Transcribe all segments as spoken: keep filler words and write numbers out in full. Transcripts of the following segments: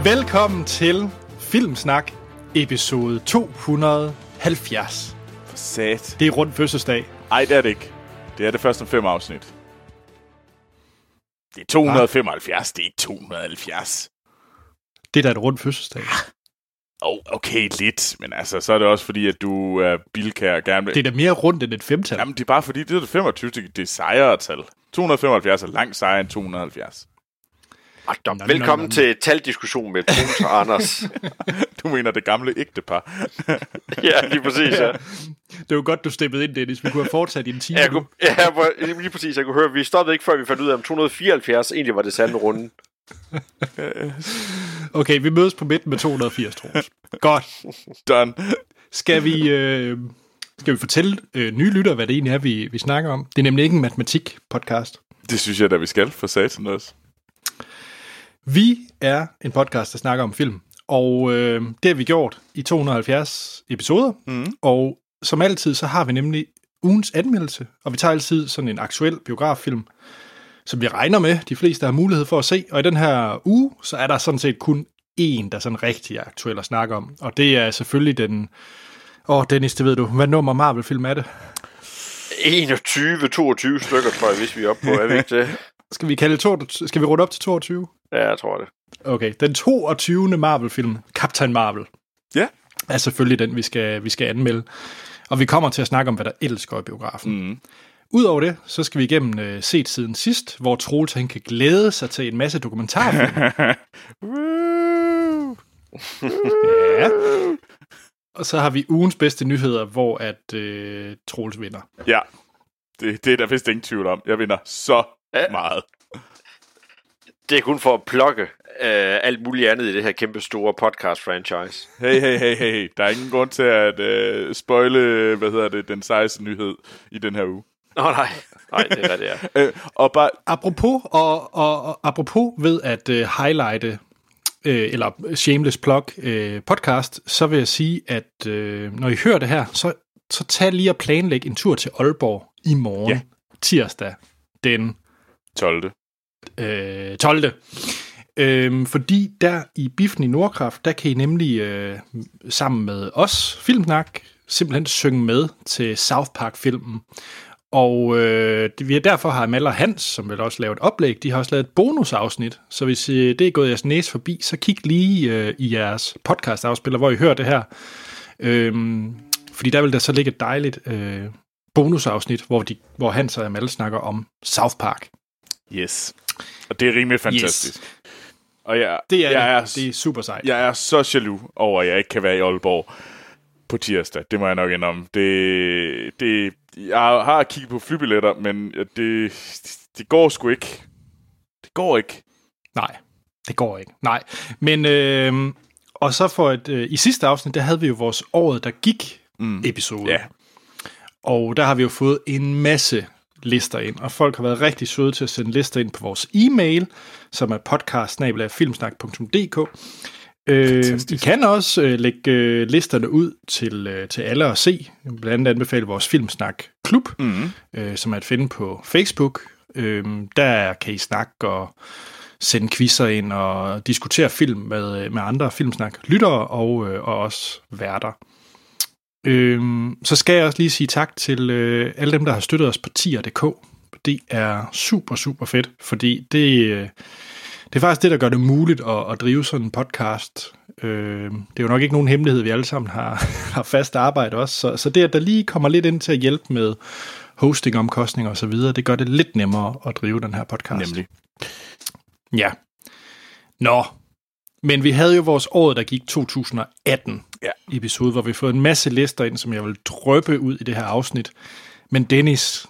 Velkommen til Filmsnak, episode to hundrede og halvfjerds. For sat. Det er rundt fødselsdag. Ej, det er det ikke. Det er det første om fem afsnit. Det er to hundrede og femoghalvfjerds, det er ikke to hundrede og halvfjerds. Det er da et rundt fødselsdag. Oh, okay, lidt. Men altså, så er det også fordi, at du er bilkær gerne vil... Det er da mere rundt end et femtal. Jamen, det er bare fordi, det er det femogtyve, det er sejretal. to hundrede og femoghalvfjerds er langt sejere end to hundrede og halvfjerds. Nå, nå, velkommen nå, nå. til taldiskussion med Troels og Anders. Du mener det gamle ægtepar? Ja, lige præcis, ja. Det var godt, du steppede ind, Dennis. Vi kunne have fortsat i en time. Jeg kunne, ja, lige præcis. Jeg kunne høre, vi stoppede ikke, før vi fandt ud af, om to hundrede og fireoghalvfjerds egentlig var det sande runde. Okay, vi mødes på midten med to hundrede og firs, Troels. Godt. Done. Skal vi, øh, skal vi fortælle øh, nye lyttere, hvad det egentlig er, vi, vi snakker om? Det er nemlig ikke en matematik-podcast. Det synes jeg da, vi skal for satan også. Vi er en podcast, der snakker om film, og øh, det har vi gjort i to hundrede og halvfjerds episoder, mm. og som altid, så har vi nemlig ugens anmeldelse, og vi tager altid sådan en aktuel biograffilm, som vi regner med, de fleste har mulighed for at se, og i den her uge, så er der sådan set kun én, der er sådan rigtig er aktuel at snakke om, og det er selvfølgelig den, åh Dennis, det ved du, hvad nummer Marvel-film er det? enogtyve toogtyve stykker, tror jeg, hvis vi er oppe på, er vi ikke det? Skal vi kalde to, skal vi runde op til toogtyve? Ja, jeg tror det. Okay, den toogtyvende Marvel-film, Captain Marvel, ja, er selvfølgelig den, vi skal, vi skal anmelde. Og vi kommer til at snakke om, hvad der ellers går i biografen. Mm. Udover det, så skal vi igennem uh, set siden sidst, hvor Troels han kan glæde sig til en masse dokumentarfilm. Ja. Og så har vi ugens bedste nyheder, hvor at uh, Troels vinder. Ja, det, det er der vist ingen tvivl om. Jeg vinder så ja. meget. Det er kun for at plukke øh, alt muligt andet i det her kæmpe store podcast-franchise. Hey, hey, hey, hey. Der er ingen grund til at øh, spoile, hvad hedder det, den sejeste nyhed i den her uge. Nå oh, nej, nej, det er hvad det er. øh, og bare... Apropos, og, og, og, apropos ved at øh, highlighte, øh, eller shameless plug øh, podcast, så vil jeg sige, at øh, når I hører det her, så, så tag lige og planlæg en tur til Aalborg i morgen, ja. tirsdag, den tolvte Øh, tolvte Øhm, fordi der i Biffen i Nordkraft, der kan I nemlig øh, sammen med os, Filmsnak, simpelthen synge med til South Park-filmen. Og øh, vi er derfor har Mal og Hans, som vil også lave et oplæg, de har også lavet et bonusafsnit. Så hvis øh, det er gået jeres næse forbi, så kig lige øh, i jeres podcast-afspiller, hvor I hører det her. Øhm, fordi der vil der så ligge et dejligt øh, bonusafsnit, hvor, de, hvor Hans og Mal snakker om South Park. Yes. Og det er rimelig fantastisk. Yes. Og jeg, det, er, jeg er, det er super sejt. Jeg er så jaloux over, at jeg ikke kan være i Aalborg på tirsdag. Det må jeg nok indrømme. Det, det, jeg har kigget på flybilletter, men det, det går sgu ikke. Det går ikke. Nej, det går ikke. Nej. Men, øh, og så for et, øh, i sidste afsnit, der havde vi jo vores året, der gik mm. episode. Ja. Og der har vi jo fået en masse lister ind, og folk har været rigtig søde til at sende lister ind på vores e-mail, som er podcast snabel-a filmsnak punktum d k. Øh, I kan også øh, lægge øh, listerne ud til, øh, til alle at se. Blandt andet anbefale vores Filmsnak Klub, mm-hmm. øh, som er at finde på Facebook. Øh, der kan I snakke og sende quizzer ind og diskutere film med, med andre Filmsnak-lyttere og, øh, og også værter. Øhm, så skal jeg også lige sige tak til øh, alle dem, der har støttet os på tier punktum d k. Det er super, super fedt, fordi det, øh, det er faktisk det, der gør det muligt at, at drive sådan en podcast. Øh, det er jo nok ikke nogen hemmelighed, vi alle sammen har, har fast arbejde også, så, så det, at der lige kommer lidt ind til at hjælpe med hostingomkostninger og så videre, det gør det lidt nemmere at drive den her podcast. Nemlig. Ja. Nå. Men vi havde jo vores år, der gik to tusind og atten ja. episode, hvor vi får en masse lister ind, som jeg vil drøbe ud i det her afsnit. Men Dennis,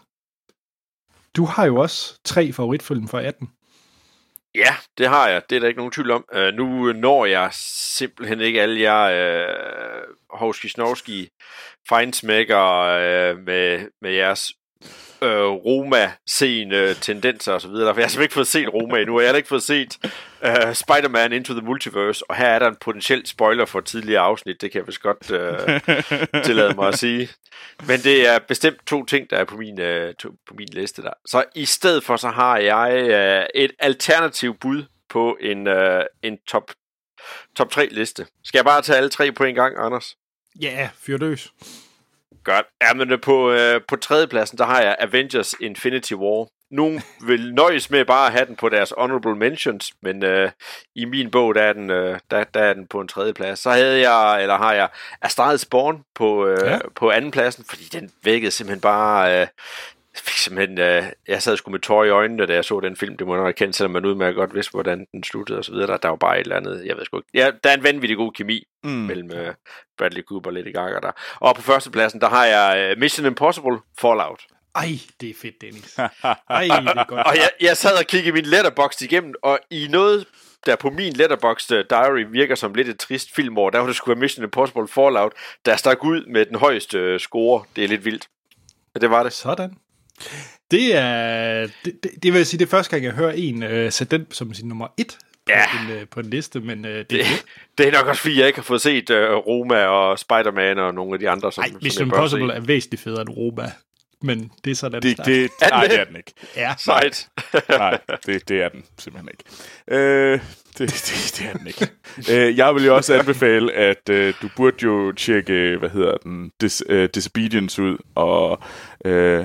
du har jo også tre favoritfilm fra atten. Ja, det har jeg. Det er der ikke nogen tvivl om. Uh, nu når jeg simpelthen ikke alle jer uh, hovski-snovski fejnsmækker uh, med, med jeres uh, Roma-seende tendenser og så videre. For jeg har simpelthen ikke fået set Roma endnu, og jeg har ikke fået set uh, Spider-Man Into the Multiverse, og her er der en potentiel spoiler for tidligere afsnit, det kan jeg vist godt uh, tillade mig at sige. Men det er bestemt to ting, der er på min, uh, to, på min liste der. Så i stedet for, så har jeg uh, et alternativ bud på en, uh, en top top tre liste. Skal jeg bare tage alle tre på en gang, Anders? Ja, yeah, fyrdøs. Godt. Ja, men på, øh, på tredjepladsen, der har jeg Avengers Infinity War. Nogen vil nøjes med bare at have den på deres honorable mentions, men øh, i min bog, der er, den, øh, der, der er den på en tredjeplads. Så havde jeg, eller har jeg, A Star is Born på, øh, ja. på andenpladsen, fordi den vækkede simpelthen bare... Øh, fik simpelthen, øh, jeg sad sgu med tårer i øjnene, da jeg så den film. Det må jeg nok erkende, selvom man udmærket godt vidste, hvordan den sluttede og så videre. Der, der var bare et eller andet, jeg ved sgu ikke. Ja, der er en vanvittig god kemi mm. mellem øh, Bradley Cooper og Lady Gaga der. Og på førstepladsen, der har jeg øh, Mission Impossible Fallout. Ej, det er fedt, Dennis. Ej, det er godt. Og jeg, jeg sad og kiggede min letterbox igennem, og i noget, der på min letterbox diary virker som lidt et trist filmår, der var det skulle være Mission Impossible Fallout, der stak ud med den højeste score. Det er lidt vildt. Og det var det. Sådan. Det er, det, det, det vil jeg sige, det er første gang, jeg hører en uh, sætte den som sin nummer et på, ja. en, uh, på en liste, men uh, det, det, det er nok også, fordi jeg ikke har fået set uh, Roma og Spider-Man og nogle af de andre. Som, Ej, Mission Impossible er væsentligt federe end Roma, men det er sådan, det, det, nej, det er den ikke. Ja. Sejt. Nej, det, det er den simpelthen ikke. Øh, det, det, det er den ikke. øh, jeg vil jo også anbefale, at øh, du burde jo tjekke, hvad hedder den, Dis, øh, Disobedience ud, og øh,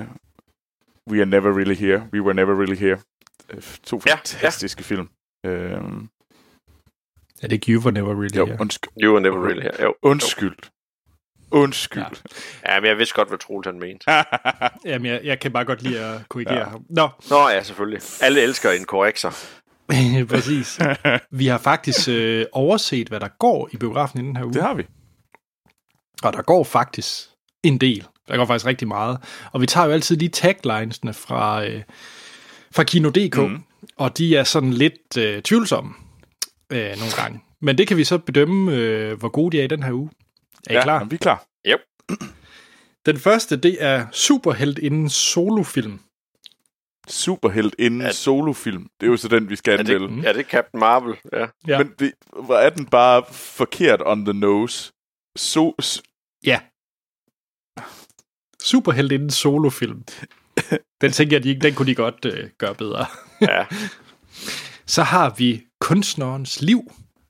We Are Never Really Here. We Were Never Really Here. To fantastiske ja, ja. film. Øhm. Er det ikke You Were Never Really jo, Here? Undskyld. You Were Never Really Here. Jo. Undskyld. Undskyld. Ja. ja, men jeg vidste godt, hvad Troels han mente. Jamen, jeg, jeg kan bare godt lide at korrigere ja. ham. Nå. Nå ja, selvfølgelig. Alle elsker en korrekser. Præcis. Vi har faktisk øh, overset, hvad der går i biografen i den her uge. Det har vi. Og der går faktisk en del. Der går faktisk rigtig meget. Og vi tager jo altid lige taglinesene fra, øh, fra Kino punktum d k, mm. og de er sådan lidt øh, tvivlsomme øh, nogle gange. Men det kan vi så bedømme, øh, hvor gode de er i den her uge. Er I ja, klar? vi er klar. Yep. Den første, det er Superhelt inden solofilm. Superhelt inden ja. solofilm. Det er jo så den, vi skal anmelde. Ja, det er Captain Marvel. Ja. Ja. Men det, hvor er den bare forkert on the nose? So, so. Ja. Superhelt inden solofilm. Den tænker jeg, de, den kunne de godt øh, gøre bedre. Ja. Så har vi Kunstnerens liv.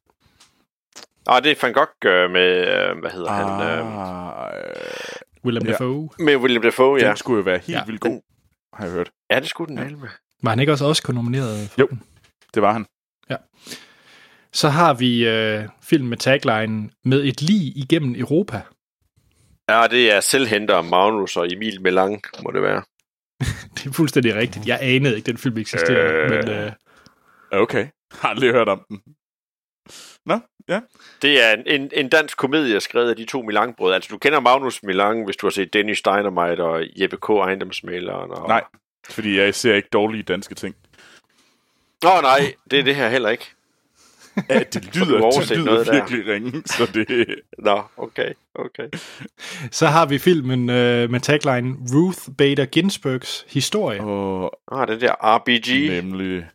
Ah, det er Van Gogh øh, med, øh, hvad hedder ah, han? Øh, Willem ja. Dafoe. Med Willem Dafoe, ja. Den skulle jo være helt ja. vildt god, har jeg hørt. Ja, det skulle den ja. med. Var han ikke også også nomineret for Jo, den? det var han. Ja. Så har vi øh, film med tagline Med et lig igennem Europa. Ja, det er Selvhenter, Magnus og Emil Melang, må det være. Det er fuldstændig rigtigt. Jeg anede ikke, den film eksisterer. Øh... Men, øh... Okay, har aldrig hørt om den. Nå, ja. Det er en, en, en dansk komedie, skrevet af de to Melang-brødre. Altså, du kender Magnus Melang, hvis du har set Dennis Dynamite og Jeppe K. Ejendomsmæleren. Og... Nej, fordi jeg ser ikke dårlige danske ting. Nå, nej, det er det her heller ikke. Ja, det lyder, det lyder virkelig ringe, så det... Nå, okay, okay. Så har vi filmen øh, med tagline Ruth Bader Ginsburgs historie. Og... Ah, det der R B G. Nemlig...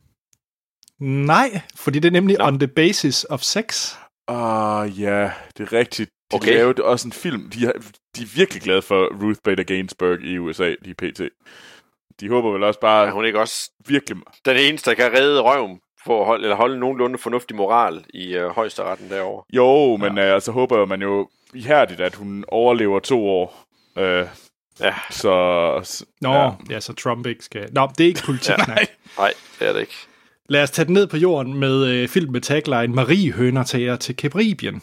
Nej, fordi det er nemlig Nå. On the Basis of Sex. Ah, uh, ja, det er rigtigt. De okay. lavede også en film. De er, de er virkelig glade for Ruth Bader Ginsburg i U S A, de P T. De håber vel også bare... Er hun ikke også virkelig... den eneste, der kan redde røven for at holde, eller holde nogenlunde fornuftig moral i øh, højesteretten derovre? Jo, men ja. øh, så håber man jo ihærdigt, at hun overlever to år. Øh, ja. Så... Nå, ja. ja, så Trump ikke skal... Nå, det er ikke politik, ja. nej. Nej, det er det ikke. Lad os tage den ned på jorden med øh, film med tagline Marie Høner tager til Caribien.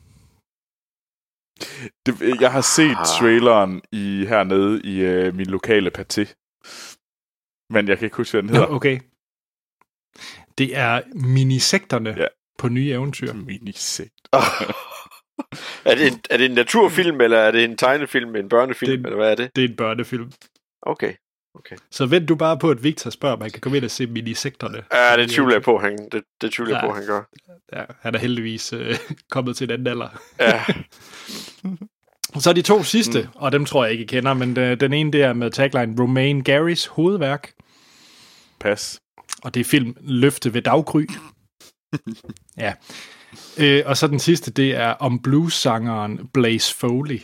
Det, jeg har set ah. traileren i, hernede i øh, min lokale paté. Men jeg kan ikke huske, hvad den hedder. Nå, okay. Det er minisekterne ja. på nye eventyr. Minisekter. er, det en, er det en naturfilm, eller er det en tegnefilm, en børnefilm, det, eller hvad er det? Det er en børnefilm. Okay. Okay. Så vent du bare på, at Victor spørger, om han kan komme ind og se minisekterne. Ja, det tvivler jeg på, han, det, det tvivler jeg ja. på, han gør. Ja, han er heldigvis øh, kommet til en anden alder. Ja. Så er de to sidste, mm. og dem tror jeg ikke, I kender, men øh, den ene der med tagline Romain Garys hovedværk. Pas. Og det er film Løfte ved daggry. ja. Øh, og så den sidste, det er om blues-sangeren Blaze Foley.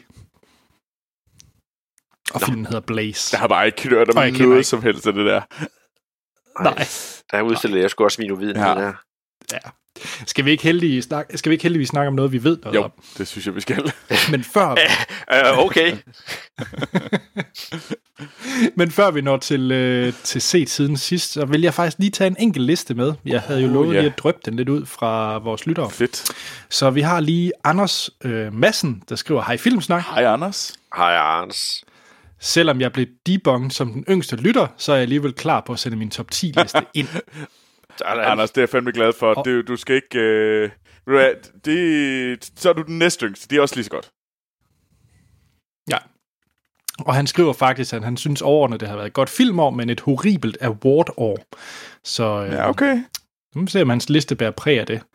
Og Nå. filmen hedder Blaze. Jeg har bare ikke hørt om noget ikke. som helst af det der. Nej. Der er udstillet, jeg skulle også min uviden ja. der. Ja. Skal vi ikke heldigvis snakke, skal vi ikke heldigvis snakke om noget, vi ved noget jo, om? Det synes jeg, vi skal. Men før... uh, okay. Men før vi når til, øh, til set siden sidst, så vil jeg faktisk lige tage en enkelt liste med. Jeg havde jo lovet uh, yeah. lige at dryppe den lidt ud fra vores lyttere. Fedt. Så vi har lige Anders øh, Madsen, der skriver, hej Filmsnak. Hej Anders. Hej Anders. Selvom jeg blev debunket som den yngste lytter, så er jeg alligevel klar på at sende min top ti liste ind. Anders, det er jeg fandme glad for. Oh. Det, du skal ikke... Øh, det, så er du den næste yngste. Det er også lige så godt. Ja. Og han skriver faktisk, at han synes overordnet, det har været et godt filmår, men et horribelt award-år. Så øh, ja, okay. Nu må vi se, om hans liste bærer præg af det.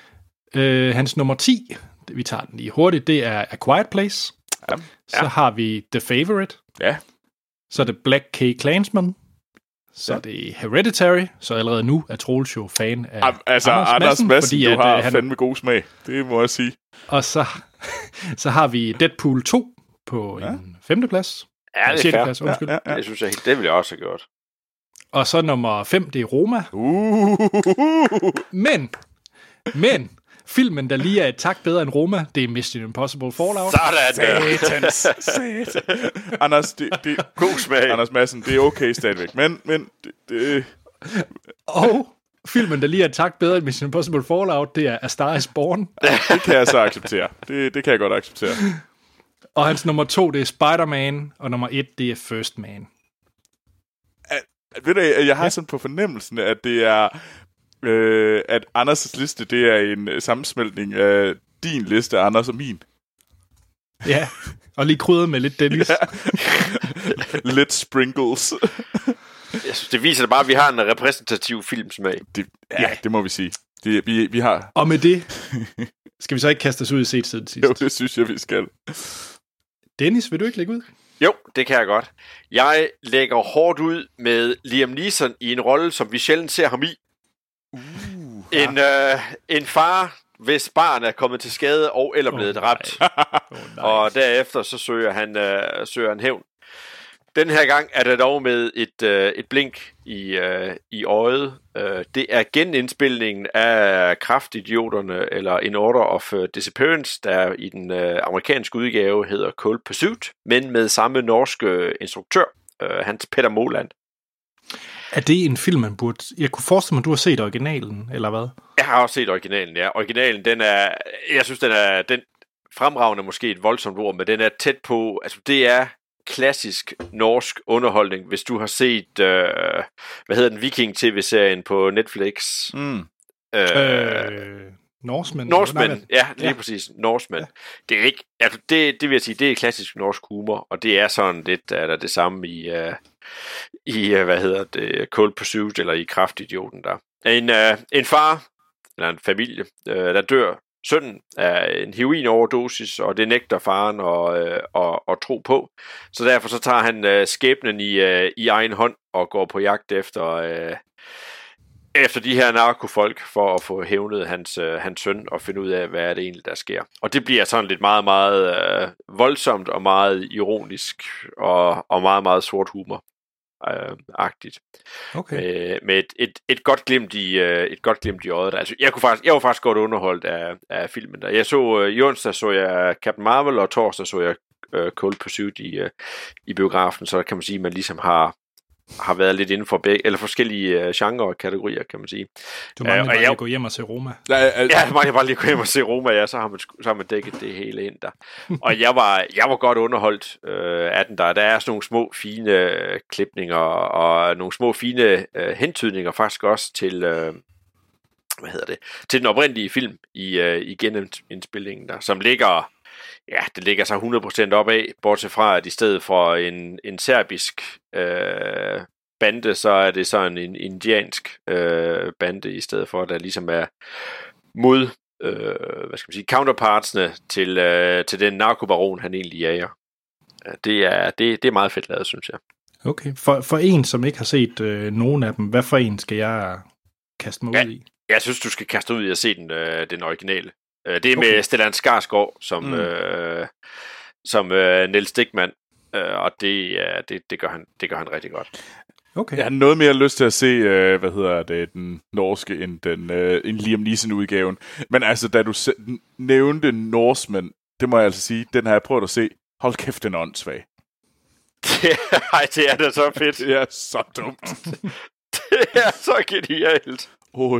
Øh, hans nummer ti, vi tager den lige hurtigt, det er A Quiet Place. Ja. Så ja. har vi The Favourite. Ja. Så er det Black K. Klansman. Så ja. er det Hereditary. Så allerede nu er Troels jo fan af Am, altså, Anders Madsen. Anders Madsen, fordi, du at, har han... fandme god smag. Det må jeg sige. Og så, så har vi Deadpool to på ja. en femte plads. Ja, det er fair. Plads, undskyld. Ja, ja, ja. Det synes jeg helt, det ville jeg også have gjort. Og så nummer fem, det er Roma. Uh. Men, men, filmen, der lige er et tak bedre end Roma, det er Mission Impossible Fallout. Sådan! Satans! Satan. Anders, det, det, god smag. Anders Madsen, det er okay stadigvæk, men, men det, det... Og filmen, der lige er et tak bedre end Mission Impossible Fallout, det er A Star Is Born. Det kan jeg så acceptere. Det, det kan jeg godt acceptere. Og hans nummer to, det er Spider-Man, og nummer et, det er First Man. At, at, ved du, jeg har ja. sådan på fornemmelsen, at det er... Øh, at Anders' liste, det er en sammensmeltning af din liste, Anders og min. Ja, og lige krydret med lidt Dennis. Ja. Lidt sprinkles. Jeg synes, det viser da bare, at vi har en repræsentativ filmsmag. Det, ja, ja, det må vi sige. Det, vi, vi har... Og med det skal vi så ikke kaste os ud i set siden sidst. Jo, det synes jeg, vi skal. Dennis, vil du ikke lægge ud? Jo, det kan jeg godt. Jeg lægger hårdt ud med Liam Neeson i en rolle, som vi sjældent ser ham i. Uh, en, øh, en far, hvis barn er kommet til skade og eller blevet oh, dræbt. Oh, nice. Og derefter så søger han, øh, søger han hævn. Den her gang er det dog med et, øh, et blink i, øh, i øjet. Øh, det er genindspilningen af Kraftidioterne, eller In Order of Disappearance, der i den øh, amerikanske udgave hedder Cold Pursuit, men med samme norske instruktør, øh, Hans Petter Moland. Er det en film, man burde... Jeg kunne forestille mig, at du har set originalen, eller hvad? Jeg har også set originalen, ja. Originalen, den er... Jeg synes, den er... Den fremragende måske et voldsomt ord, men den er tæt på... Altså, det er klassisk norsk underholdning, hvis du har set... Øh, hvad hedder den? Viking-tv-serien på Netflix. Mm. Øh... øh Norsemen. Norsemen, ja, lige ja. præcis. Norsemen. Ja. Det er ikke... Altså, det, det vil jeg sige, det er klassisk norsk humor, og det er sådan lidt er det samme i... Øh, i, hvad hedder det, Cold Pursuit, eller i Kraftidioten der. En, uh, en far, eller en familie, uh, der dør sønnen af en heroin-overdosis, og det nægter faren at, uh, at, at tro på. Så derfor så tager han uh, skæbnen i, uh, i egen hånd, og går på jagt efter, uh, efter de her narkofolk, for at få hævnet hans, uh, hans søn, og finde ud af, hvad er det egentlig, der sker. Og det bliver sådan lidt meget, meget uh, voldsomt, og meget ironisk, og, og meget, meget sort humor. Øh, agtigt. Okay. Med, med et, et, et godt glimt i øh, et godt glimt i øjet. Altså, jeg kunne faktisk jeg var faktisk godt underholdt af, af filmen der. Jeg så øh, i onsdag så jeg Captain Marvel, og torsdag så jeg øh, Cold Pursuit i øh, i biografen, så kan man sige at man ligesom har har været lidt inden for begge, eller forskellige øh, genre og kategorier, kan man sige. Du mangler øh, bare jeg, at gå hjem og se Roma. Ja, jeg mangler bare lige at gå hjem og se Roma, ja, så har man, så har man dækket det hele ind der. Og jeg var, jeg var godt underholdt øh, af den der. Der er sådan nogle små, fine øh, klipninger, og nogle små, fine øh, hentydninger faktisk også til, øh, hvad hedder det, til den oprindelige film i, øh, i genindspillingen der, som ligger... Ja, det ligger sig hundrede procent op af, bortset fra, at i stedet for en, en serbisk øh, bande, så er det sådan en indiansk øh, bande, i stedet for, at der ligesom er mod, øh, hvad skal man sige, counterpartsene til, øh, til den narkobaron, han egentlig jager. Det er, det, det er meget fedt lavet, synes jeg. Okay, for, for en, som ikke har set øh, nogen af dem, hvad for en skal jeg kaste mig ja, ud i? Jeg synes, du skal kaste ud i at se den, øh, den originale. Det er med okay. Stellan Skarsgård som, mm. øh, som øh, Niels Dickmann, øh, og det, øh, det, det, gør han, det gør han rigtig godt. Okay. Jeg har noget mere lyst til at se, øh, hvad hedder det, den norske, end, den, øh, end Liam Neeson-udgaven. Men altså, da du se- nævnte Norseman, det må jeg altså sige, den har jeg prøvet at se. Hold kæft, den er åndssvag. Ej, det er da så fedt. Det er så dumt. Det er så genialt. Oj.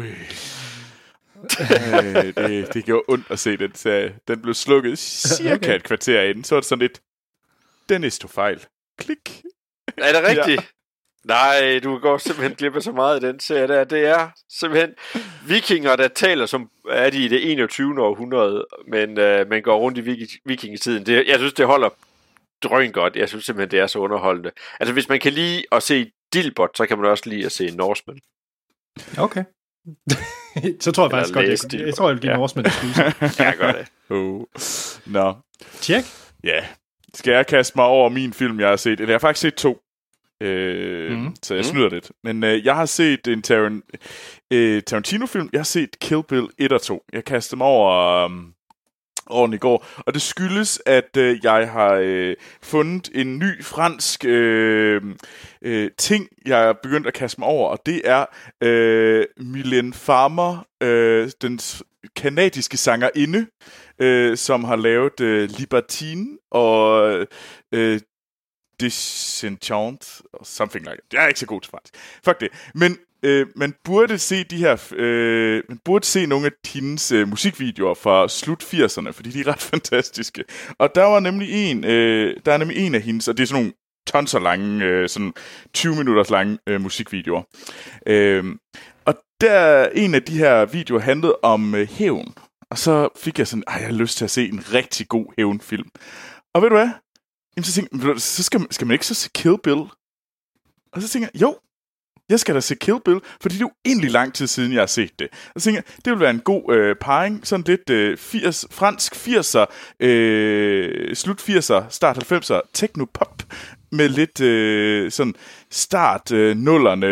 øh, det, det gjorde ondt at se den serie. Den blev slukket cirka okay. et kvarter inden. Så var det sådan lidt, Dennis tog fejl. Klik. Er det rigtigt? Ja. Nej, du går simpelthen glip af så meget i den serie der. Det er simpelthen vikinger, der taler som er de i det enogtyvende århundrede, men øh, man går rundt i vik- vikingetiden. Det, jeg synes, det holder drøn godt. Jeg synes simpelthen, det er så underholdende. Altså, hvis man kan lide at se Dilbert, så kan man også lide at se Norseman. Okay. Så tror jeg faktisk godt, jeg, jeg, jeg tror, jeg vil give ja. Norseman et skuse. Ja, gør det. Oh. Nå. Tjek. Ja. Yeah. Skal jeg kaste mig over min film, jeg har set? Eller jeg har faktisk set to. Øh, mm. Så jeg snyder mm. lidt. Men øh, jeg har set en Taran- øh, Tarantino-film. Jeg har set Kill Bill et og to. Jeg kastede mig over, øh, over den i går. Og det skyldes, at øh, jeg har øh, fundet en ny fransk øh, øh, ting, jeg er begyndt at kaste mig over. Og det er øh, Mylène Farmer, øh, den kanadiske sangerinde, øh, som har lavet øh, Libertine og øh, Disenchant, or something like that. Jeg er ikke så god til fransk. Fuck det. Men øh, man burde se de her, øh, man burde se nogle af hendes øh, musikvideoer fra slut firserne, fordi de er ret fantastiske. Og der var nemlig en, øh, der er nemlig en af hendes, og det er sådan nogle tonser lange, øh, sådan tyve minutters lange øh, musikvideoer. Øh, og der en af de her videoer handlede om øh, hævn. Og så fik jeg sådan, ej, jeg har lyst til at se en rigtig god hævnfilm. Og ved du hvad? Jamen, så tænkte jeg, så skal man, skal man ikke så se Kill Bill? Og så tænkte jeg, jo, jeg skal da se Kill Bill, fordi det er jo egentlig lang tid siden, jeg har set det. Og så tænkte jeg, det vil være en god øh, parring, sådan lidt øh, firs, fransk firser, øh, slut firser, start halvfemser, techno-pop, med lidt øh, sådan start øh, nullerne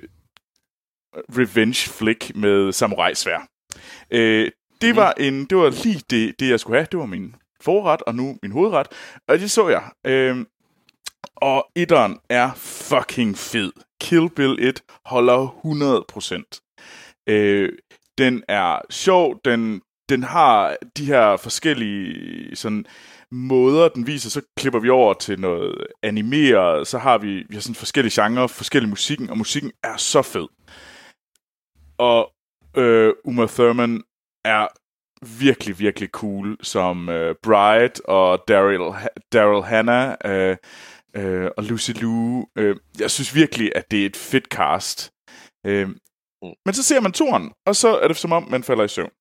revenge flick med samurai-sværd. Øh, det var en, det var lige det, det, jeg skulle have. Det var min forret, og nu min hovedret. Og det så jeg. Øhm, og etteren er fucking fed. Kill Bill et holder hundrede procent. Øh, den er sjov. Den, den har de her forskellige sådan, måder, den viser. Så klipper vi over til noget animeret. Så har vi, vi har sådan forskellige genrer, forskellige musikken. Og musikken er så fed. Og øh, Uma Thurman er virkelig, virkelig cool som øh, Bride og Daryl, Daryl Hannah øh, øh, og Lucy Liu. Øh, jeg synes virkelig, at det er et fedt cast. Øh, mm. Men så ser man toren, og så er det som om, man falder i søvn.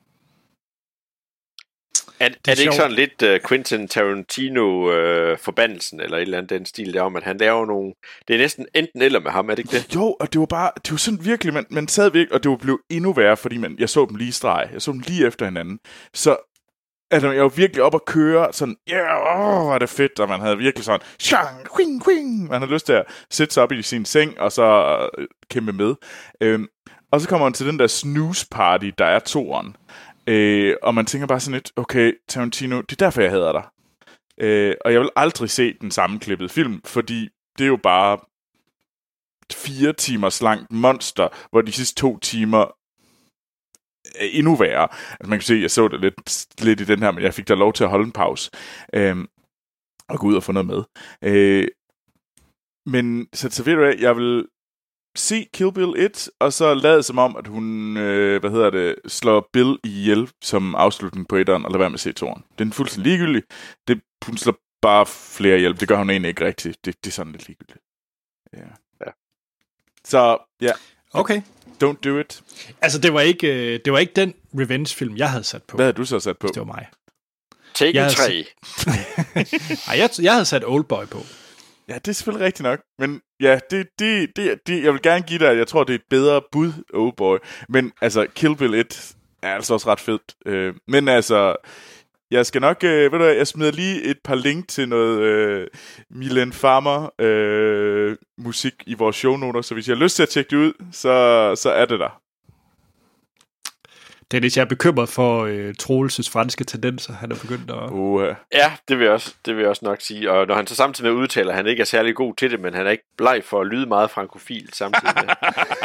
Er, er det, det ikke sådan lidt uh, Quentin Tarantino-forbandelsen, uh, eller et eller andet den stil der om, at han laver nogle... Det er næsten enten eller med ham, er det ikke det? Jo, og det var bare... Det var sådan virkelig... Man, man sad virkelig... Og det var blevet endnu værre, fordi man, jeg så dem lige i streg. Jeg så dem lige efter hinanden. Så altså, jeg var virkelig op at køre sådan... Ja, yeah, åh, var det fedt. Og man havde virkelig sådan... Shang, quing, quing. Man havde lyst til at sætte sig op i sin seng, og så uh, kæmpe med. Øhm, og så kommer man til den der snooze party, der er toren. Øh, og man tænker bare sådan lidt, okay, Tarantino, det er derfor, jeg hader dig. Øh, og jeg vil aldrig se den sammenklippede film, fordi det er jo bare fire timers langt monster, hvor de sidste to timer er endnu værre. Altså man kan se, jeg så det lidt, lidt i den her, men jeg fik da lov til at holde en pause. Øh, og gå ud og få noget med. Øh, men så, så ved du hvad, jeg vil se Kill Bill et, og så lade som om, at hun, øh, hvad hedder det, slår Bill ihjel som afslutning på etteren, og lade være med at se toren. Det er fuldstændig ligegyldig. Det, hun slår bare flere ihjel. Det gør hun egentlig ikke rigtigt. Det, det er sådan lidt ligegyldigt. Ja. Ja. Så, ja. Okay. Don't do it. Altså, det var ikke, det var ikke den revenge-film, jeg havde sat på. Hvad havde du så sat på? Det var mig. Taken tre. Nej, jeg, jeg havde sat Oldboy på. Ja, det er selvfølgelig rigtigt nok. Men ja, det, det, det, det, jeg vil gerne give dig, jeg tror, det er et bedre bud, Oldboy. Men altså, Kill Bill et er altså også ret fedt. Øh, men altså, jeg skal nok, øh, ved du hvad, jeg smider lige et par link til noget øh, Mylène Farmer øh, musik i vores shownoter, så hvis jeg har lyst til at tjekke det ud, så, så er det der. Dennis, jeg er bekymret for øh, Troelses franske tendenser, han er begyndt at... Uh. Ja, det vil, jeg også, det vil jeg også nok sige. Og når han så samtidig med udtaler, at han ikke er særlig god til det, men han er ikke bleg for at lyde meget frankofil samtidig med.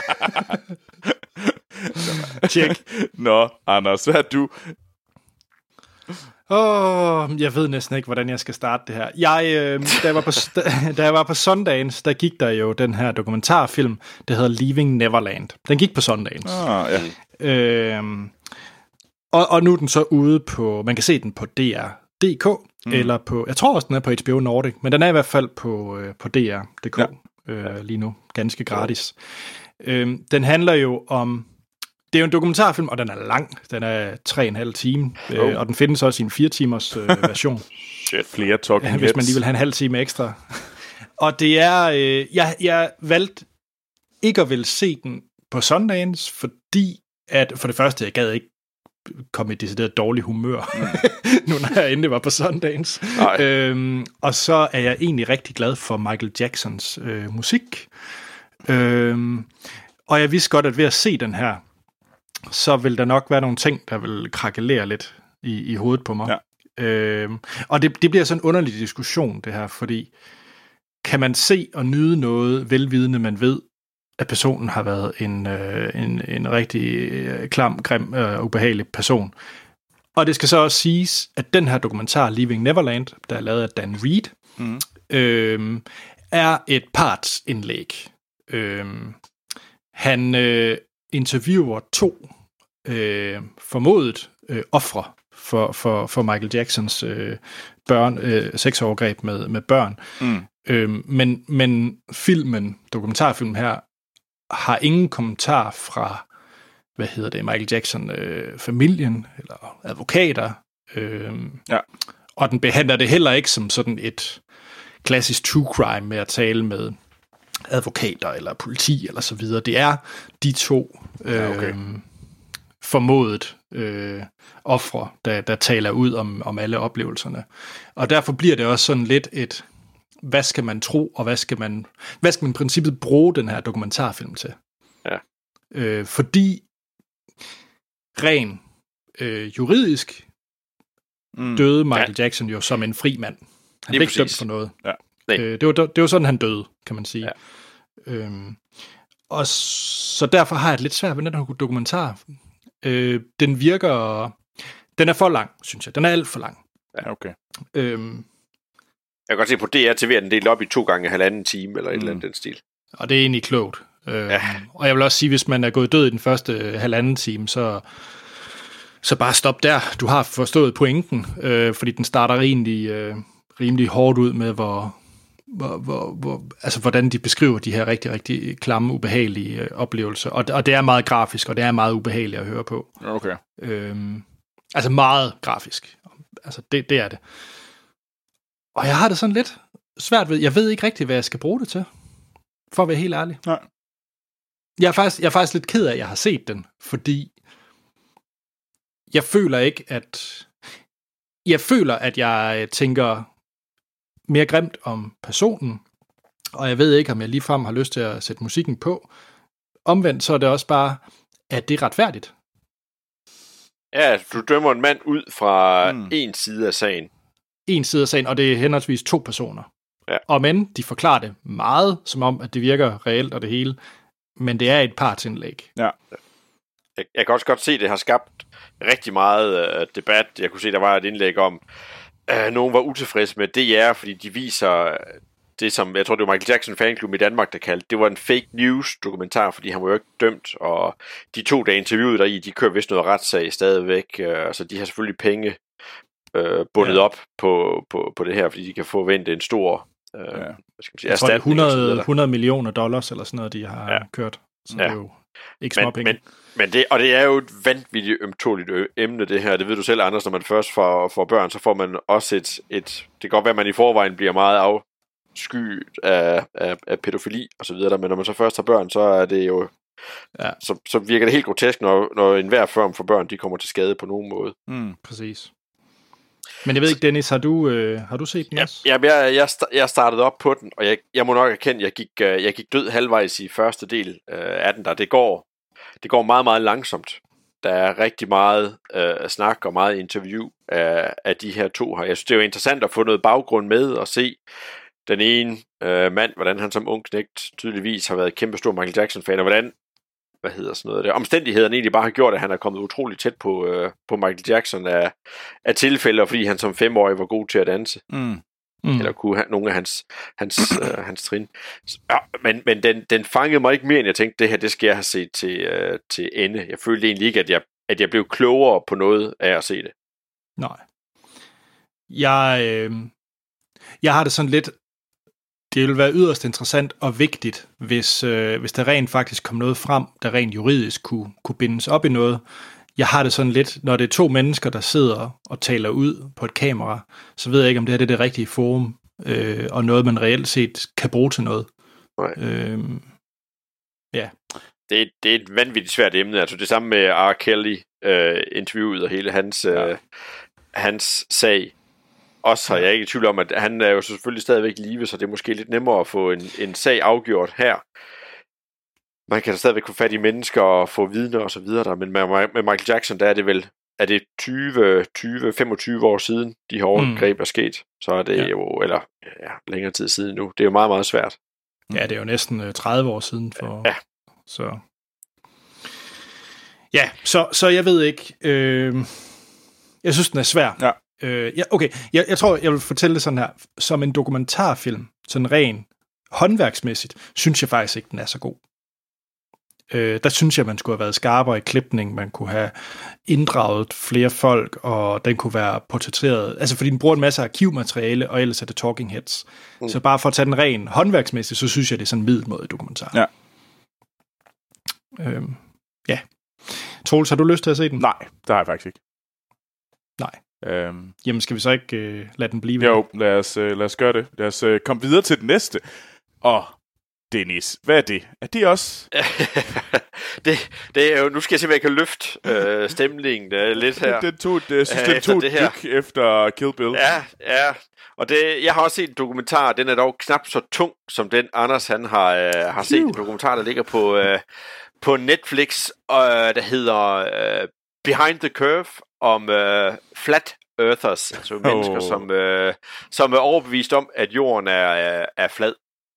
Tjek. Nå, Anders, hvad er du? Åh, oh, jeg ved næsten ikke, hvordan jeg skal starte det her. Jeg, øh, da, jeg var på, da jeg var på Sundance, der gik der jo den her dokumentarfilm, der hedder Leaving Neverland. Den gik på Sundance. Ah, ja. Øh, og, og nu er den så ude på, man kan se den på D R punktum D K, mm. eller på, jeg tror også, den er på H B O Nordic, men den er i hvert fald på, øh, på D R punktum D K ja. øh, lige nu, ganske gratis. Ja. Øh, den handler jo om, det er jo en dokumentarfilm, og den er lang, den er tre og en halv time, oh. øh, og den findes også i en fire timers øh, version. Shit, flere talking ja, hvis man lige vil have en halv time ekstra. Og det er, øh, jeg, jeg valgte ikke at vil se den på Sundance, fordi at for det første, jeg gad ikke komme i decideret dårlig humør, mm. nu når jeg endelig var på Sundance. Øhm, og så er jeg egentlig rigtig glad for Michael Jacksons øh, musik. Øhm, og jeg vidste godt, at ved at se den her, så vil der nok være nogle ting, der vil krakelere lidt i, i hovedet på mig. Ja. Øhm, og det, det bliver sådan en underlig diskussion, det her, fordi kan man se og nyde noget velvidende, man ved, at personen har været en, øh, en, en rigtig øh, klam, grim og øh, ubehagelig person. Og det skal så også siges, at den her dokumentar, Leaving Neverland, der er lavet af Dan Reed, mm. øh, er et partsindlæg. Øh, han øh, interviewer to øh, formodet øh, ofre for, for, for Michael Jacksons øh, børn, øh, sexovergreb med, med børn. Mm. Øh, men, men filmen, dokumentarfilmen her, har ingen kommentar fra, hvad hedder det, Michael Jackson øh, familien eller advokater. Øh, ja. Og den behandler det heller ikke som sådan et klassisk true crime med at tale med advokater eller politi eller så videre. Det er de to øh, ja, okay. formodet øh, ofre, der, der taler ud om, om alle oplevelserne. Og derfor bliver det også sådan lidt et, hvad skal man tro, og hvad skal man, hvad skal man i princippet bruge den her dokumentarfilm til? Ja. Øh, fordi ren øh, juridisk mm. døde Michael ja. Jackson jo som en fri mand. Han blev ikke dømt for noget. Ja. Øh, det, var, det var sådan, han døde, kan man sige. Ja. Øhm, og så derfor har jeg et lidt svært ved den her dokumentar. Øh, den virker... Den er for lang, synes jeg. Den er alt for lang. Ja, okay. Øhm, Jeg kan godt se på D R T V, at den delt op i to gange halvanden time, eller et mm. eller andet den stil. Og det er egentlig klogt. Øh, ja. Og jeg vil også sige, hvis man er gået død i den første halvanden time, så, så bare stop der. Du har forstået pointen, øh, fordi den starter rimelig, øh, rimelig hårdt ud med, hvor, hvor, hvor, hvor, altså, hvordan de beskriver de her rigtig, rigtig klamme, ubehagelige øh, oplevelser. Og, og det er meget grafisk, og det er meget ubehageligt at høre på. Okay. Øh, altså meget grafisk. Altså det, det er det. Og jeg har det sådan lidt svært ved, jeg ved ikke rigtig, hvad jeg skal bruge det til, for at være helt ærlig. Nej. Jeg er faktisk, jeg er faktisk lidt ked af, at jeg har set den, fordi jeg føler ikke, at jeg føler, at jeg tænker mere grimt om personen, og jeg ved ikke, om jeg ligefrem har lyst til at sætte musikken på. Omvendt så er det også bare, at det er retfærdigt. Ja, du dømmer en mand ud fra mm. en side af sagen. En side af sagen, og det er henholdsvis to personer. Ja. Og men de forklarer det meget, som om, at det virker reelt og det hele, men det er et partsindlæg. Ja. Jeg, jeg kan også godt se, at det har skabt rigtig meget uh, debat. Jeg kunne se, der var et indlæg om, at uh, nogen var utilfredse med D R, fordi de viser det, som, jeg tror, det var Michael Jackson Fanklub i Danmark, der kaldte, det var en fake news dokumentar, fordi han var jo ikke dømt, og de to, der interviewede der i, de kører vist noget retssag stadigvæk, uh, så de har selvfølgelig penge Øh, bundet ja. op på, på, på det her, fordi de kan forvente en stor øh, ja. hvad skal man sige, jeg tror, det er hundrede, hundrede millioner dollars eller sådan noget, de har ja. kørt. Så ja. Det er jo ikke små penge. Men, men det, og det er jo et vanvittigt ømtåligt emne, det her. Det ved du selv, Anders, når man først får, får børn, så får man også et, et... Det kan godt være, at man i forvejen bliver meget afskyet af, af, af pædofili og så videre, men når man så først har børn, så er det jo... Ja. Så, så virker det helt grotesk, når, når enhver form for børn, de kommer til skade på nogen måde. Mm, præcis. Men jeg ved ikke, Dennis, har du, øh, har du set den ja, også? Ja, jeg, jeg, jeg startede op på den, og jeg, jeg må nok erkende, at jeg gik, jeg gik død halvvejs i første del øh, af den der. Det går, det går meget, meget langsomt. der er rigtig meget øh, snak og meget interview af, af de her to her. Jeg synes, det er jo interessant at få noget baggrund med og se den ene øh, mand, hvordan han som ung knægt tydeligvis har været kæmpe stor Michael Jackson-fan, og hvordan, hvad hedder sådan noget der, omstændighederne egentlig bare har gjort, at han er kommet utroligt tæt på, øh, på Michael Jackson af, af tilfælde, fordi han som femårig var god til at danse. Mm. Mm. Eller kunne have nogle af hans, hans, øh, hans trin. Ja, men men den, den fangede mig ikke mere, end jeg tænkte, det her, det skal jeg have set til, øh, til ende. Jeg følte egentlig ikke, at jeg, at jeg blev klogere på noget af at se det. Nej. Jeg, øh, jeg har det sådan lidt, det ville være yderst interessant og vigtigt, hvis, øh, hvis der rent faktisk kom noget frem, der rent juridisk kunne, kunne bindes op i noget. Jeg har det sådan lidt, når det er to mennesker, der sidder og taler ud på et kamera, så ved jeg ikke, om det her det er det rigtige forum, øh, og noget, man reelt set kan bruge til noget. Nej. Øh, ja. Det er, det er et vanvittigt svært emne. Altså det samme med R. Kelly øh, interviewet og hele hans, øh, ja. hans sag. Også har jeg ikke i tvivl om, at han er jo selvfølgelig stadigvæk i live, så det er måske lidt nemmere at få en, en sag afgjort her. Man kan da stadigvæk få fat i mennesker og få vidner og så videre der, men med, med Michael Jackson, der er det vel, er det tyve til femogtyve år siden, de her overgreb mm. er sket, så er det ja. jo, eller ja, længere tid siden nu. Det er jo meget, meget svært. Ja, det er jo næsten tredive år siden. For, ja. Så, ja, så, så jeg ved ikke, øh, jeg synes, den er svær. Ja. Øh, ja, okay, jeg, jeg tror, jeg vil fortælle det sådan her, som en dokumentarfilm, sådan ren håndværksmæssigt, synes jeg faktisk ikke, den er så god. Øh, der synes jeg, man skulle have været skarpere i klipning, man kunne have inddraget flere folk, og den kunne være portrætteret, altså fordi den bruger en masse arkivmateriale, og ellers er det talking heads. Mm. Så bare for at tage den ren håndværksmæssigt, så synes jeg, det er sådan en middelmådig dokumentar. Ja. Øhm, ja. Troels, har du lyst til at se den? Nej, det har jeg faktisk ikke. Nej. Øhm. Jamen, skal vi så ikke øh, lade den blive? Jo, lad os, øh, lad os gøre det. Lad os øh, komme videre til det næste. Og Dennis, hvad er det? Er det også? det, det er jo, nu skal jeg se, om jeg kan løfte øh, stemningen øh, lidt her. Den tog, jeg synes, den tog et dyk efter Kill Bill. Ja, ja. Og det, jeg har også set en dokumentar, den er dog knap så tung, som den Anders han har, øh, har set. En dokumentar, der ligger på, øh, på Netflix, og der hedder øh, Behind the Curve, om øh, Flat Earthers, altså oh. mennesker, som, øh, som er overbevist om, at jorden er, er, er flad.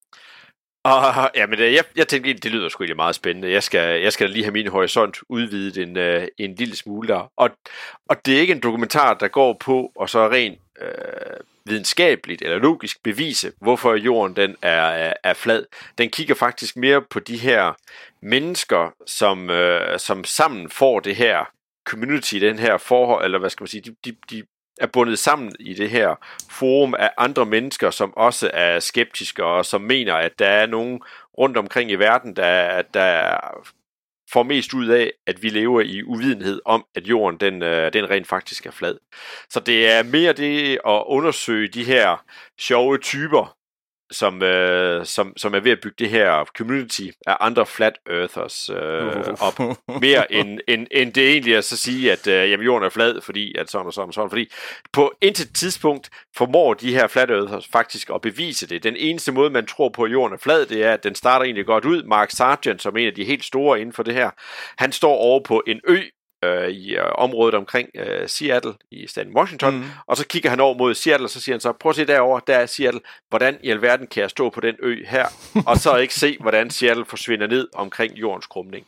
Og ja, men jeg, jeg tænkte, det lyder sgu egentlig meget spændende. Jeg skal, jeg skal lige have min horisont udvidet en, uh, en lille smule der. Og, og det er ikke en dokumentar, der går på og så rent øh, videnskabeligt eller logisk bevise, hvorfor jorden den er, er, er flad. Den kigger faktisk mere på de her mennesker, som, øh, som sammen får det her community, den her forhold, eller hvad skal man sige, de, de, de er bundet sammen i det her forum af andre mennesker, som også er skeptiske, og som mener, at der er nogen rundt omkring i verden, der, der får mest ud af, at vi lever i uvidenhed om, at jorden den, den rent faktisk er flad. Så det er mere det at undersøge de her sjove typer, som, øh, som, som er ved at bygge det her community af andre flat earthers øh, op. Mere end, end, end det egentlig er så sige, at øh, jamen, jorden er flad, fordi at sådan og sådan og sådan. Fordi på intet tidspunkt formår de her flat earthers faktisk at bevise det. Den eneste måde, man tror på, at jorden er flad, det er, at den starter egentlig godt ud. Mark Sargent, som er en af de helt store inden for det her, han står over på en ø, i øh, området omkring øh, Seattle i staten Washington, mm. og så kigger han over mod Seattle, og så siger han så, prøv at se derovre, der er Seattle, hvordan i alverden kan jeg stå på den ø her, og så ikke se, hvordan Seattle forsvinder ned omkring jordens krumning.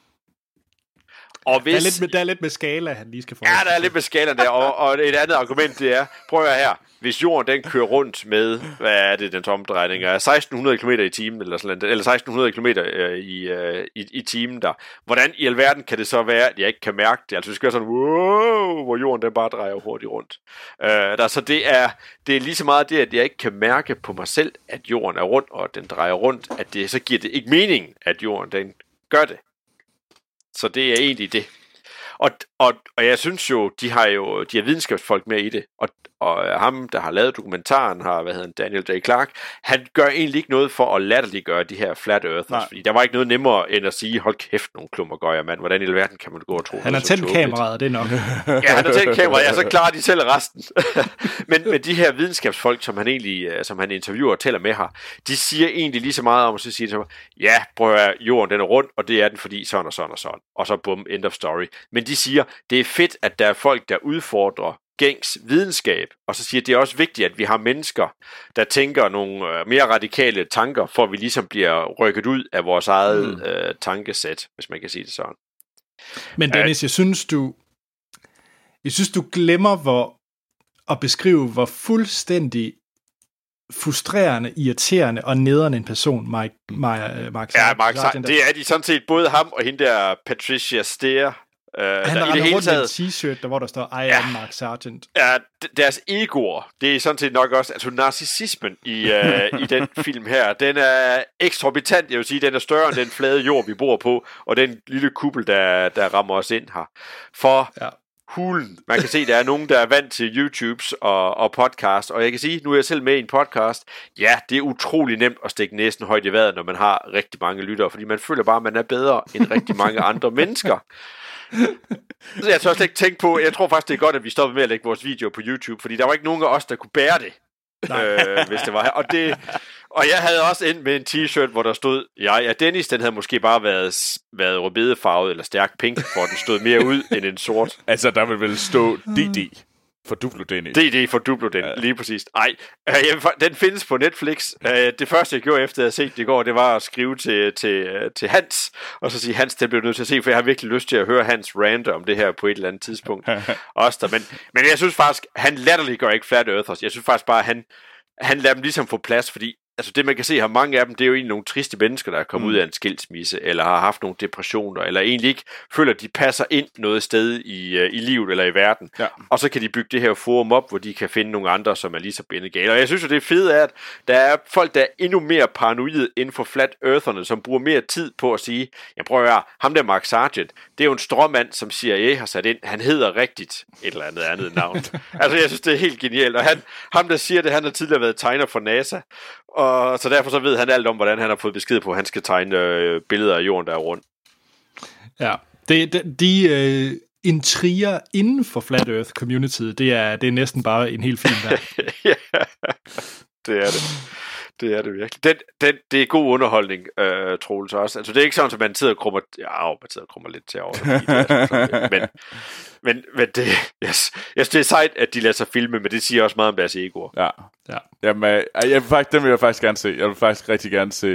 Og hvis... der, er lidt med, der er lidt med skala, han lige skal få. Ja, der er lidt med skala der, og, og et andet argument, det er, prøv at høre her, hvis jorden den kører rundt med, hvad er det, den omdrejning er, seksten hundrede kilometer i timen, eller sådan eller seksten hundrede kilometer øh, i, øh, i, i timen der, hvordan i alverden kan det så være, at jeg ikke kan mærke det? Altså, det skal være sådan, wow, hvor jorden den bare drejer hurtigt rundt. Øh, der, så det er, det er lige så meget det, at jeg ikke kan mærke på mig selv, at jorden er rundt, og den drejer rundt, at det, så giver det ikke mening, at jorden den gør det. Så det er egentlig det. Og, og, og jeg synes jo, de har jo de har videnskabsfolk med i det. Og, og ham, der har lavet dokumentaren, har, hvad hedder han, Daniel J. Clark, han gør egentlig ikke noget for at latterliggøre de her flat earthers. Nej. Fordi der var ikke noget nemmere end at sige, hold kæft, nogle klummergøjer, mand. Hvordan i alverden kan man gå og tro? Han har tændt kameraet, det er nok. Ja, han har tændt kameraet, ja, så klarer de selv resten. men, men de her videnskabsfolk, som han egentlig, som han interviewer og tæller med her, de siger egentlig lige så meget om, så siger de så, ja, prøv at høre, jorden den er rund, og det er den, fordi sådan og sådan og sådan. Og så bum, end of story. Men men de siger, det er fedt, at der er folk, der udfordrer gængs videnskab, og så siger det er også vigtigt, at vi har mennesker, der tænker nogle øh, mere radikale tanker, for at vi ligesom bliver rykket ud af vores eget mm. øh, tankesæt, hvis man kan sige det sådan. Men Dennis, jeg synes du jeg synes du glemmer hvor at beskrive, hvor fuldstændig frustrerende, irriterende og nederen en person Mike, Mike, Mark Ja, Mark Sargent, det er de sådan set både ham og hende der Patricia Steer. Uh, han har rendt rundt med en t-shirt, der hvor der står I ja, am Mark Sargent. Ja, deres egoer, det er sådan set nok også, altså narcissismen i, uh, i den film her, den er eksorbitant, jeg vil sige, den er større end den flade jord, vi bor på, og den lille kuppel, der, der rammer os ind her. For ja. Hulen, man kan se, der er nogen, der er vant til YouTubes og, og podcast, og jeg kan sige, nu er jeg selv med i en podcast, ja, det er utrolig nemt at stikke næsen højt i vejret, når man har rigtig mange lyttere, fordi man føler bare, at man er bedre end rigtig mange andre mennesker. Så jeg tør slet ikke tænke på, jeg tror faktisk, det er godt, at vi stopper med at lægge vores videoer på YouTube, fordi der var ikke nogen af os, der kunne bære det, øh, hvis det var her. Og, det, og jeg havde også endt med en t-shirt, hvor der stod, ja, ja, Dennis, den havde måske bare været, været rødbedefarvet eller stærk pink, hvor den stod mere ud end en sort. Altså, der vil vel stå D D for Duplo Dennis. D D for Duplo Dennis, ja. Lige præcis. Ej, øh, den findes på Netflix. Øh, det første, jeg gjorde efter at have set det i går, det var at skrive til, til, til Hans, og så sige, Hans, det bliver nødt til at se, for jeg har virkelig lyst til at høre Hans rant om det her på et eller andet tidspunkt. Også der. Men, men jeg synes faktisk, han latterliggør ikke Flat Earthers. Jeg synes faktisk bare, at han, han lader dem ligesom få plads, fordi altså det man kan se her, mange af dem, det er jo egentlig nogle triste mennesker, der er kommet mm. ud af en skilsmisse, eller har haft nogle depressioner, eller egentlig ikke føler, at de passer ind noget sted i, uh, i livet eller i verden. Ja. Og så kan de bygge det her forum op, hvor de kan finde nogle andre, som er lige så bindegale. Og jeg synes jo, det er fedt, at der er folk, der er endnu mere paranoide inden for Flat Eartherne, som bruger mere tid på at sige, jeg prøver at høre, ham der Mark Sargent, det er jo en stråmand, som C I A har sat ind. Han hedder rigtigt et eller andet andet navn. Altså jeg synes, det er helt genialt. Og han, ham der siger det, han har tidligere været tegner for NASA, og så derfor så ved han alt om, hvordan han har fået besked på, at han skal tegne øh, billeder af jorden, der er rundt. Ja, det, de, de øh, intriger inden for Flat Earth Community, det er, det er næsten bare en hel film der. Ja, det er det. Det er det virkelig. Den, den, det er god underholdning, øh, Troels også. Altså det er ikke sådan, at man sidder og krummer, ja, man sidder og krummer lidt til over. men, men, men det, yes, yes, det er sejt, at de lader sig filme, men det siger også meget om deres egoer. Ja. Ja. Jamen, jeg, jeg vil faktisk, den vil jeg faktisk gerne se. Jeg vil faktisk rigtig gerne se,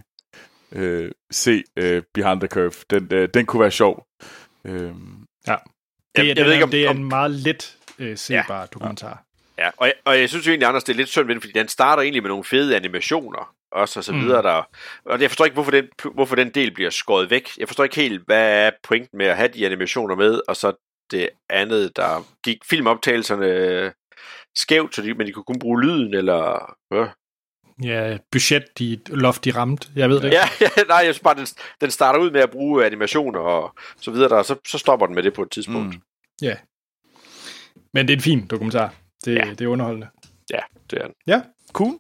øh, se øh, Behind the Curve. Den, øh, den kunne være sjov. Øh, ja. Det, jeg, jeg den, ved ikke, om, det er en meget let øh, sebar ja. dokumentar. Ja, og jeg, og jeg synes jo egentlig, Anders, det er lidt synd ved den, fordi den starter egentlig med nogle fede animationer, også og så videre mm. der. Og jeg forstår ikke, hvorfor den, hvorfor den del bliver skåret væk. Jeg forstår ikke helt, hvad er pointen med at have de animationer med, og så det andet, der gik filmoptagelserne skævt, så de, men de kunne kun bruge lyden, eller... Øh. Ja, budget, de loft, de ramte. Jeg ved det ikke. Ja, ja nej, jeg synes bare, den, den starter ud med at bruge animationer og så videre der, og så, så stopper den med det på et tidspunkt. Mm. Ja. Men det er en fin dokumentar. Det, ja. det er underholdende. Ja, det er den. Ja, cool.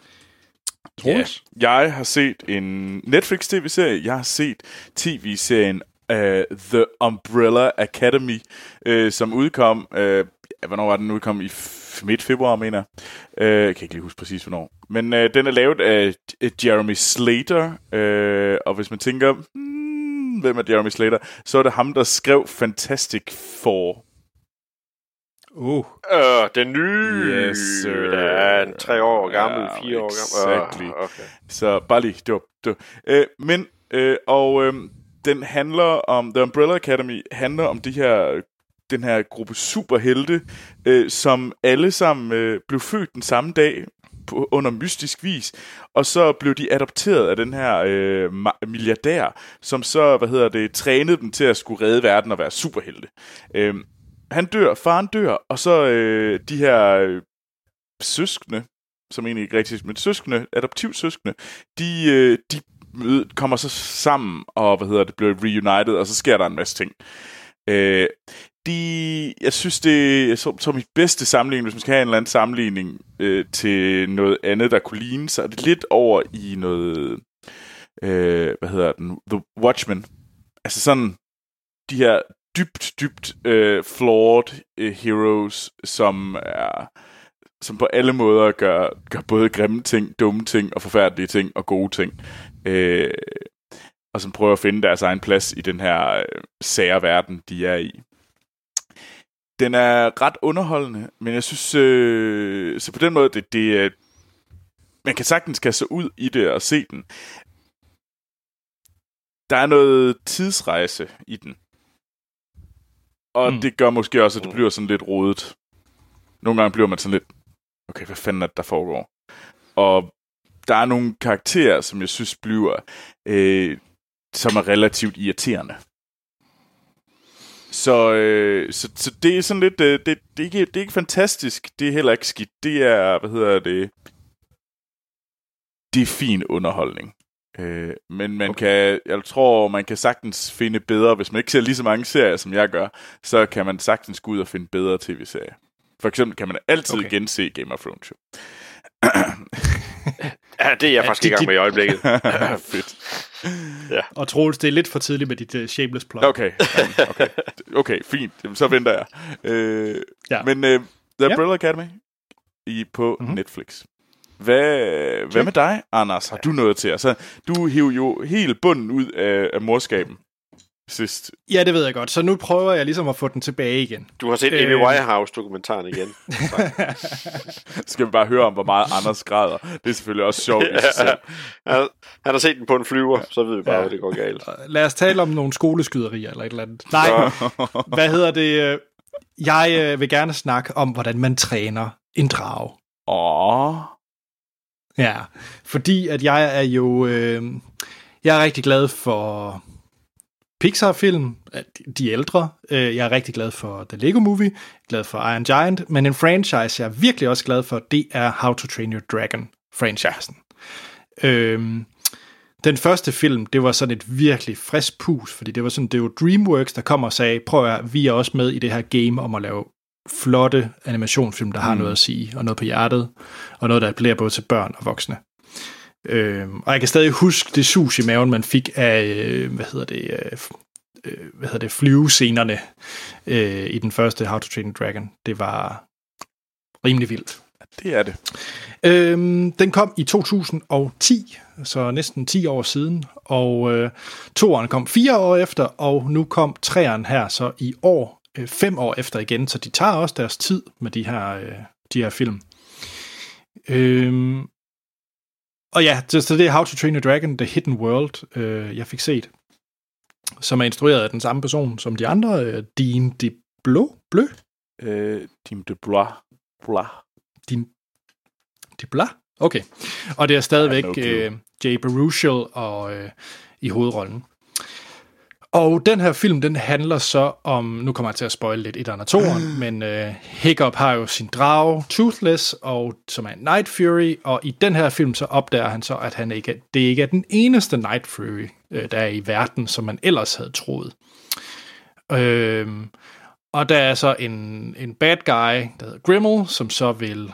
Ja. Jeg har set en Netflix-tv-serie. Jeg har set tv-serien uh, The Umbrella Academy, uh, som udkom... Uh, hvornår var den udkom? I f- midt februar, mener jeg. Uh, jeg kan ikke lige huske præcis, hvornår. Men uh, den er lavet af Jeremy Slater. Uh, og hvis man tænker, hmm, hvem er Jeremy Slater? Så er det ham, der skrev Fantastic Four. Uh. Uh, den nye, yes, sir. Der er en tre år gammel, ja, fire år gammel. Exactly. Uh, okay. Så bare lige, det var, det var. Uh, men, uh, og uh, den handler om, The Umbrella Academy handler om de her, den her gruppe superhelte, uh, som alle sammen uh, blev født den samme dag, på, under mystisk vis, og så blev de adopteret af den her uh, milliardær, som så, hvad hedder det, trænede dem til at skulle redde verden og være superhelte. Uh, Han dør, faren dør, og så øh, de her øh, søskende, som egentlig ikke rigtig, men søskende, adoptivsøskende, de, øh, de mød, kommer så sammen, og hvad hedder det, bliver reunited, og så sker der en masse ting. Øh, de, jeg synes, det er som, som mit bedste sammenligning, hvis man skal have en eller anden sammenligning øh, til noget andet, der kunne ligne, så er det lidt over i noget, øh, hvad hedder den, The Watchmen. Altså sådan, de her dybt, dybt øh, flawed øh, heroes, som er som på alle måder gør, gør både grimme ting, dumme ting og forfærdelige ting og gode ting. Øh, og som prøver at finde deres egen plads i den her øh, sære verden, de er i. Den er ret underholdende, men jeg synes, øh, så på den måde, det, det er, man kan sagtens kaste sig ud i det og se den. Der er noget tidsrejse i den. Og mm. det gør måske også, at det bliver sådan lidt rodet. Nogle gange bliver man sådan lidt, okay, hvad fanden er det, der foregår? Og der er nogle karakterer, som jeg synes bliver, øh, som er relativt irriterende. Så, øh, så, så det er sådan lidt, øh, det, det, er ikke, det er ikke fantastisk, det er heller ikke skidt. Det er, hvad hedder det, det er fin underholdning. Øh, men man okay. kan, jeg tror, man kan sagtens finde bedre, hvis man ikke ser lige så mange serier, som jeg gør, så kan man sagtens gå ud og finde bedre tv-serier. For eksempel kan man altid okay. gense Game of Thrones. Ja, det er jeg faktisk ja, i gang med i øjeblikket. Fedt. Ja. Og Troels, det er lidt for tidligt med dit uh, shameless plot. Okay, okay, okay, fint. Jamen, så venter jeg. Øh, ja. Men uh, The Umbrella ja. Academy i, på mm-hmm. Netflix. Hvad, okay. hvad med dig, Anders? Har du noget til? Altså, du hiver jo helt bunden ud af, af morskaben sidst. Ja, det ved jeg godt. Så nu prøver jeg ligesom at få den tilbage igen. Du har set øh... Amy Winehouse-dokumentaren igen. Skal vi bare høre om, hvor meget Anders græder. Det er selvfølgelig også sjovt i sig selv. Han har set den på en flyver, så ved vi bare, ja. At det går galt. Lad os tale om nogle skoleskyderier eller et eller andet. Nej, hvad hedder det? Jeg vil gerne snakke om, hvordan man træner en drage. Åh... Ja, fordi at jeg er jo, øh, jeg er rigtig glad for Pixar-film, de ældre. Jeg er rigtig glad for The Lego Movie, glad for Iron Giant, men en franchise, jeg er virkelig også glad for, det er How to Train Your Dragon-franchisen. Øhm, den første film, det var sådan et virkelig frisk pus, fordi det var sådan, det var DreamWorks, der kom og sagde, prøv at vi er også med i det her game om at lave flotte animationsfilm, der har mm. noget at sige, og noget på hjertet, og noget, der appellerer både til børn og voksne. Øhm, og jeg kan stadig huske det sus i maven, man fik af, øh, hvad hedder det, øh, hvad hedder det, flyvescenerne øh, i den første How to Train a Dragon. Det var rimelig vildt. Det er det. Øhm, den kom i to tusind og ti, så næsten ti år siden, og øh, toeren kom fire år efter, og nu kom treeren her så i år, øh, fem år efter igen, så de tager også deres tid med de her, øh, de her film. Øhm, og ja, så det er How to Train a Dragon, The Hidden World, øh, jeg fik set, som er instrueret af den samme person som de andre, øh, Dean DeBlo, Blø? Øh, Dean DeBlois. Blah. Din de bla? Okay. Og det er stadigvæk no øh, Jay Baruchel og, øh, i hovedrollen. Og den her film, den handler så om, nu kommer jeg til at spoile lidt etteren og toeren, men øh, Hiccup har jo sin drage, Toothless, og, som er en Night Fury, og i den her film så opdager han så, at han ikke, det ikke er den eneste Night Fury, øh, der er i verden, som man ellers havde troet. Øh, og der er så en, en bad guy, der hedder Grimmel, som så vil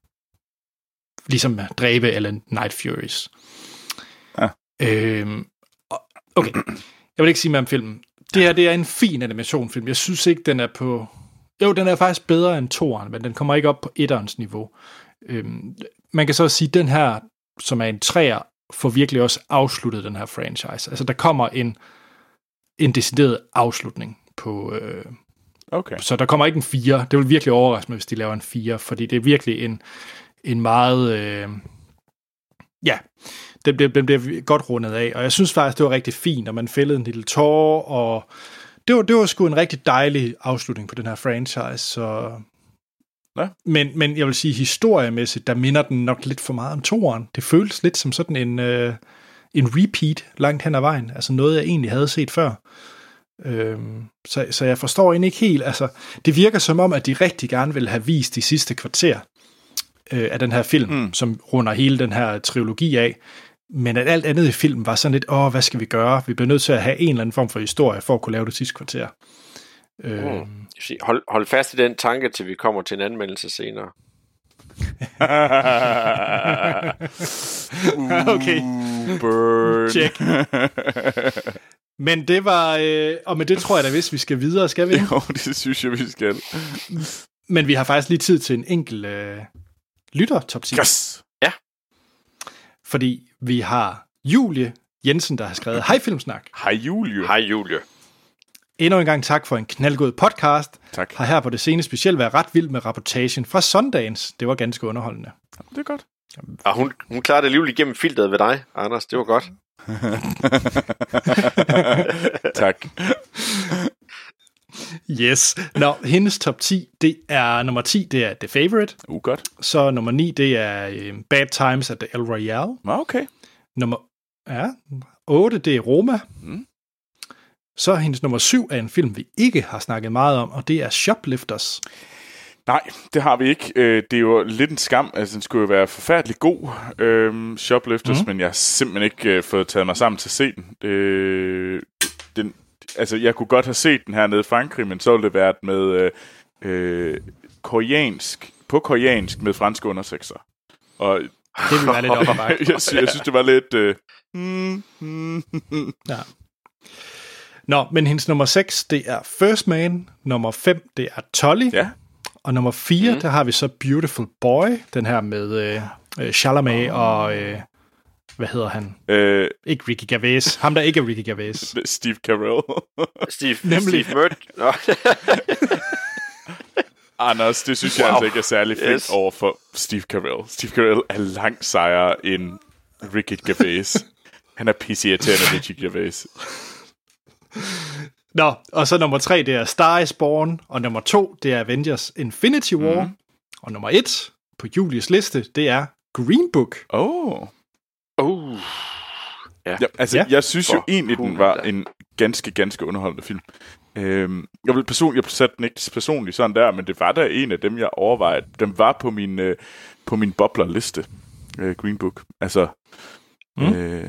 ligesom dræbe alle Night Furies. Ja. Øhm, okay, jeg vil ikke sige mere om filmen. Det her, det er en fin animationsfilm. Jeg synes ikke, den er på... Jo, den er faktisk bedre end toeren, men den kommer ikke op på etterens niveau. Øhm, man kan så sige, at den her, som er en treer, får virkelig også afsluttet den her franchise. Altså, der kommer en, en decideret afslutning på... Øh, okay. Så der kommer ikke en fire. Det vil virkelig overraske mig, hvis de laver en fire, fordi det er virkelig en... en meget, øh, ja, den bliver, den bliver godt rundet af, og jeg synes faktisk, det var rigtig fint, og man fældede en lille tårer, og det var, det var sgu en rigtig dejlig afslutning på den her franchise, så... Ja. Men, men jeg vil sige, historiemæssigt, der minder den nok lidt for meget om toeren. Det føles lidt som sådan en, øh, en repeat langt hen ad vejen, altså noget, jeg egentlig havde set før. Øhm, så, så jeg forstår egentlig ikke helt, altså, det virker som om, at de rigtig gerne vil have vist de sidste kvarter af den her film, mm. som runder hele den her trilogi af, men at alt andet i filmen var sådan lidt, åh, hvad skal vi gøre? Vi bliver nødt til at have en eller anden form for historie, for at kunne lave det sidste kvarter. Mm. Øhm. Hold, hold fast i den tanke, til vi kommer til en anmeldelse senere. Okay. Burn. Check. Men det var, øh, og med det tror jeg da, hvis vi skal videre, skal vi? Jo, det synes jeg, vi skal. Men vi har faktisk lige tid til en enkelt øh, lytter top ti. Yes! Ja. Fordi vi har Julie Jensen, der har skrevet, hej Filmsnak. Hej Julie. Hej Julie. Endnu en gang tak for en knaldgod podcast. Tak. Har her på det seneste specielt været ret vild med rapportagen fra Sundance. Det var ganske underholdende. Det er godt. Og hun, hun klarede det alligevel igennem filteret ved dig, Anders. Det var godt. Tak. Yes. Nå, hendes top ti, det er nummer ti, det er The Favorite. Uh, godt. Så nummer ni, det er uh, Bad Times at the El Royale. Okay. Nummer ja, otte, det er Roma. Mm. Så hendes nummer syv er en film, vi ikke har snakket meget om, og det er Shoplifters. Nej, det har vi ikke. Det er jo lidt en skam. Altså, den skulle jo være forfærdelig god, øhm, Shoplifters, mm. men jeg har simpelthen ikke øh, fået taget mig sammen til at se den. Øh, den. Altså, jeg kunne godt have set den her nede i Frankrig, men så ville det være med øh, øh, koreansk, på koreansk med franske undertekster. Og det ville være lidt op ad bakke. jeg, synes, jeg synes, det var lidt... Øh, mm, mm, mm. Ja. Nå, men hendes nummer seks, det er First Man. Nummer fem, det er Tully. Ja. Og nummer fire, mm. der har vi så Beautiful Boy. Den her med øh, Chalamet oh. og... Øh, hvad hedder han? Øh, ikke Ricky Gervais. Ham, der ikke er Ricky Gervais. Steve Carell. Steve, Nemlig. Steve Murt. Anders, det synes wow. jeg altså ikke er særlig fedt yes. over for Steve Carell. Steve Carell er langt sejere end Ricky Gervais. Han er pisseirriterende Ricky Gervais. Nå, og så nummer tre, det er Star is Born, og nummer to, det er Avengers Infinity War, mm. og nummer et på Julies liste, det er Green Book. Oh. Oh. Ja. Ja, altså, ja. Jeg synes jo egentlig, den var en ganske, ganske underholdende film. Øhm, jeg vil personligt, jeg satte den ikke personligt sådan der, men det var der en af dem, jeg overvejede. Den var på min, øh, på min bobler-liste, øh, Green Book. Altså, mm. øh...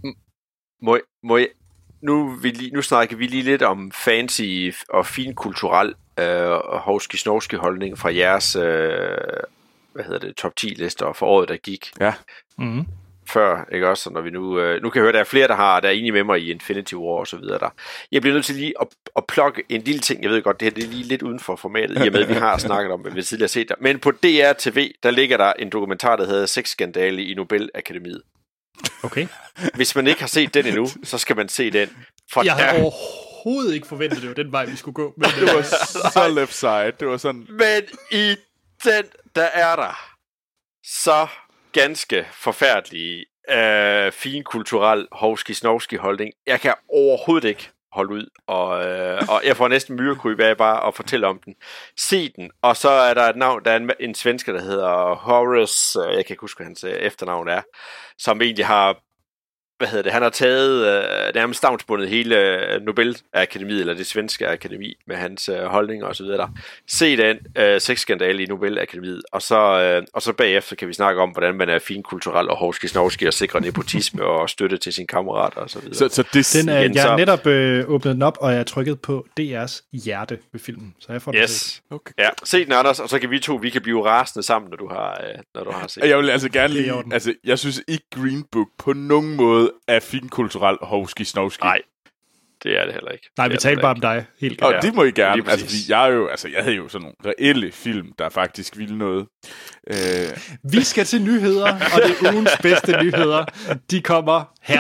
må, jeg, må jeg, nu, vi lige, nu snakker vi lige lidt om fancy og finkulturel øh, og hovski-snovski holdning fra jeres øh, hvad hedder det, top ti lister for året, der gik. Ja. Mm. Før, ikke også? Når vi nu, øh, nu kan jeg høre, at der er flere, der, har, der er enige med mig i Infinity War og så videre der. Jeg bliver nødt til lige at, at plukke en lille ting. Jeg ved godt, det her det er lige lidt uden for formatet, i og med, at vi har snakket om, hvad vi tidligere har set der. Men på D R T V, der ligger der en dokumentar, der hedder Sexskandale i Nobelakademiet. Okay. Hvis man ikke har set den endnu, så skal man se den. For jeg havde der... overhovedet ikke forventet, det var den vej, vi skulle gå. Men det var så left side. Det var sådan... Men i den, der er der så ganske forfærdelige øh, finkulturel hovski-snovski holdning. Jeg kan overhovedet ikke holde ud, og, øh, og jeg får næsten myrekryb af bare at fortælle om den. Se den, og så er der et navn, der er en, en svensker, der hedder Horace, jeg kan ikke huske, hvad hans efternavn er, som egentlig har, hvad hedder det, han har taget øh, nærmest stavnsbundet hele Nobelakademiet, eller det svenske akademi, med hans øh, holdninger og så videre. Se den øh, sexskandale i Nobelakademiet, og så, øh, og så bagefter kan vi snakke om, hvordan man er finkulturel og hovski-snovski og sikrer nepotisme og støtte til sine kammerater og så videre. Så, så det, den er, igen, jeg har så... netop øh, åbnet den op, og jeg har trykket på D R's hjerte ved filmen, så jeg får den yes. set. Okay. Ja, se den, Anders, og så kan vi to, vi kan blive rasende sammen, når du har, øh, når du har set den. Jeg vil altså gerne lige, altså jeg synes ikke Green Book på nogen måde er finkulturel hovski-snovski. Nej, det er det heller ikke. Nej, vi taler bare om dig. Helt og det må I gerne. Altså, jeg, er jo, altså, jeg havde jo sådan nogle reelle film, der faktisk ville noget. Øh... Vi skal til nyheder, og det er ugens bedste nyheder. De kommer her.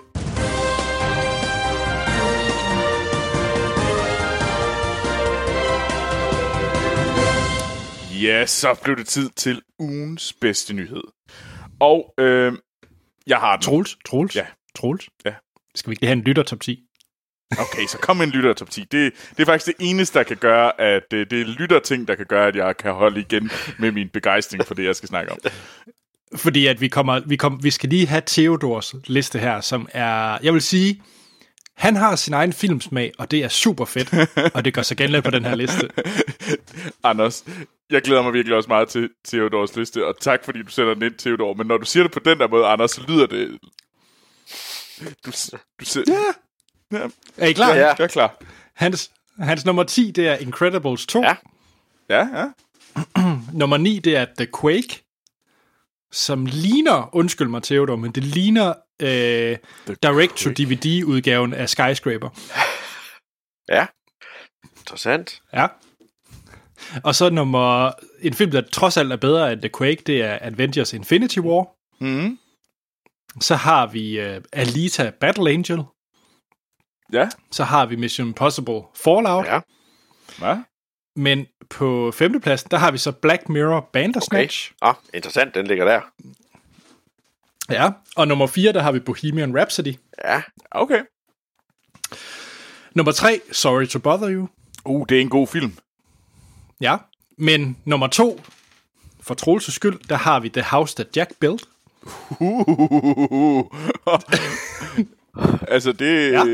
Ja, så blev det tid til ugens bedste nyhed. Og øh, jeg har den. Troels, Troels, ja. Troels. Ja. Skal vi ikke have en lytter top ti? Okay, så kom en lytter top ti. Det, det er faktisk det eneste, der kan gøre, at det, det er lytterting, der kan gøre, at jeg kan holde igen med min begejstring for det, jeg skal snakke om. Fordi at vi kommer, vi kommer, vi skal lige have Theodors liste her, som er, jeg vil sige, han har sin egen filmsmag, og det er super fedt, og det gør sig gældende på den her liste. Anders, jeg glæder mig virkelig også meget til Theodors liste, og tak fordi du sætter den ind, Theodor. Men når du siger det på den der måde, Anders, så lyder det... Du, du siger... Ja. Ja. Er I klar? Ja, jeg er klar. Hans, hans nummer ti, det er Incredibles to. Ja, ja. ja. Nummer ni, det er The Quake, som ligner, undskyld mig Theodor, men det ligner øh, direct-to-D V D-udgaven af Skyscraper. Ja, interessant. Ja. Og så nummer, en film, der trods alt er bedre end The Quake, det er Avengers Infinity War. Mm. Så har vi uh, Alita Battle Angel. Ja. Så har vi Mission Impossible Fallout. Ja. Hvad? Men på femtepladsen, der har vi så Black Mirror Bandersnatch. Okay. Ah, interessant, den ligger der. Ja, og nummer fire, der har vi Bohemian Rhapsody. Ja. Okay. Nummer tre, Sorry to Bother You. Uh, det er en god film. Ja, men nummer to, for Troelses skyld, der har vi The House That Jack Built. Uh, altså, det... Ja.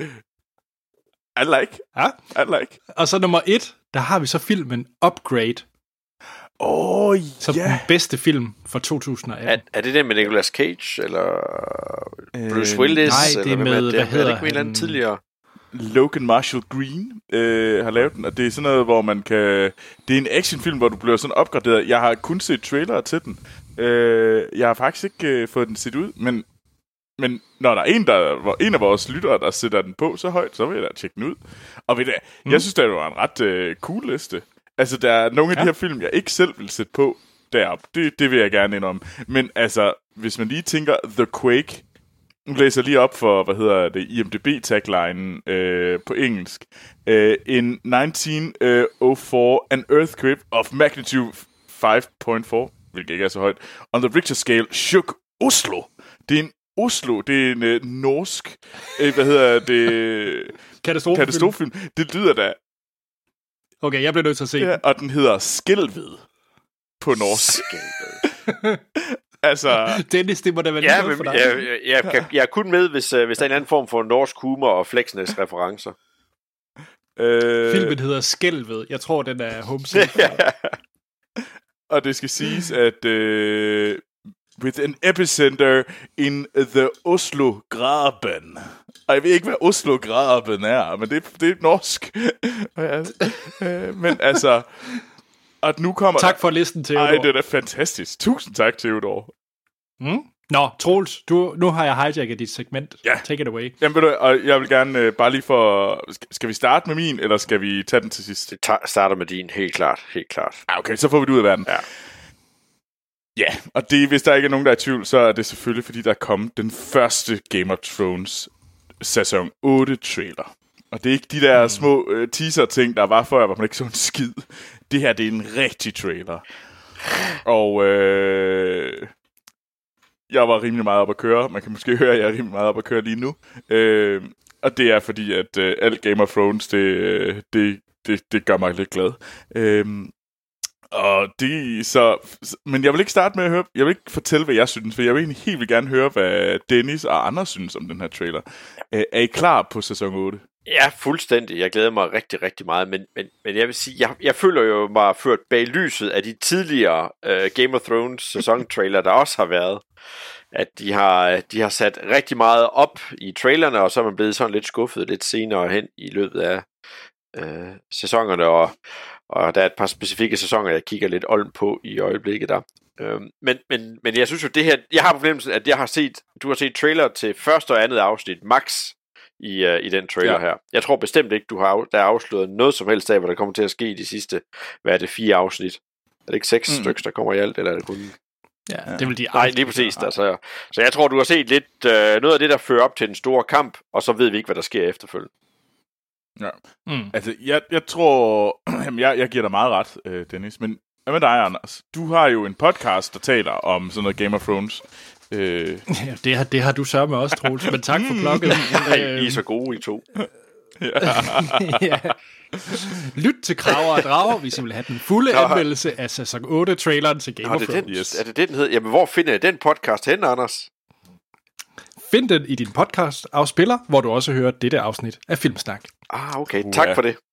I like. Ja. I like. Og så nummer et, der har vi så filmen Upgrade. Åh, oh, som ja. den bedste film for to tusind atten. Er, er det den med Nicolas Cage, eller Bruce Øh, Willis? nej, det er eller med, det? hvad Er hedder det ikke med en eller anden han? tidligere? Logan Marshall Green øh, har lavet den, og det er sådan noget, hvor man kan... Det er en actionfilm, hvor du bliver sådan opgraderet. Jeg har kun set trailere til den. Øh, jeg har faktisk ikke øh, fået den set ud, men, men når der er en, der, en af vores lyttere, der sætter den på så højt, så vil jeg da tjekke den ud. Og ved det, mm. jeg synes, det var en ret øh, cool liste. Altså, der er nogle af ja. de her film, jeg ikke selv vil sætte på deroppe. Det, det vil jeg gerne indrømme. Men altså, hvis man lige tænker The Quake... Nu læser jeg lige op for, hvad hedder det, I M D B-taglinen øh, på engelsk. Uh, in nineteen oh four, an earthquake of magnitude five point four, hvilket ikke er så højt, on the Richter scale shook Oslo. Det er en Oslo, det er en øh, norsk, øh, hvad hedder det, Katastrofefilm. katastrofefilm. Det lyder da. Okay, jeg bliver nødt til at se Ja, og den hedder Skælved på norsk. Skælved. Altså, Dennis, det må da være Ja, lige men for dig. jeg, jeg, jeg, kan, jeg er kun med, hvis, uh, hvis der er en anden form for norsk humor og Flexness referencer. øh, Filmen hedder Skælved. Jeg tror, den er homesick. Og det skal siges, at uh, with an epicenter in the Oslo-graben. Og jeg ved ikke, hvad Oslo-graben er, men det, det er norsk. uh, men altså... Og nu kommer Tak for listen, Theodor. Ej, det er da fantastisk. Tusind tak, Theodor. Mm? Nå, Troels, du, nu har jeg hijacket dit segment. Ja. Take it away. Jamen, ved du, og jeg vil gerne øh, bare lige for... Skal vi starte med min, eller skal vi tage den til sidst? Det ta- starter med din, helt klart, helt klart. Ja, okay, så får vi det ud af verden. Ja. Ja, og det, hvis der ikke er nogen, der er i tvivl, så er det selvfølgelig, fordi der er kommet den første Game of Thrones sæson otte trailer. Og det er ikke de der mm. små øh, teaser-ting, der var før, hvor man ikke så en skid. Det her, det er en rigtig trailer. Og øh, jeg var rimelig meget op at køre. Man kan måske høre, at jeg er rimelig meget op at køre lige nu. Øh, og det er fordi, at øh, alt Game of Thrones, det, det, det, det gør mig lidt glad. Øh, og det så... Men jeg vil ikke starte med at høre... Jeg vil ikke fortælle, hvad jeg synes, for jeg vil egentlig helt vil gerne høre, hvad Dennis og andre synes om den her trailer. Øh, er I klar på sæson otte? Ja, fuldstændig. Jeg glæder mig rigtig, rigtig meget, men, men, men jeg vil sige, jeg, jeg føler jo mig ført bag lyset af de tidligere uh, Game of Thrones sæsontrailer, der også har været. At de har, de har sat rigtig meget op i trailerne, og så er man blevet sådan lidt skuffet lidt senere hen i løbet af uh, sæsonerne, og, og der er et par specifikke sæsoner, jeg kigger lidt olden på i øjeblikket der. Uh, men, men, men jeg synes jo, det her, jeg har på fornemmelsen, at jeg har set, du har set trailer til første og andet afsnit, max, I, uh, i den trailer ja. her. Jeg tror bestemt ikke, du har af, der er afsløret noget som helst af, hvad der kommer til at ske i de sidste, hvad er det, fire afsnit? Er det ikke seks mm. stykker, der kommer i alt, eller er det kun... Ja, det vil de Nej, lige præcis. Der, så, så jeg tror, du har set lidt uh, noget af det, der fører op til den store kamp, og så ved vi ikke, hvad der sker efterfølgende. Ja. Mm. Altså, jeg, jeg tror... Jamen, jeg, jeg giver dig meget ret, øh, Dennis, men hvad med dig, Anders? Du har jo en podcast, der taler om sådan noget Game of Thrones. Øh... Ja, det, har, det har du sørget med også, Troels, men tak for klokken. Ja, I er så gode, I to. Ja. Lyt til Kraver og Drager, hvis I vil have den fulde anmeldelse af sæson otte-traileren til Game Nå, of Thrones. Yes. Er det det, den hedder? Jamen, hvor finder jeg den podcast hen, Anders? Find den i din podcast-afspiller, hvor du også hører dette afsnit af Filmsnak. Ah, okay. Tak uh, for det.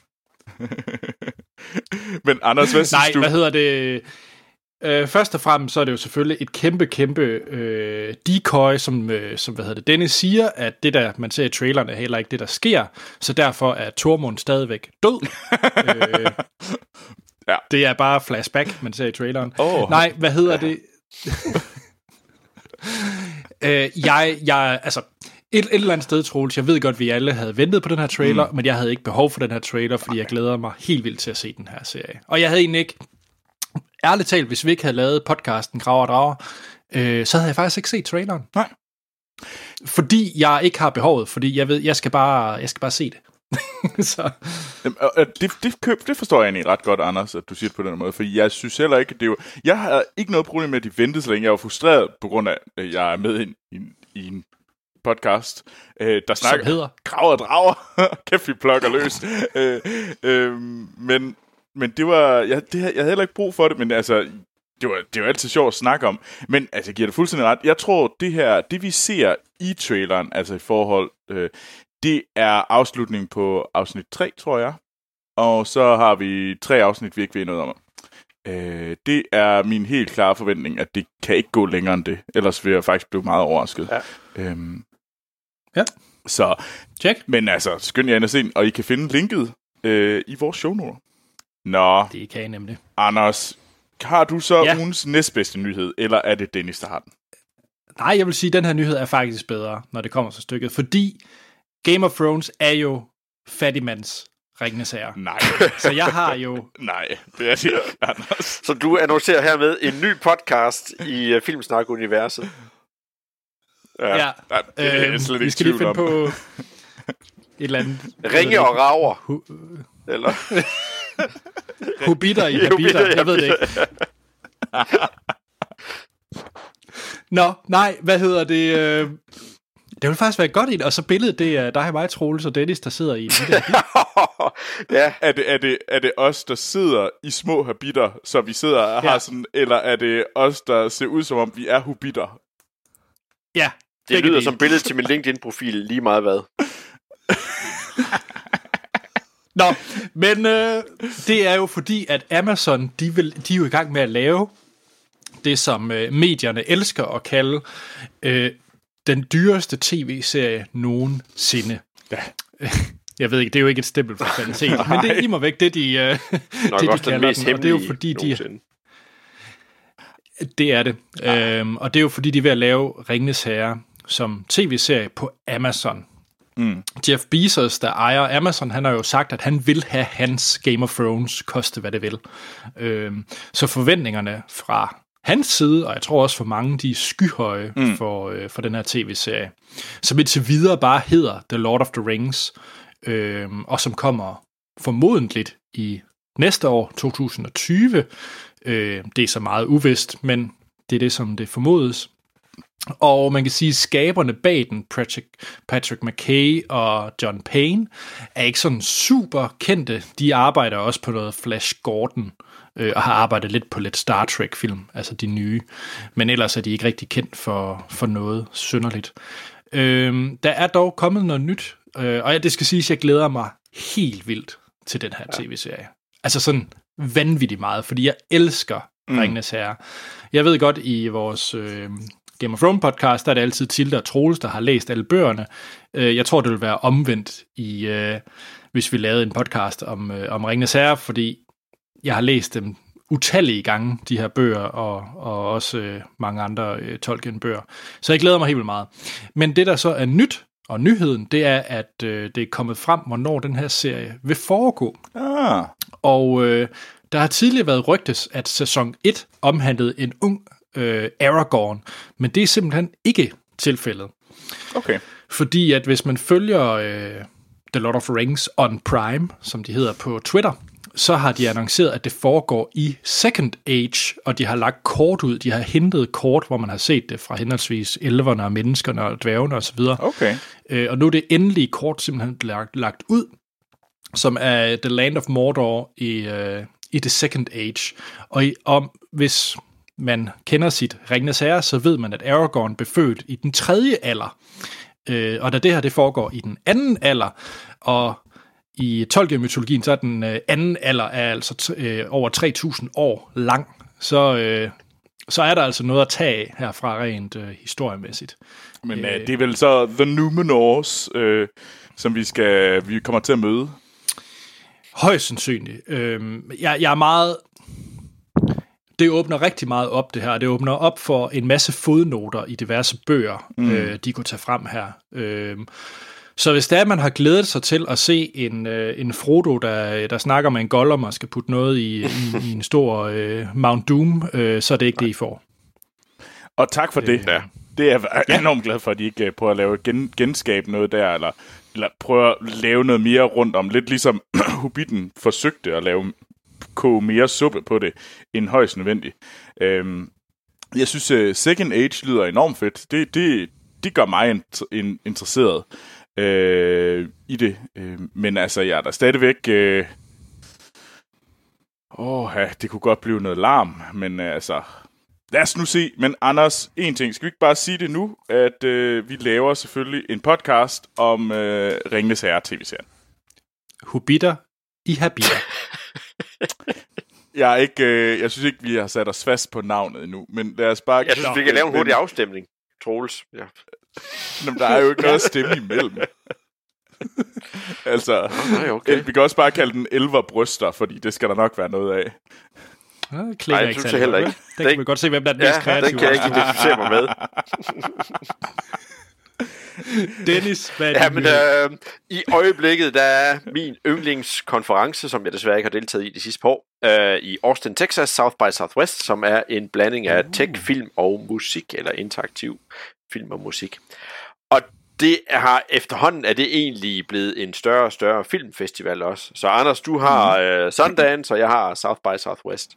Men Anders, hvad synes Nej, du? hvad hedder det... Øh, først og fremmest så er det jo selvfølgelig et kæmpe, kæmpe øh, decoy, som, øh, som hvad hedder det, Dennis siger, at det der, man ser i traileren, er heller ikke det, der sker. Så derfor er Tormund stadigvæk død. øh, ja. Det er bare flashback, man ser i traileren. Oh. Nej, hvad hedder det? øh, jeg, jeg, altså... Et, et eller andet sted, Troels, jeg ved godt, at vi alle havde ventet på den her trailer, mm. men jeg havde ikke behov for den her trailer, fordi jeg glæder mig helt vildt til at se den her serie. Og jeg havde egentlig ikke... Ærligt talt, hvis vi ikke havde lavet podcasten Kraver og Drager, øh, så havde jeg faktisk ikke set traileren. Nej. Fordi jeg ikke har behovet, fordi jeg ved, jeg skal bare, jeg skal bare se det. Så. Jamen, det, det, køb, det forstår jeg egentlig ret godt, Anders, at du siger det på den måde, for jeg synes heller ikke, det er jo, jeg har ikke noget problem med, at de ventede så længe. Jeg var frustreret på grund af, at jeg er med i, i, i en podcast, øh, der snakker hedder Graver og Drager. Kæft, vi plukker løs. øh, øh, men, men det var, jeg, det, jeg havde heller ikke brug for det, men altså, det var, det var altid sjovt at snakke om. Men altså, jeg giver det fuldstændig ret. Jeg tror, det her, det vi ser i traileren, altså i forhold, øh, det er afslutningen på afsnit tre, tror jeg. Og så har vi tre afsnit, vi ikke ved noget om. Øh, det er min helt klare forventning, at det kan ikke gå længere end det. Ellers vil jeg faktisk blive meget overrasket. Ja. Øhm, ja. Så, check. Men altså, skynd jer ind og se, og I kan finde linket øh, i vores shownoter. Nå. Det kan I nemlig. Anders, har du så ja. ugens næstbedste nyhed, eller er det Dennis, der har den? Nej, jeg vil sige, at den her nyhed er faktisk bedre, når det kommer til stykket, fordi Game of Thrones er jo fattigmands Ringenes Herre. Nej. Så jeg har jo... Nej, det er det, Anders. Så du annoncerer hermed en ny podcast i uh, Filmsnak-universet. Ja, ja. Nej, det er øhm, slet vi ikke skal lige finde om. på et eller andet... Ringe og rager. Hu- Eller... Hobitter i habiter, jeg ved det ikke. Nå, nej, hvad hedder det? Øh... Det vil faktisk være godt i det, og så billedet, det er dig, mig, Troels og Dennis, der sidder i en ja. Er det, er, det, er det os, der sidder i små habiter, så vi sidder og har ja. sådan, eller er det os, der ser ud som om, vi er hobitter? Ja. Det lyder det. Som billedet til min LinkedIn-profil, lige meget hvad. Nå, men øh, det er jo fordi, at Amazon, de, vil, de er jo i gang med at lave det, som øh, medierne elsker at kalde øh, den dyreste tv-serie nogensinde. Ja. Jeg ved ikke, det er jo ikke et stempel for kvalitet, men det er immer væk det, de, øh, det, de kalder den, og det er jo fordi, de... Det er det, ja. øhm, og det er jo fordi, de er ved at lave Ringenes Herre som tv-serie på Amazon. Mm. Jeff Bezos, der ejer Amazon, han har jo sagt, at han vil have hans Game of Thrones koste, hvad det vil. Øhm, så forventningerne fra hans side, og jeg tror også for mange, de er skyhøje mm. for, øh, for den her tv-serie, som indtil videre bare hedder The Lord of the Rings, øh, og som kommer formodentligt i næste år, to tusind og tyve. Øh, det er så meget uvist, men det er det, som det formodes. Og man kan sige, at skaberne bag den, Patrick, Patrick McKay og John Payne, er ikke sådan super kendte. De arbejder også på noget Flash Gordon, øh, og har arbejdet lidt på lidt Star Trek-film, altså de nye. Men ellers er de ikke rigtig kendt for, for noget synderligt. Øh, der er dog kommet noget nyt, øh, og det skal siges, at jeg glæder mig helt vildt til den her tv-serie. Altså sådan vanvittigt meget, fordi jeg elsker mm. Ringenes Herre. Jeg ved godt, i vores... Øh, Game of Thrones podcast, der er det altid Tilde og Troels, der har læst alle bøgerne. Jeg tror, det vil være omvendt, i, øh, hvis vi lavede en podcast om, øh, om Ringenes Herre, fordi jeg har læst dem utallige gange, de her bøger, og, og også øh, mange andre øh, Tolkien-bøger. Så jeg glæder mig helt vildt meget. Men det, der så er nyt, og nyheden, det er, at øh, det er kommet frem, hvornår den her serie vil foregå. Ah. Og øh, der har tidligere været rygtes, at sæson et omhandlede en ung Øh, Aragorn, men det er simpelthen ikke tilfældet. Okay. Fordi at hvis man følger øh, The Lord of the Rings on Prime, som de hedder på Twitter, så har de annonceret, at det foregår i Second Age, og de har lagt kort ud, de har hentet kort, hvor man har set det fra henholdsvis elverne og menneskerne og dværgene osv. Okay. Øh, og nu er det endelige kort simpelthen lagt, lagt ud, som er The Land of Mordor i, øh, i The Second Age. Og i, om hvis man kender sit Ringenes Herre, så ved man, at Aragorn blev født i den tredje alder. Øh, og da det her det foregår i den anden alder, og i Tolkien-mytologien, så er den øh, anden alder er altså t- øh, over tre tusind år lang, så, øh, så er der altså noget at tage herfra rent øh, historiemæssigt. Men øh, det er vel så The Numenors, øh, som vi skal vi kommer til at møde? Højst sandsynligt. Øh, jeg, jeg er meget... Det åbner rigtig meget op, det her. Det åbner op for en masse fodnoter i diverse bøger, mm. øh, de kunne tage frem her. Øh, så hvis det er, man har glædet sig til at se en, øh, en Frodo, der, der snakker med en Gollum og skal putte noget i, i, i en stor øh, Mount Doom, øh, så er det ikke det, I får. Og tak for det. Ja. Det er jeg ja. enormt glad for, at de ikke prøver at lave gen, genskabe noget der, eller, eller prøver at lave noget mere rundt om. Lidt ligesom Hobbiten forsøgte at lave koge mere suppe på det, end højst nødvendigt. Øhm, jeg synes, uh, Second Age lyder enormt fedt. Det, det, det gør mig in- in- interesseret øh, i det. Øh, men altså, jeg er der stadigvæk... Øh, Åh, ja, det kunne godt blive noget larm, men altså... Lad os nu se. Men Anders, en ting. Skal vi ikke bare sige det nu, at øh, vi laver selvfølgelig en podcast om øh, Ringenes Herre tv-serien. Hobbiter i habiter. Jeg, er ikke, øh, jeg synes ikke, vi har sat os fast på navnet endnu, men lad os bare... Jeg synes, vi kan lave en hurtig afstemning. Troels. Ja. Jamen, der er jo ikke noget at stemme imellem. Altså, nej, okay. Vi kan også bare kalde den elver bryster, fordi det skal der nok være noget af. Ja, det klinger nej, ikke synes jeg heller ikke. Den kan vi godt se, hvem der er den mest ja, kreative. den kan jeg ikke identificere mig med. Dennis, hvad er ja, men øh, i øjeblikket, der er min yndlingskonference, som jeg desværre ikke har deltaget i de sidste par år, øh, i Austin, Texas, South by Southwest, som er en blanding af tech, film og musik, eller interaktiv film og musik. Og det har efterhånden er det egentlig blevet en større og større filmfestival også. Så Anders, du har øh, Sundance, og jeg har South by Southwest.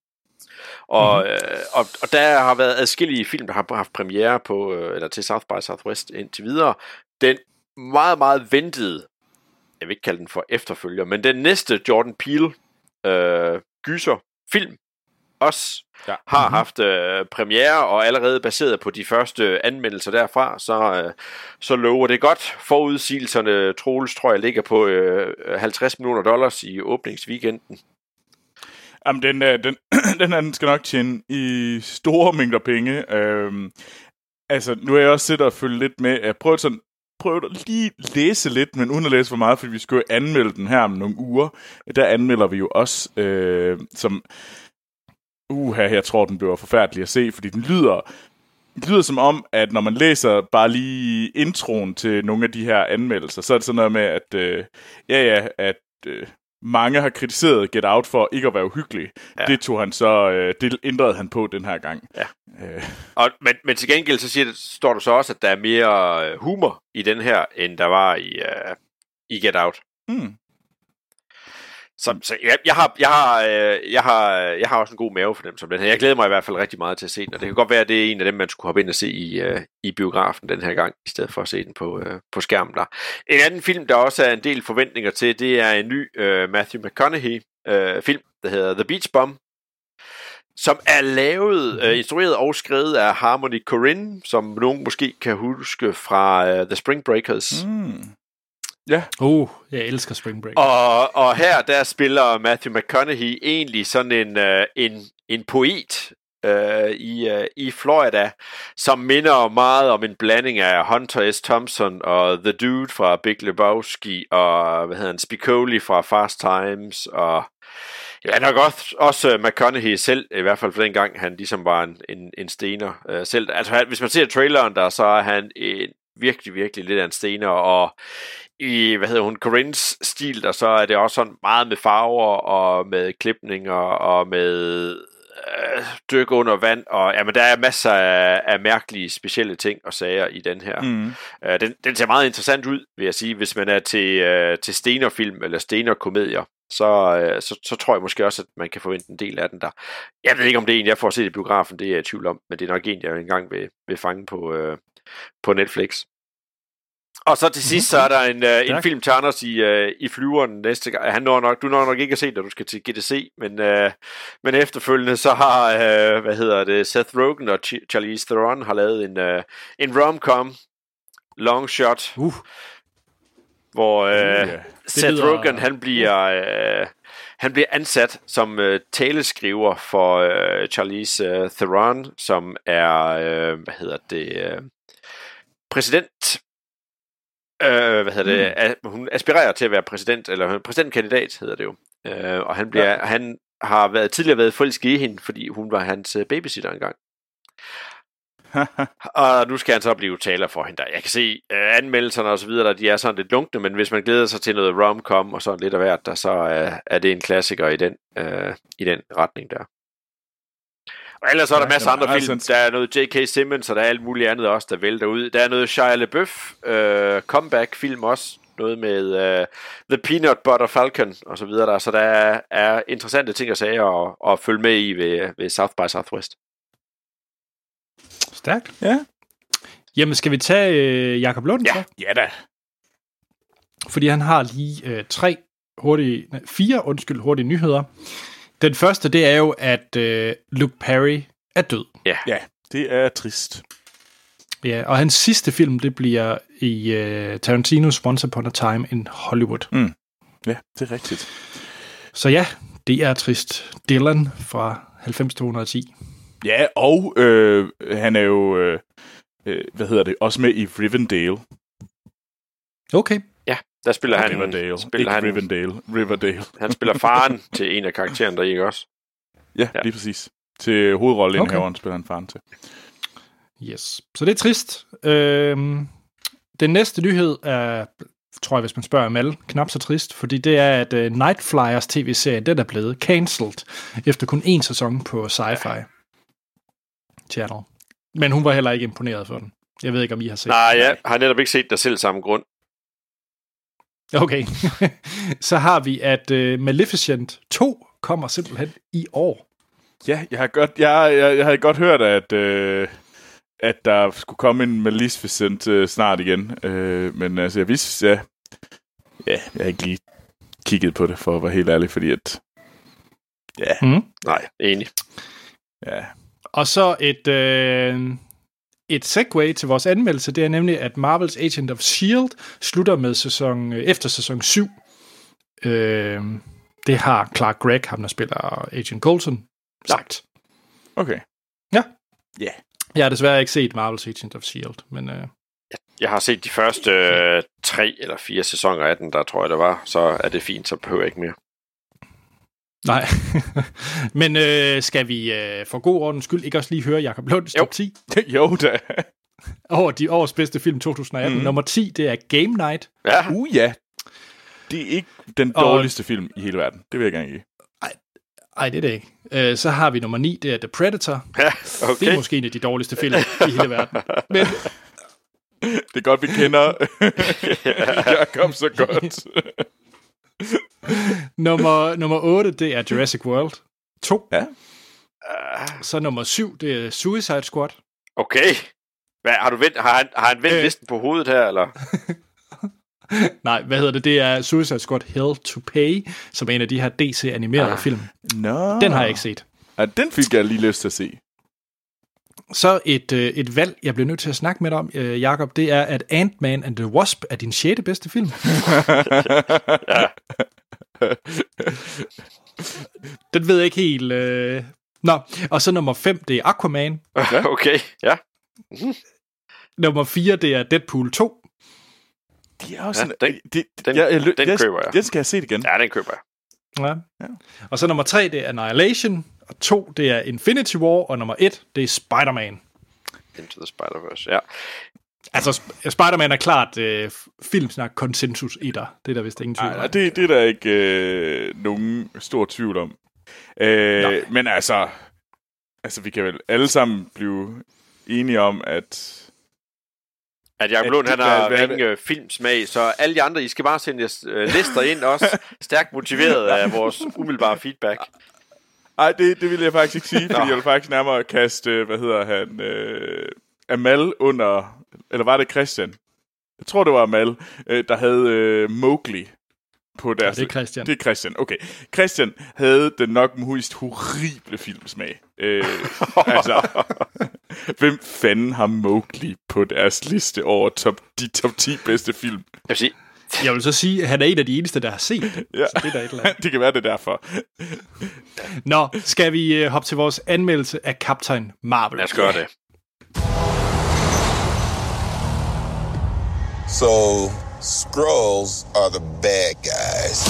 Og, mm-hmm. øh, og, og der har været adskillige film, der har haft premiere på, øh, eller til South by Southwest indtil videre. Den meget, meget ventede, jeg vil ikke kalde den for efterfølger, men den næste Jordan Peele øh, gyser film også ja. har mm-hmm. haft øh, premiere, og allerede baseret på de første anmeldelser derfra, så, øh, så lover det godt. Forudsigelserne, Troels, tror jeg, ligger på øh, halvtreds millioner dollars i åbningsweekenden. Jamen, den, den, den her, den skal nok tjene i store mængder penge. Øhm, altså, nu er jeg også siddet og følge lidt med. Jeg prøvede sådan, prøvede at lige læse lidt, men uden at læse for meget, fordi vi skulle anmelde den her om nogle uger. Der anmelder vi jo også, øh, som... Uha, jeg tror, den bliver forfærdelig at se, fordi den lyder... Det lyder som om, at når man læser bare lige introen til nogle af de her anmeldelser, så er det sådan noget med, at... Øh, ja, ja, at... Øh, mange har kritiseret Get Out for ikke at være uhyggelig. Ja. Det tog han så, øh, det ændrede han på den her gang. Ja. Øh. Og, men, men til gengæld så siger det, står der så også, at der er mere humor i den her, end der var i, uh, i Get Out. Mm. Så, så jeg, jeg, har, jeg, har, jeg, har, jeg har også en god mave for dem som den her. Jeg glæder mig i hvert fald rigtig meget til at se den, og det kan godt være, at det er en af dem, man skulle hoppe ind og se i, uh, i biografen den her gang, i stedet for at se den på, uh, på skærmen der. En anden film, der også er en del forventninger til, det er en ny uh, Matthew McConaughey uh, film, der hedder The Beach Bum, som er lavet, uh, instrueret og skrevet af Harmony Korine, som nogen måske kan huske fra uh, The Spring Breakers. Mm. Ja. Uh, jeg elsker Spring Break. Og, og her, der spiller Matthew McConaughey egentlig sådan en, uh, en, en poet uh, i, uh, i Florida, som minder meget om en blanding af Hunter S. Thompson og The Dude fra Big Lebowski, og hvad hedder han, Spicoli fra Fast Times, og ja, nok også, også McConaughey selv, i hvert fald for den gang, han ligesom var en, en, en stener uh, selv. Altså, hvis man ser traileren der, så er han en virkelig, virkelig lidt af en stener, og i, hvad hedder hun, Korines stil, der så er det også sådan meget med farver, og med klipninger, og med øh, dyk under vand, og jamen, der er masser af, af mærkelige, specielle ting og sager i den her. Mm. Øh, den, den ser meget interessant ud, vil jeg sige, hvis man er til, øh, til stenerfilm, eller stenerkomedier, så, øh, så, så tror jeg måske også, at man kan forvente en del af den der. Jeg ved ikke, om det er en, jeg får set i biografen, det er jeg i tvivl om, men det er nok en, jeg engang vil, vil fange på, øh, på Netflix. Og så til sidst, så er der en, uh, en film til Anders i, uh, i flyveren næste gang. Han når nok, du når nok ikke at se, når du skal til G D C, men, uh, men efterfølgende så har, uh, hvad hedder det, Seth Rogen og Ch- Charlize Theron har lavet en, uh, en rom-com, long shot, uh. hvor uh, uh, Seth lyder... Rogen, han bliver, uh, han bliver ansat som uh, taleskriver for uh, Charlize uh, Theron, som er, uh, hvad hedder det, uh, præsident. Øh, hvad hedder det? Mm. Hun aspirerer til at være præsident, eller præsidentkandidat hedder det jo. Øh, og han bliver, ja. han har været tidligere været forelsket i hende, fordi hun var hans babysitter engang. Og nu skal han så blive taler for hende. Jeg kan se uh, anmeldelserne og så videre, der de er sådan lidt lunkne, men hvis man glæder sig til noget rom-com og sådan lidt af hvert, der så uh, er det en klassiker i den, uh, i den retning der. Og ellers er der Ja, masser af jamen, andre film. altså- Der er noget J K. Simmons, og der er alt muligt andet også, der vælter ud. Der er noget Shia LaBeouf, øh, comeback-film også. Noget med øh, The Peanut Butter Falcon, og så videre der. Så der er, er interessante ting at sige og, og følge med i ved, ved South by Southwest. Stærkt. Ja. Jamen, skal vi tage øh, Jakob Lund? Ja. Så? Ja da. Fordi han har lige øh, tre hurtige, nej, fire undskyld, hurtige nyheder. Den første, det er jo, at øh, Luke Perry er død. Ja. Ja, det er trist. Ja, og hans sidste film, det bliver i øh, Tarantinos Once Upon a Time in Hollywood. Mm. Ja, det er rigtigt. Så ja, det er trist. Dylan fra halvfems til et hundrede og ti. Ja, og øh, han er jo, øh, øh, hvad hedder det, også med i Rivendale. Okay. Ja, der spiller han... Riverdale, spiller ikke han, Rivendale, Riverdale. Han spiller faren til en af karaktererne, der ikke også. Ja, Ja. lige præcis. Til hovedrolleindhaveren Okay. spiller han faren til. Yes. Så det er trist. Øhm, den næste nyhed er, tror jeg, hvis man spørger Amal, knap så trist, fordi det er, at uh, Night Flyers tv-serien, den er blevet cancelled efter kun én sæson på Sci-Fi Channel. Men hun var heller ikke imponeret for den. Jeg ved ikke, om I har set Nej, jeg har netop ikke set dig selv samme grund. Okay. Så har vi, at uh, Maleficent to kommer simpelthen i år. Ja, jeg har godt, jeg, jeg, jeg havde godt hørt, at, øh, at der skulle komme en Maleficent øh, snart igen. Øh, men altså, jeg vidste, ja, ja, jeg har ikke lige kigget på det, for at være helt ærlig, fordi at, ja, Mm. Nej, enig. ja, Og så et, øh, et segue til vores anmeldelse, det er nemlig, at Marvels Agent of S H I E L D slutter med sæson, efter sæson syv. Øh, det har Clark Gregg, ham der spiller Agent Coulson, sagt. okay. Ja. Ja. Jeg har desværre ikke set Marvels Agent of S H I E L D, men... Øh, Jeg har set de første øh, tre eller fire sæsoner af den, der tror jeg, der var. Så er det fint, så behøver jeg ikke mere. nej. Men øh, skal vi øh, for god ordens skyld ikke også lige høre Jakob Lunds top ti Jo da. over de års bedste film to tusind atten? Mhm. Mm. Nummer ti, det er Game Night. Ja, Uh, ja. Det er ikke den Og- dårligste film i hele verden. Det vil jeg gerne give. Ej, det er det ikke. Øh, så har vi nummer ni, det er The Predator. ja Det er okay. måske en af de dårligste film i hele verden. Men Det er godt, vi kender Jakob så godt. nummer, nummer otte, det er Jurassic World to. Ja. Så nummer syv, det er Suicide Squad. Okay. Hvad, har, du vendt, har, han, har han vendt Øh. listen på hovedet her, eller? Nej, hvad hedder det? Det er Suicide Squad Hell to Pay, som er en af de her D C-animerede Ah. film. Nå. Den har jeg ikke set. Ja, den fik jeg lige lyst til at se. Så et, øh, et valg, jeg bliver nødt til at snakke med dig om, øh, Jakob, det er, at Ant-Man and the Wasp er din sjette bedste film. Ja. Den ved jeg ikke helt... Øh... Nå, og så nummer fem, det er Aquaman. Okay, ja. Nummer fire, det er Deadpool to. De er også Ja, sådan, den- det, den- jeg, jeg, den jeg, køber jeg. Den skal jeg se igen. Ja, den køber jeg. Ja. Ja. Og så nummer tre, det er Annihilation. Og to, det er Infinity War. Og nummer et, det er Spider-Man. Into the Spider-Verse, ja. Altså, Sp- Spider-Man er klart øh, filmsnak konsensus etter. Det er der vist ingen tvivl Ej, om. det, det er der ikke øh, nogen stor tvivl om. Øh, men altså, altså, vi kan vel alle sammen blive enige om, at... At Jacob At Lund, det- han har hvad- hvad- ringe øh, filmsmag, så alle de andre, I skal bare sende jeres øh, lister ind også, stærkt motiveret af vores umiddelbare feedback. Ej, det, det vil jeg faktisk ikke sige, fordi Nå. jeg vil faktisk nærmere kaste, øh, hvad hedder han, øh, Amal under, eller var det Christian? Jeg tror, det var Amal, øh, der havde øh, Mowgli på deres... Ja, det er Christian. Det er Christian, okay. Christian havde den nok mest horrible filmsmag. Øh, altså, hvem fanden har Mowgli på deres liste over top, de top ti bedste film? Jeg vil sige, Jeg vil så sige, at han er en af de eneste, der har set det. Ja. Så det er der et eller andet. Det kan være det er derfor. Nå, skal vi øh, hoppe til vores anmeldelse af Captain Marvel? lad os gøre det. So, Skrulls are the bad guys.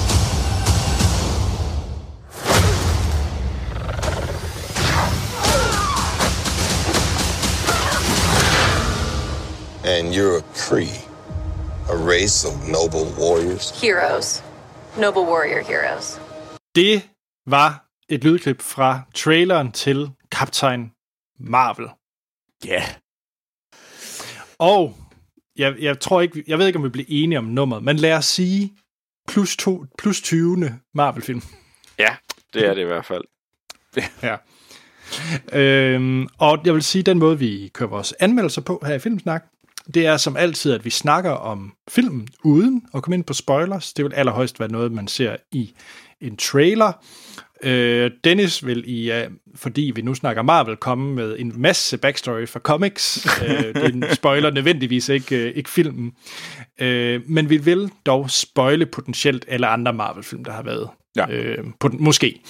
And you're a Kree, a race of noble warriors. Heroes. Noble warrior heroes. Det var et lydklip fra traileren til Captain Marvel. Ja. Yeah. Og jeg, jeg tror ikke, jeg ved ikke, om vi bliver enige om nummeret, men lad os sige plus, to, plus tyvende Marvel-film. Ja, det er det i hvert fald. Ja. Øhm, og jeg vil sige, den måde, vi kører vores anmeldelser på her i Filmsnak, det er som altid, at vi snakker om filmen uden at komme ind på spoilers. Det vil allerhøjst være noget, man ser i en trailer. Øh, Dennis vil, i, uh, fordi vi nu snakker Marvel, komme med en masse backstory fra comics. øh, det spoiler nødvendigvis ikke, uh, ikke filmen. Øh, men vi vil dog spoile potentielt alle andre Marvel-film, der har været. Ja. Øh, på den, måske.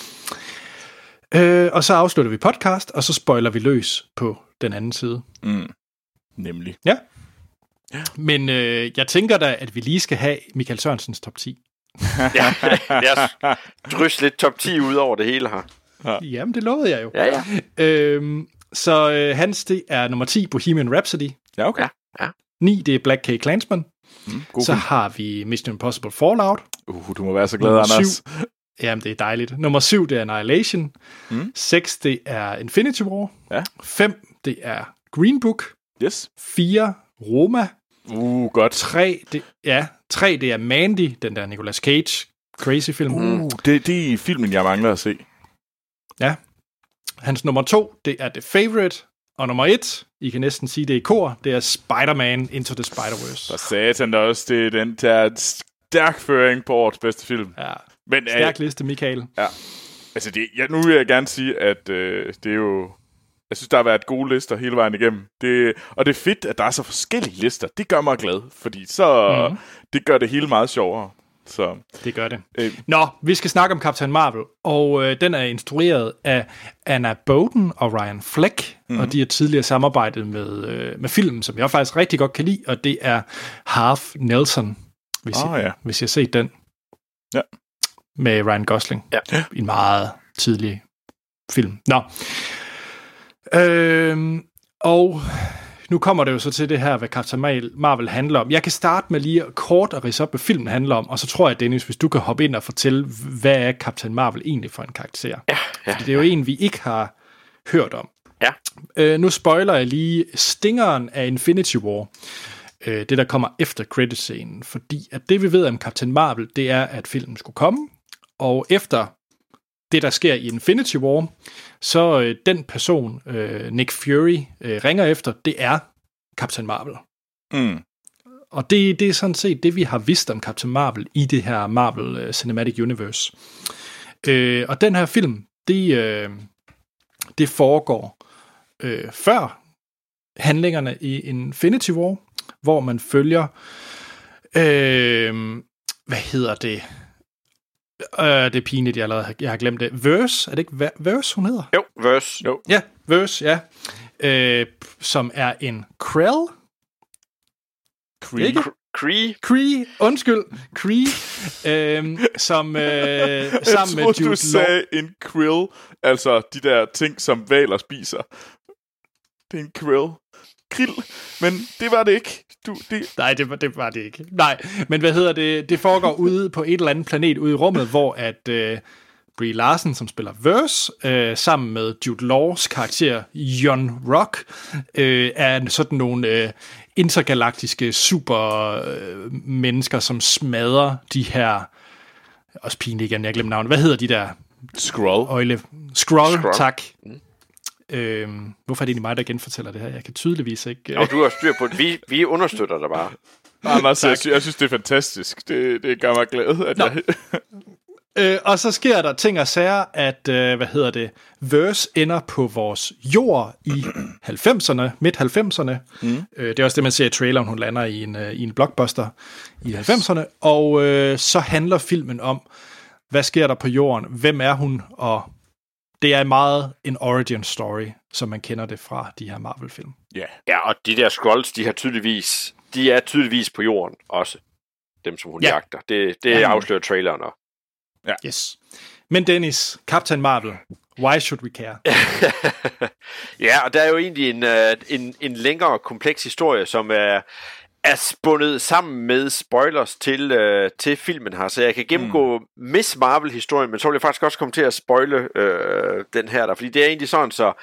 Øh, og så afslutter vi podcast, og så spoiler vi løs på den anden side. Mm. Nemlig. Ja. Men øh, jeg tænker da, at vi lige skal have Michael Sørensens top ti. Ja, lad os drysse lidt top ti ud over det hele her. Ja. Jamen, det lovede jeg jo. Ja, ja. Øhm, så øh, hans, det er nummer ti, Bohemian Rhapsody. Ja, okay. Ja, ja. ni, det er Black K. Klansman. Mm, så har vi Mission Impossible Fallout. Uh, du må være så glad, Anders. syv, jamen, det er dejligt. Nummer syv, det er Annihilation. Mm. seks, det er Infinity War. Ja. fem, det er Green Book. Yes. fire, Roma. Uh, godt. tre, det, ja, tre, det er Mandy, den der Nicolas Cage crazy film. Uh, det, det er filmen, jeg mangler at se. Ja. Hans nummer to, det er The Favorite. Og nummer et, I kan næsten sige det i kor, det er Spider-Man Into the Spider-Verse. Og satan også, det er den der stærk føring på årets bedste film. Ja, men, stærk liste, Michael. Ja, altså det, ja, nu vil jeg gerne sige, at øh, det er jo... Jeg synes, der har været gode lister hele vejen igennem. Det, og det er fedt, at der er så forskellige lister. Det gør mig glad, fordi så mm-hmm. det gør det hele meget sjovere. Så, det gør det. Øh. Nå, vi skal snakke om Captain Marvel, og øh, den er instrueret af Anna Boden og Ryan Fleck, mm-hmm. og de har tidligere samarbejdet med, øh, med filmen, som jeg faktisk rigtig godt kan lide, og det er Half Nelson, hvis, oh, jeg, ja. hvis jeg har set den. Ja. Med Ryan Gosling. Ja. En meget tidlig film. Nå. Øhm, og nu kommer det jo så til det her, hvad Captain Marvel handler om. Jeg kan starte med lige kort at ridse op, hvad filmen handler om, og så tror jeg, Dennis, hvis du kan hoppe ind og fortælle, hvad er Captain Marvel egentlig for en karakter? Ja, ja. Fordi det er jo en, vi ikke har hørt om. Ja. Øh, nu spoiler jeg lige stingeren af Infinity War, øh, det der kommer efter creditscenen, fordi at det vi ved om Captain Marvel, det er, at filmen skulle komme, og efter det, der sker i Infinity War, så øh, den person, øh, Nick Fury, øh, ringer efter, det er Captain Marvel. Mm. Og det, det er sådan set det, vi har vidst om Captain Marvel i det her Marvel uh, Cinematic Universe. Øh, og den her film, det, øh, det foregår øh, før handlingerne i Infinity War, hvor man følger, øh, hvad hedder det? Uh, det er pinligt, jeg, allerede, jeg har glemt det. Verse, er det ikke Verse, hun hedder? Jo, Verse. Jo. Ja, Verse, ja. Uh, som er en Krell. Kree. Ikke? Kree. Kree, undskyld. Kree, uh, som uh, sammen med Jude Law. Du sagde en krill, altså de der ting, som hvaler spiser. Det er en krill. Krill, men det var det ikke. Du, det... Nej, det var, det var det ikke. Nej, men hvad hedder det? Det foregår ude på et eller andet planet ude i rummet, hvor at uh, Brie Larson, som spiller Verse, uh, sammen med Jude Laws karakter Jon Rock, uh, er sådan nogle uh, intergalaktiske supermennesker, uh, som smadrer de her... Også pinligt igen, jeg glemte navnet. Hvad hedder de der? Skrull. Øjle... Skrull, Skrull. tak. Mm. Øhm, hvorfor er det egentlig mig, der genfortæller det her? Jeg kan tydeligvis ikke... Øh... Og du har styr på det. Vi, vi understøtter dig bare. Anders, jeg, jeg synes, det er fantastisk. Det, det gør mig glad. At jeg... øh, og så sker der ting og sager, at, øh, hvad hedder det, Verse ender på vores jord i halvfemserne, midt halvfemserne. Mm. Øh, det er også det, man ser i traileren, hun lander i en, øh, i en blockbuster i halvfemserne. Og øh, så handler filmen om, hvad sker der på jorden? Hvem er hun? Og det er meget en origin story, som man kender det fra de her Marvel-film. Yeah. Ja, og de der Skrulls, de har tydeligvis, de er tydeligvis på jorden også. Dem, som hun ja. jagter. Det, det ja. afslører traileren også. Ja. Yes. Men Dennis, Captain Marvel, why should we care? Ja, og der er jo egentlig en, en, en længere kompleks historie, som er, er spundet sammen med spoilers til, øh, til filmen her, så jeg kan gennemgå mm. Miss Marvel-historien, men så vil jeg faktisk også komme til at spoile øh, den her der, fordi det er egentlig sådan, så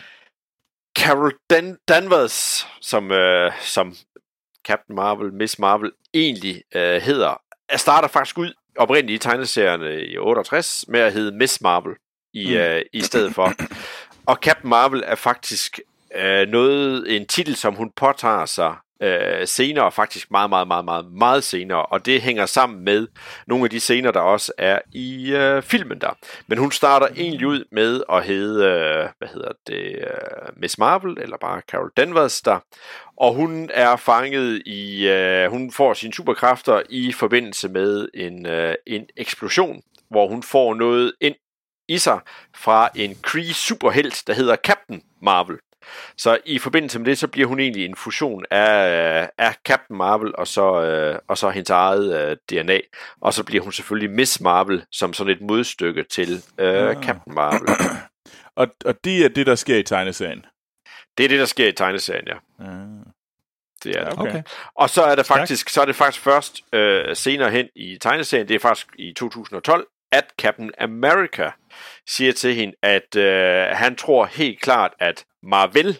Carol Dan- Danvers, som, øh, som Captain Marvel, Miss Marvel egentlig øh, hedder, starter faktisk ud oprindeligt i tegneserierne i otteogtres med at hedde Miss Marvel i, mm. øh, i stedet for. Og Captain Marvel er faktisk øh, noget, en titel, som hun påtager sig øh, senere, faktisk meget, meget, meget, meget, meget senere, og det hænger sammen med nogle af de scener, der også er i øh, filmen der. Men hun starter egentlig ud med at hedde, øh, hvad hedder det, øh, Miss Marvel, eller bare Carol Danvers der, og hun er fanget i, øh, hun får sine superkræfter i forbindelse med en, øh, en eksplosion, hvor hun får noget ind i sig fra en Kree superhelt, der hedder Captain Marvel. Så i forbindelse med det, så bliver hun egentlig en fusion af, af Captain Marvel og så, øh, og så hendes eget øh, D N A. Og så bliver hun selvfølgelig Miss Marvel som sådan et modstykke til øh, ja. Captain Marvel. og, og det er det, der sker i tegneserien? Det er det, der sker i tegneserien, ja. ja. Det er det. Okay. Og så er det faktisk, så er det faktisk først øh, senere hen i tegneserien, det er faktisk i to tusind og tolv, at Captain America siger til hende, at øh, han tror helt klart, at Marvel,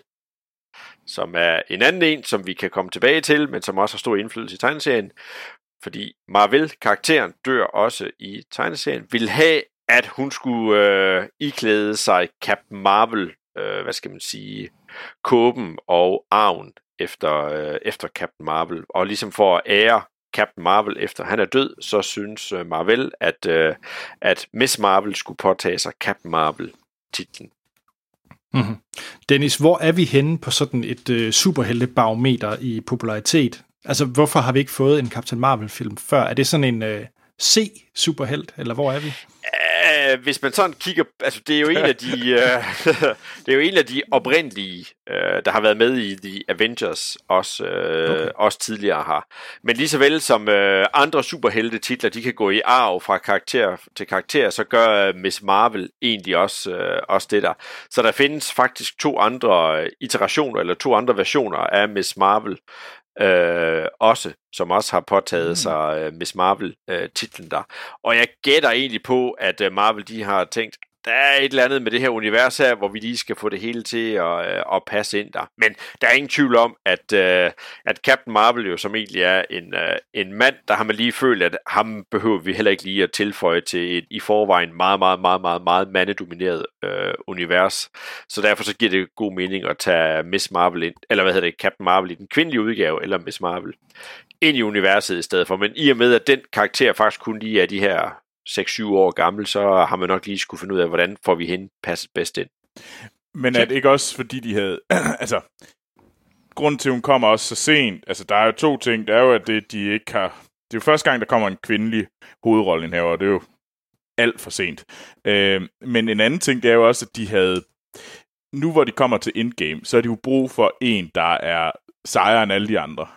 som er en anden en, som vi kan komme tilbage til, men som også har stor indflydelse i tegneserien, fordi Marvel-karakteren dør også i tegneserien, vil have, at hun skulle øh, iklæde sig Captain Marvel, øh, hvad skal man sige, kåben og arven efter, øh, efter Captain Marvel, og ligesom for at ære Captain Marvel, efter han er død, så synes uh, Marvel, at, uh, at Miss Marvel skulle påtage sig Captain Marvel-titlen. Mm-hmm. Dennis, hvor er vi henne på sådan et uh, superheltebarometer i popularitet? Altså, hvorfor har vi ikke fået en Captain Marvel-film før? Er det sådan en uh, C-superhelt, eller hvor er vi? Uh, hvis man sådan kigger, altså det er jo en af de, uh, det er jo en af de oprindelige, uh, der har været med i The Avengers, også, uh, okay. også tidligere har. Men lige så vel som uh, andre superhelte-titler, de kan gå i arv fra karakter til karakter, så gør uh, Miss Marvel egentlig også, uh, også det der. Så der findes faktisk to andre iterationer, eller to andre versioner af Miss Marvel, Øh, også, som også har påtaget mm. sig uh, Miss Marvel-titlen uh, der. Og jeg gætter egentlig på, at uh, Marvel, de har tænkt, der er et eller andet med det her univers her, hvor vi lige skal få det hele til at, uh, at passe ind der. Men der er ingen tvivl om, at, uh, at Captain Marvel jo som egentlig er en, uh, en mand, der har man lige følt, at ham behøver vi heller ikke lige at tilføje til et i forvejen meget, meget, meget, meget, meget mandedomineret uh, univers. Så derfor så giver det god mening at tage Miss Marvel ind, eller hvad hedder det, Captain Marvel i den kvindelige udgave, eller Miss Marvel ind i universet i stedet for. Men i og med, at den karakter faktisk kun lige er de her seks syv år gammel, så har man nok lige skulle finde ud af, hvordan får vi hende passet bedst ind. Men er det ikke også, fordi de havde... altså, grunden til, at hun kommer også så sent, altså der er jo to ting, det er jo, at det, de ikke har... Det er jo første gang, der kommer en kvindelig hovedrolle her, og det er jo alt for sent. Øh, men en anden ting, det er jo også, at de havde... Nu hvor de kommer til Endgame, så er de jo brug for en, der er sejere end alle de andre.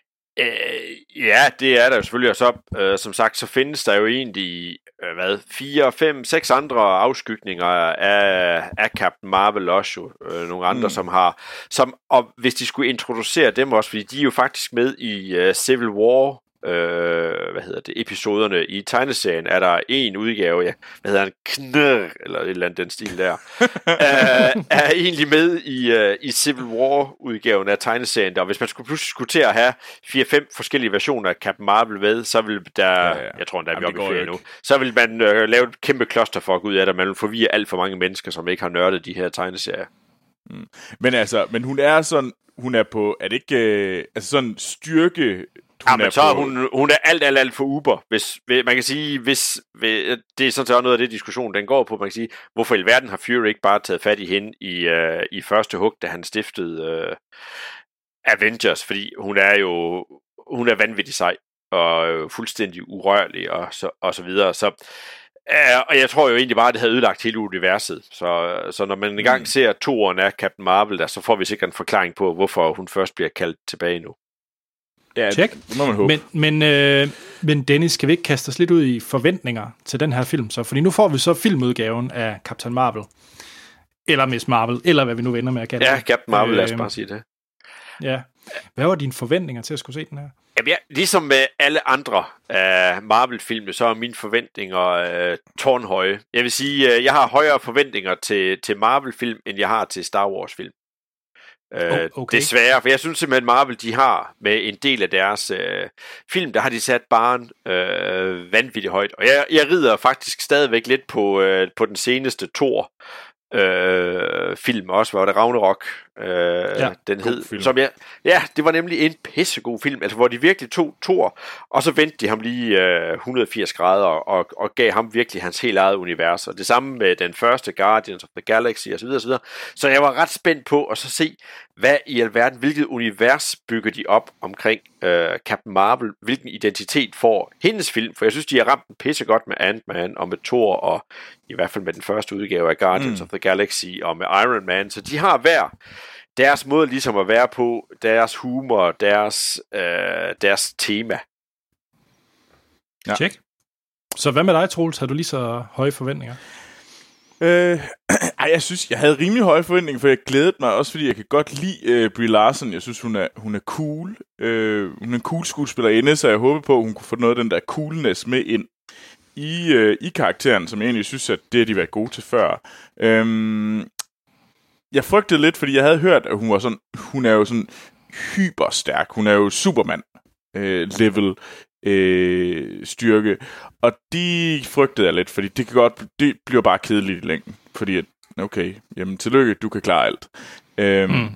Øh, ja, det er der jo selvfølgelig, og så, øh, som sagt, så findes der jo egentlig, øh, hvad, fire, fem, seks andre afskygninger af, af Captain Marvel også jo, øh, nogle andre, mm. som har, som, og hvis de skulle introducere dem også, fordi de er jo faktisk med i uh, Civil War, øh, hvad hedder det, episoderne i tegneserien, er der en udgave, ja, hvad hedder han, Knrr, eller et eller andet den stil der, øh, er egentlig med i, uh, i Civil War-udgaven af tegneserien der, og hvis man skulle pludselig skulle til at have fire fem forskellige versioner af Captain Marvel med, så vil der, ja, ja. jeg tror, der er vi oppe i flere nu, så vil man uh, lave et kæmpe clusterfuck ud af det, man vil forvirre alt for mange mennesker, som ikke har nørdet de her tegneserier. Mm. Men altså, men hun er sådan, hun er på, er det ikke, øh, altså sådan styrke... Ja, men så er hun, hun er alt, alt, alt for Uber. Hvis, man kan sige, hvis, det er sådan set noget af det diskussion, den går på. Man kan sige, hvorfor i verden har Fury ikke bare taget fat i hende i, uh, i første hug, da han stiftede uh, Avengers, fordi hun er jo hun er vanvittig sej og uh, fuldstændig urørlig og så, og så videre. Så, uh, og jeg tror jo egentlig bare, at det havde ødelagt hele universet. Så, så når man engang mm. ser toeren af Captain Marvel, der, så får vi sikkert en forklaring på, hvorfor hun først bliver kaldt tilbage nu. Ja, check. Det må man håbe. Men, men, øh, men Dennis, skal vi ikke kaste os lidt ud i forventninger til den her film? Så? Fordi nu får vi så filmudgaven af Captain Marvel. Eller Miss Marvel, eller hvad vi nu vender med at kalde ja, det. Ja, Captain Marvel, øh, lad os bare sige det. Ja. Hvad var dine forventninger til at skulle se den her? Jamen, ja, ligesom med alle andre uh, Marvel-filme, så er mine forventninger uh, tårnhøje. Jeg vil sige, uh, jeg har højere forventninger til, til Marvel-film, end jeg har til Star Wars-film. Uh, oh, okay. Desværre, for jeg synes simpelthen, Marvel, de har med en del af deres uh, film, der har de sat barren uh, vanvittigt højt. Og jeg, jeg rider faktisk stadigvæk lidt på, uh, på den seneste Thor øh, film også, var det Ragnarok, øh, ja, den hed. Som jeg, ja, det var nemlig en pissegod film, altså hvor de virkelig tog Thor, og så vendte de ham lige øh, et hundrede og firs grader, og, og gav ham virkelig hans helt eget univers, og det samme med den første Guardians of the Galaxy, osv. osv. Så jeg var ret spændt på at så se, hvad i alverden, hvilket univers bygger de op omkring øh, Captain Marvel, hvilken identitet får hendes film, for jeg synes, de har ramt den pisse godt med Ant-Man, og med Thor, og i hvert fald med den første udgave af Guardians mm. of the Galaxy, og med Iron Man, så de har hver deres måde ligesom at være på, deres humor, deres, øh, deres tema. Ja. Check. Så hvad med dig, Troels? Har du lige så høje forventninger? Øh, ej, jeg synes, jeg havde rimelig høje forventninger, for jeg glædede mig også, fordi jeg kan godt lide øh, Brie Larson. Jeg synes, hun er, hun er cool. Øh, hun er en cool skuespillerinde, så jeg håber på, at hun kunne få noget af den der coolness med ind i, øh, i karakteren, som jeg egentlig synes, at det har de været gode til før. Øh, jeg frygtede lidt, fordi jeg havde hørt, at hun var sådan, hun er jo sådan hyperstærk. Hun er jo Superman øh, level øh, styrke, og de frygtede jeg lidt, fordi det kan godt, det bliver bare kedeligt i længden, fordi at, okay, jamen tillykke, du kan klare alt. Øhm, mm.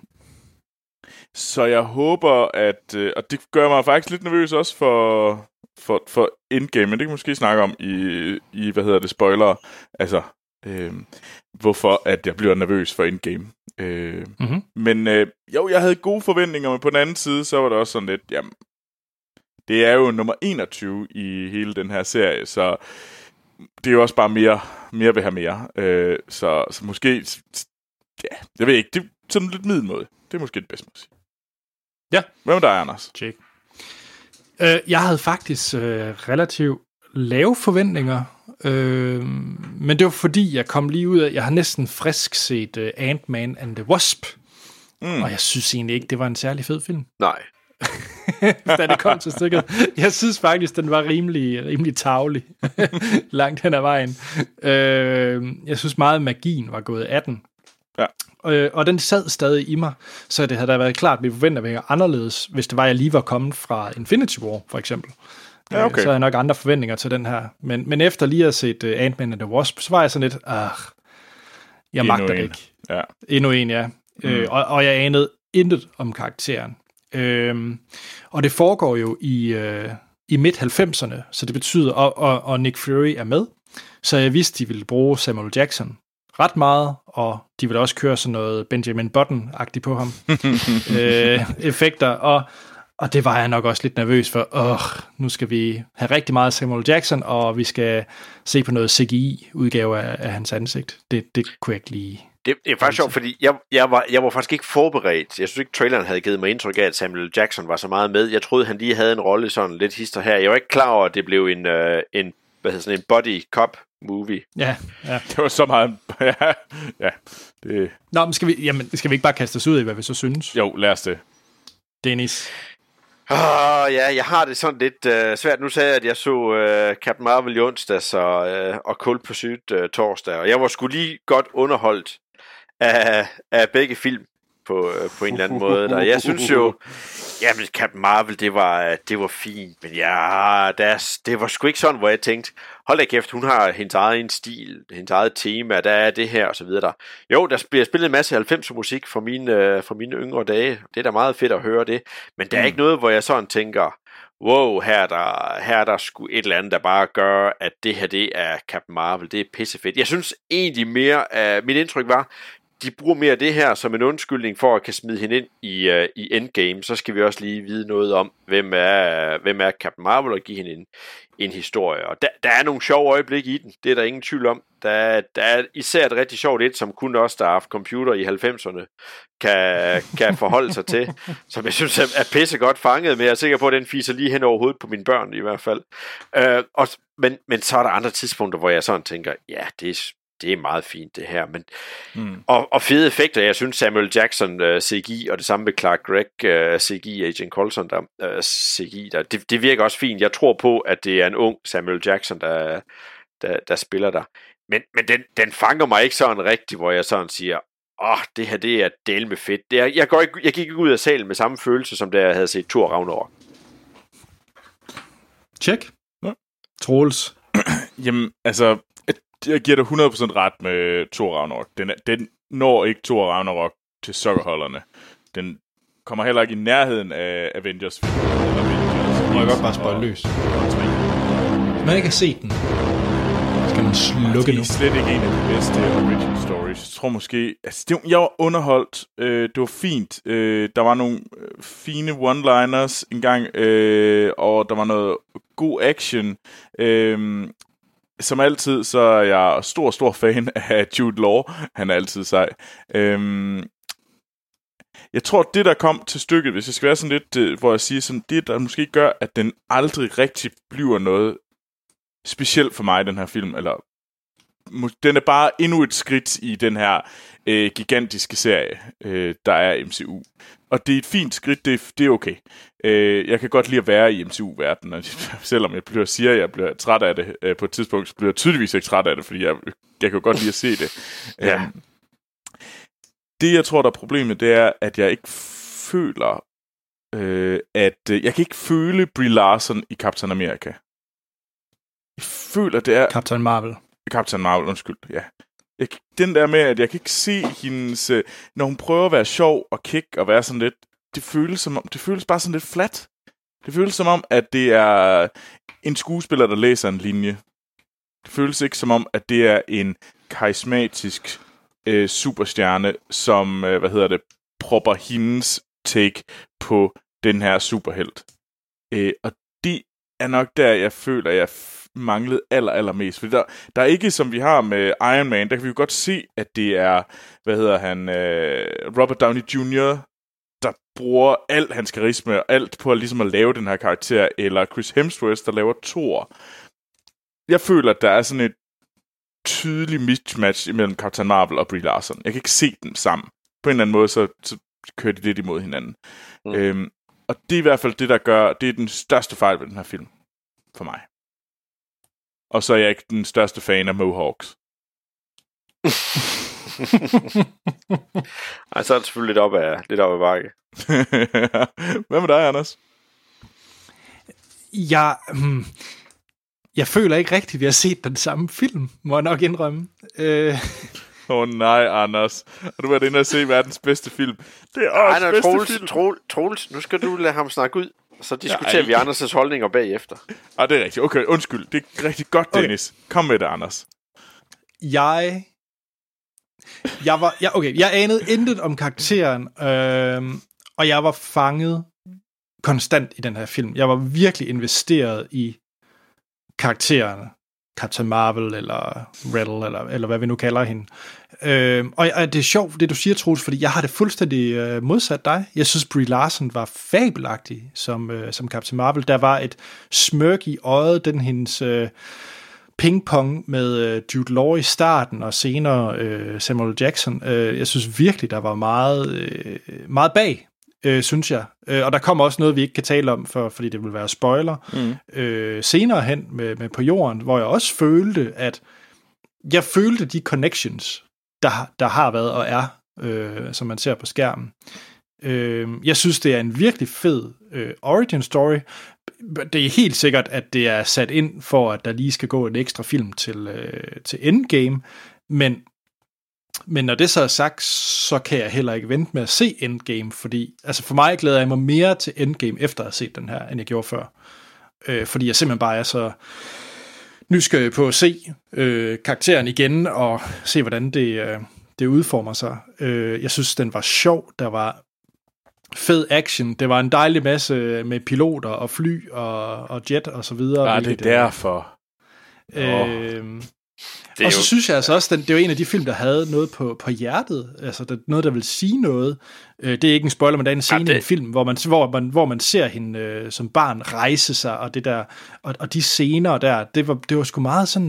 Så jeg håber, at, øh, og det gør mig faktisk lidt nervøs også for, for, for Endgame, men det kan vi måske snakke om i, i hvad hedder det, spoiler, altså, øh, hvorfor at jeg bliver nervøs for Endgame. Øh, mm-hmm. Men øh, jo, jeg havde gode forventninger, men på den anden side, så var det også sådan lidt, jamen, det er jo nummer enogtyve i hele den her serie, så det er jo også bare mere, mere vil have mere. Øh, så, så måske, ja, jeg ved ikke, det er sådan lidt middelmåde. Det er måske det bedste, må sige. Ja. Hvad med dig, Anders? Check. Øh, jeg havde faktisk øh, relativt lave forventninger, øh, men det var fordi, jeg kom lige ud af, jeg har næsten frisk set uh, Ant-Man and the Wasp, mm. og jeg synes egentlig ikke, det var en særlig fed film. Nej. Da det kom til stykket. Jeg synes faktisk, den var rimelig, rimelig tarvelig langt hen ad vejen. Øh, jeg synes meget, magien var gået af den. Ja. Øh, og den sad stadig i mig, så det havde da været klart, at vi forventer anderledes, hvis det var, jeg lige var kommet fra Infinity War, for eksempel. Ja, okay. Så havde jeg nok andre forventninger til den her. Men, men efter lige at have set uh, Ant-Man and the Wasp, så var jeg sådan lidt, ah, jeg Endnu magter det ikke. Ja. Endnu en, ja. Mm. Øh, og, og jeg anede intet om karakteren. Øhm, og det foregår jo i, øh, i midt halvfemserne, så det betyder, og, og, og Nick Fury er med, så jeg vidste, de ville bruge Samuel Jackson ret meget, og de ville også køre sådan noget Benjamin Button-agtigt på ham. øh, effekter, og, og det var jeg nok også lidt nervøs for. Åh, nu skal vi have rigtig meget Samuel Jackson, og vi skal se på noget C G I-udgave af, af hans ansigt. Det, det kunne jeg ikke lide. Det, det er faktisk sjovt, fordi jeg, jeg, var, jeg var faktisk ikke forberedt. Jeg synes ikke, traileren havde givet mig indtryk af, at Samuel Jackson var så meget med. Jeg troede, han lige havde en rolle sådan lidt hister her. Jeg var ikke klar over, at det blev en, øh, en, hvad hedder sådan en body cop movie. Ja, ja. Det var så meget... ja, ja. Det... Nå, men skal vi, jamen, skal vi ikke bare kaste os ud i, hvad vi så synes? Jo, lad os det. Dennis. Åh, oh, ja, jeg har det sådan lidt uh, svært. Nu sagde jeg, at jeg så uh, Captain Marvel i onsdags og, uh, og Cold Pursuit uh, torsdag, og jeg var sgu lige godt underholdt af, af begge film på, uh, på en eller anden måde. Der. Jeg synes jo, jamen Captain Marvel, det var, det var fint, men ja, der, det var sgu ikke sådan, hvor jeg tænkte, hold da kæft, hun har hendes egen stil, hendes eget tema, der er det her, og så videre der. Jo, der bliver spillet en masse halvfemser musik fra mine, fra mine yngre dage, det er da meget fedt at høre det, men der er mm. ikke noget, hvor jeg sådan tænker, wow, her er der, her er der sgu et eller andet, der bare gør, at det her, det er Captain Marvel, det er pissefedt. Jeg synes egentlig mere, at mit indtryk var, de bruger mere det her som en undskyldning for at kan smide hende ind i, uh, i Endgame. Så skal vi også lige vide noget om, hvem er, hvem er Captain Marvel, og give hende en, en historie. Og der, der er nogle sjove øjeblikke i den, det er der ingen tvivl om. Der, der er især et rigtig sjovt et, som kun også, der har haft computer i halvfemserne, kan, kan forholde sig til, som jeg synes er, er pissegodt fanget, men jeg er sikker på, at den fiser lige hen over hovedet på mine børn i hvert fald. Uh, og, men, men så er der andre tidspunkter, hvor jeg sådan tænker, ja, det er det er meget fint det her, men Mm. og, og fede effekter, jeg synes Samuel Jackson uh, C G I, og det samme med Clark Gregg uh, C G I, Agent Coulson der, uh, C G I, der, det, det virker også fint. Jeg tror på, at det er en ung Samuel Jackson, der, der, der spiller der. Men, men den, den fanger mig ikke sådan rigtigt, hvor jeg sådan siger, åh, oh, det her, det er del med fedt. Det er, jeg, går ikke, jeg gik ikke ud af salen med samme følelse, som da jeg havde set Thor Ragnarok. Check. Ja. Troels. Jamen, altså, jeg giver dig hundrede procent ret med Thor Ragnarok. Den, den når ikke Thor Ragnarok til sokkerholderne. Den kommer heller ikke i nærheden af Avengers. Eller Avengers. Må jeg godt bare spøjle løs. Hvis man ikke har set den, skal man slukke nu. Det er slet ikke en af de bedste origin stories. Jeg tror måske... Altså, det, jeg var underholdt. Øh, det var fint. Øh, der var nogle fine one-liners engang, øh, og der var noget god action. Øh, som altid, så er jeg stor, stor fan af Jude Law. Han er altid sej. Øh, jeg tror, det der kom til stykket, hvis jeg skal være sådan lidt, øh, hvor jeg siger sådan, det der måske gør, at den aldrig rigtig bliver noget specielt for mig, den her film, eller den er bare endnu et skridt i den her øh, gigantiske serie, øh, der er M C U. Og det er et fint skridt, det er, det er okay. Øh, jeg kan godt lide at være i M C U-verdenen, og selvom jeg bliver, siger, at jeg bliver træt af det øh, på et tidspunkt, så bliver jeg tydeligvis ikke træt af det, fordi jeg, jeg kan godt lide at se det. Ja. Øh, det, jeg tror, der er problemet, det er, at jeg ikke føler, øh, at øh, jeg kan ikke føle Brie Larson i Captain America. Jeg føler, det er... Captain Marvel. Captain Marvel, undskyld, ja. Jeg, den der med, at jeg kan ikke se hendes... Når hun prøver at være sjov og kick og være sådan lidt... Det føles, som om, det føles bare sådan lidt flat. Det føles som om, at det er en skuespiller, der læser en linje. Det føles ikke som om, at det er en karismatisk øh, superstjerne, som, øh, hvad hedder det, propper hendes take på den her superhelt. Øh, og det er nok der, jeg føler, at jeg manglede aller, allermest. Fordi der, der er ikke, som vi har med Iron Man, der kan vi jo godt se, at det er, hvad hedder han, øh, Robert Downey junior, der bruger alt hans karisma og alt på at, ligesom at lave den her karakter, eller Chris Hemsworth, der laver Thor. Jeg føler, at der er sådan et tydeligt mismatch imellem Captain Marvel og Brie Larson. Jeg kan ikke se dem sammen. På en eller anden måde, så, så kører de lidt imod hinanden. Mm. Øhm, og det er i hvert fald det, der gør, det er den største fejl ved den her film. For mig. Og så er jeg ikke den største fan af Mohawks. Ej, så er det selvfølgelig lidt op ad, lidt op ad bakke. Hvad med dig, Anders? Jeg, hmm, jeg føler ikke rigtigt, at vi har set den samme film, må jeg nok indrømme. Øh... Åh oh, nej, Anders. Har du været inde og se verdens bedste film? Det er også nej, nej, bedste Troels, film. Troels, Troels, nu skal du lade ham snakke ud. Så diskuterer ja, vi Anders' holdninger bagefter. Ah, det er rigtigt. Okay, undskyld. Det er rigtig godt, Dennis. Okay. Kom med det, Anders. Jeg... Jeg var... Jeg, okay, jeg anede intet om karakteren, øh, og jeg var fanget konstant i den her film. Jeg var virkelig investeret i karaktererne. Captain Marvel, eller Riddle, eller, eller hvad vi nu kalder hende. Øh, og, og det er sjovt, det du siger, Troels, fordi jeg har det fuldstændig øh, modsat dig. Jeg synes, Brie Larson var fabelagtig som, øh, som Captain Marvel. Der var et smørk i øjet, den hendes øh, pingpong med øh, Jude Law i starten, og senere øh, Samuel Jackson. Øh, jeg synes virkelig, der var meget, øh, meget bag, øh, synes jeg. Øh, og der kommer også noget, vi ikke kan tale om, for, fordi det vil være spoiler. Mm. Øh, senere hen med, med På Jorden, hvor jeg også følte, at jeg følte de connections, der, der har været og er, øh, som man ser på skærmen. Øh, jeg synes, det er en virkelig fed øh, origin story. Det er helt sikkert, at det er sat ind for, at der lige skal gå en ekstra film til, øh, til Endgame, men Men når det så er sagt, så kan jeg heller ikke vente med at se Endgame, fordi altså for mig glæder jeg mig mere til Endgame efter at have set den her, end jeg gjorde før. Øh, fordi jeg simpelthen bare er så nysgerrig på at se øh, karakteren igen, og se hvordan det, øh, det udformer sig. Øh, jeg synes, den var sjov, der var fed action, det var en dejlig masse med piloter og fly og, og jet og så videre. Ja, det er derfor. Øh, og så jo, synes jeg altså også, at det var en af de film, der havde noget på, på hjertet, altså der, noget, der vil sige noget. Øh, det er ikke en spoiler, men der er en scene ja, det... i en film, hvor man, hvor man, hvor man ser hende øh, som barn rejse sig, og det der, og, og de scener der, det var, det var sgu meget sådan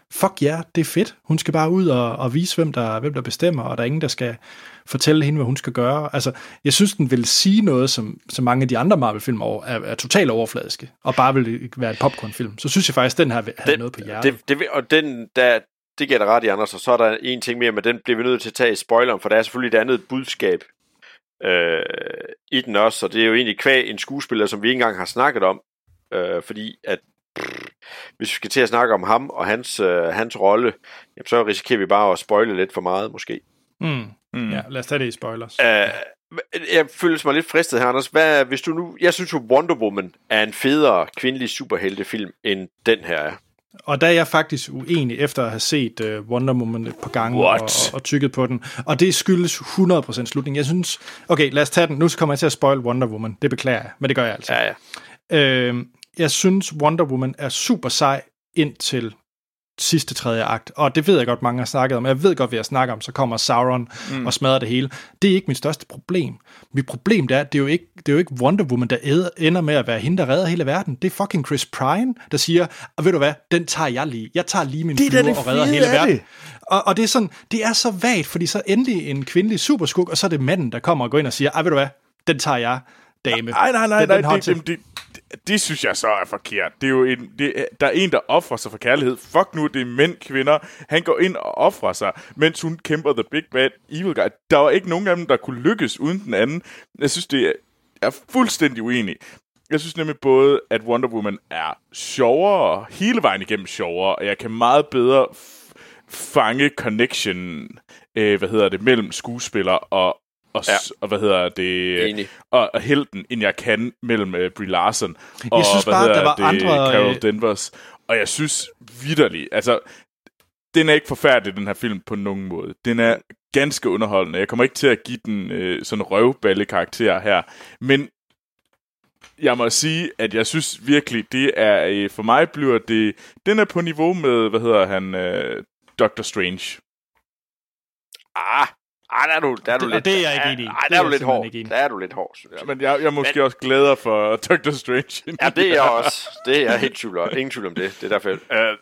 fuck ja, yeah, det er fedt. Hun skal bare ud og, og vise, hvem der, hvem der bestemmer, og der er ingen, der skal fortælle hende, hvad hun skal gøre. Altså, jeg synes, den vil sige noget, som, som mange af de andre Marvel-film er, er totalt overfladiske, og bare vil være et popcorn-film. Så synes jeg faktisk, den her havde den, noget på hjertet. Det, det, og den, der, det giver dig ret i, Anders, og så er der en ting mere, men den bliver vi nødt til at tage i spoileren, for der er selvfølgelig et andet budskab øh, i den også, og det er jo egentlig kvæg en skuespiller, som vi ikke engang har snakket om, øh, fordi at pff, hvis vi skal til at snakke om ham og hans, øh, hans rolle, jamen, så risikerer vi bare at spoile lidt for meget, måske. Mm. Mm. Ja, lad os tage det i spoilers. Uh, jeg føler mig lidt fristet her, Anders. Hvad, hvis du nu, jeg synes jo, Wonder Woman er en federe kvindelig superheltefilm, end den her er. Og der er jeg faktisk uenig efter at have set uh, Wonder Woman et par gange og, og, og tykket på den. Og det skyldes hundrede procent slutningen. Jeg synes, okay, lad os tage den. Nu kommer jeg til at spoil Wonder Woman. Det beklager jeg, men det gør jeg altså. Ja, ja. Uh, jeg synes, Wonder Woman er super sej indtil sidste tredje akt, og det ved jeg godt, mange har snakket om. Jeg ved godt, hvad jeg snakker om, så kommer Sauron mm. og smadrer det hele. Det er ikke mit største problem. Mit problem det er, det er jo ikke, det er jo ikke Wonder Woman, der ender med at være hende, der redder hele verden. Det er fucking Chris Pine, der siger, og ved du hvad, den tager jeg lige. Jeg tager lige min flyver og redder hele verden. Og, og det er sådan, det er så vagt, fordi så endelig en kvindelig superskug, og så er det manden, der kommer og går ind og siger, ah, ved du hvad, den tager jeg, dame. Nej, nej, nej, den, nej, den det, det, det, det, det synes jeg så er forkert. Det er jo en, det, der er en, der offrer sig for kærlighed. Fuck nu, det er mænd, kvinder. Han går ind og offrer sig, mens hun kæmper The Big Bad Evil Guy. Der var ikke nogen af dem, der kunne lykkes uden den anden. Jeg synes, det er, er fuldstændig uenig. Jeg synes nemlig både, at Wonder Woman er sjovere, hele vejen igennem sjovere, og jeg kan meget bedre f- fange connection, øh, hvad hedder det, mellem skuespiller og Og, ja. og hvad hedder det, og, og helten, end jeg kan mellem uh, Brie Larson og jeg synes hvad bare, hedder der var det, andre, Carol Danvers. Og jeg synes vitterligt, altså, den er ikke forfærdelig, den her film, på nogen måde. Den er ganske underholdende. Jeg kommer ikke til at give den uh, sådan røvballe karakter her, men jeg må sige, at jeg synes virkelig, det er, uh, for mig bliver det, den er på niveau med, hvad hedder han, uh, Doctor Strange. Ah, Ej, der er du, der er du det, lidt... Det er jeg ikke enig i. Ej, der er du lidt hård. Der er du lidt hård, synes jeg. Ja, men jeg, jeg er måske men, også glæder for Doctor Strange. Ja, det er jeg også. Det er jeg helt tvivl om. Ingen tvivl om det. Det er derfor. Uh,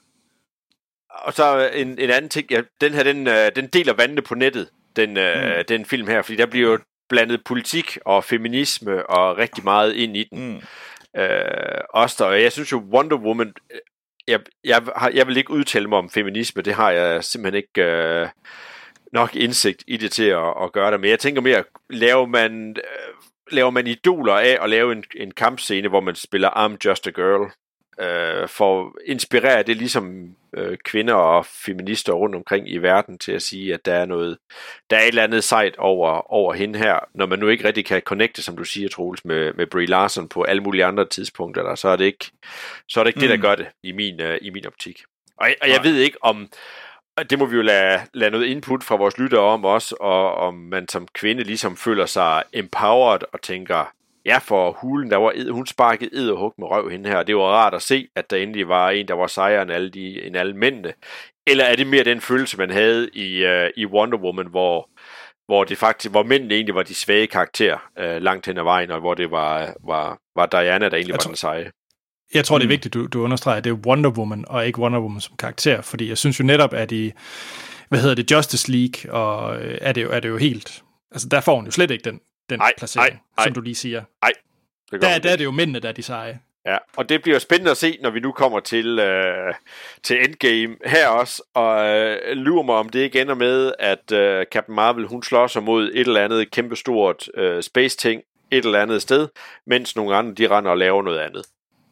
og så en, en anden ting. Ja, den her, den, uh, den deler vandene på nettet, den, uh, mm. den film her, fordi der bliver jo blandet politik og feminisme og rigtig meget ind i den. Mm. Uh, også der, og jeg synes jo, Wonder Woman... Jeg, jeg, har, jeg vil ikke udtale mig om feminisme. Det har jeg simpelthen ikke... Uh, nok indsigt i det til at, at gøre det, men jeg tænker mere, laver man, øh, laver man idoler af at lave en, en kampscene, hvor man spiller I'm Just a Girl, øh, for at inspirere det ligesom øh, kvinder og feminister rundt omkring i verden til at sige, at der er noget, der er et eller andet sejt over, over hende her, når man nu ikke rigtig kan connecte, som du siger, Troels, med, med Brie Larson på alle mulige andre tidspunkter, der, så er det ikke, så er det, ikke mm. det, der gør det i min, øh, i min optik. Og, og jeg ved ikke om det må vi jo lade, lade noget input fra vores lyttere om også, og om man som kvinde ligesom føler sig empowered og tænker, ja, for hulen, der var ed, hun sparkede ed og hug med røv hende her. Det var rart at se, at der endelig var en, der var sejere end alle, de, end alle mændene. Eller er det mere den følelse, man havde i, uh, i Wonder Woman, hvor, hvor, det faktisk, hvor mændene egentlig var de svage karakterer uh, langt hen ad vejen, og hvor det var, var, var Diana, der egentlig jeg var tror, den seje. Jeg tror, det er vigtigt, du, du understreger, at det er Wonder Woman, og ikke Wonder Woman som karakter, fordi jeg synes jo netop, at i, hvad hedder det, Justice League, og er det jo, er det jo helt, altså der får hun jo slet ikke den, den ej, placering, ej, ej. som du lige siger. Nej. Der, der er det jo mændene, der er de seje. Ja, og det bliver spændende at se, når vi nu kommer til, øh, til Endgame her også, og øh, lurer mig om det ikke ender med, at øh, Captain Marvel, hun slår sig mod et eller andet kæmpestort øh, space-ting, et eller andet sted, mens nogle andre, de render og laver noget andet.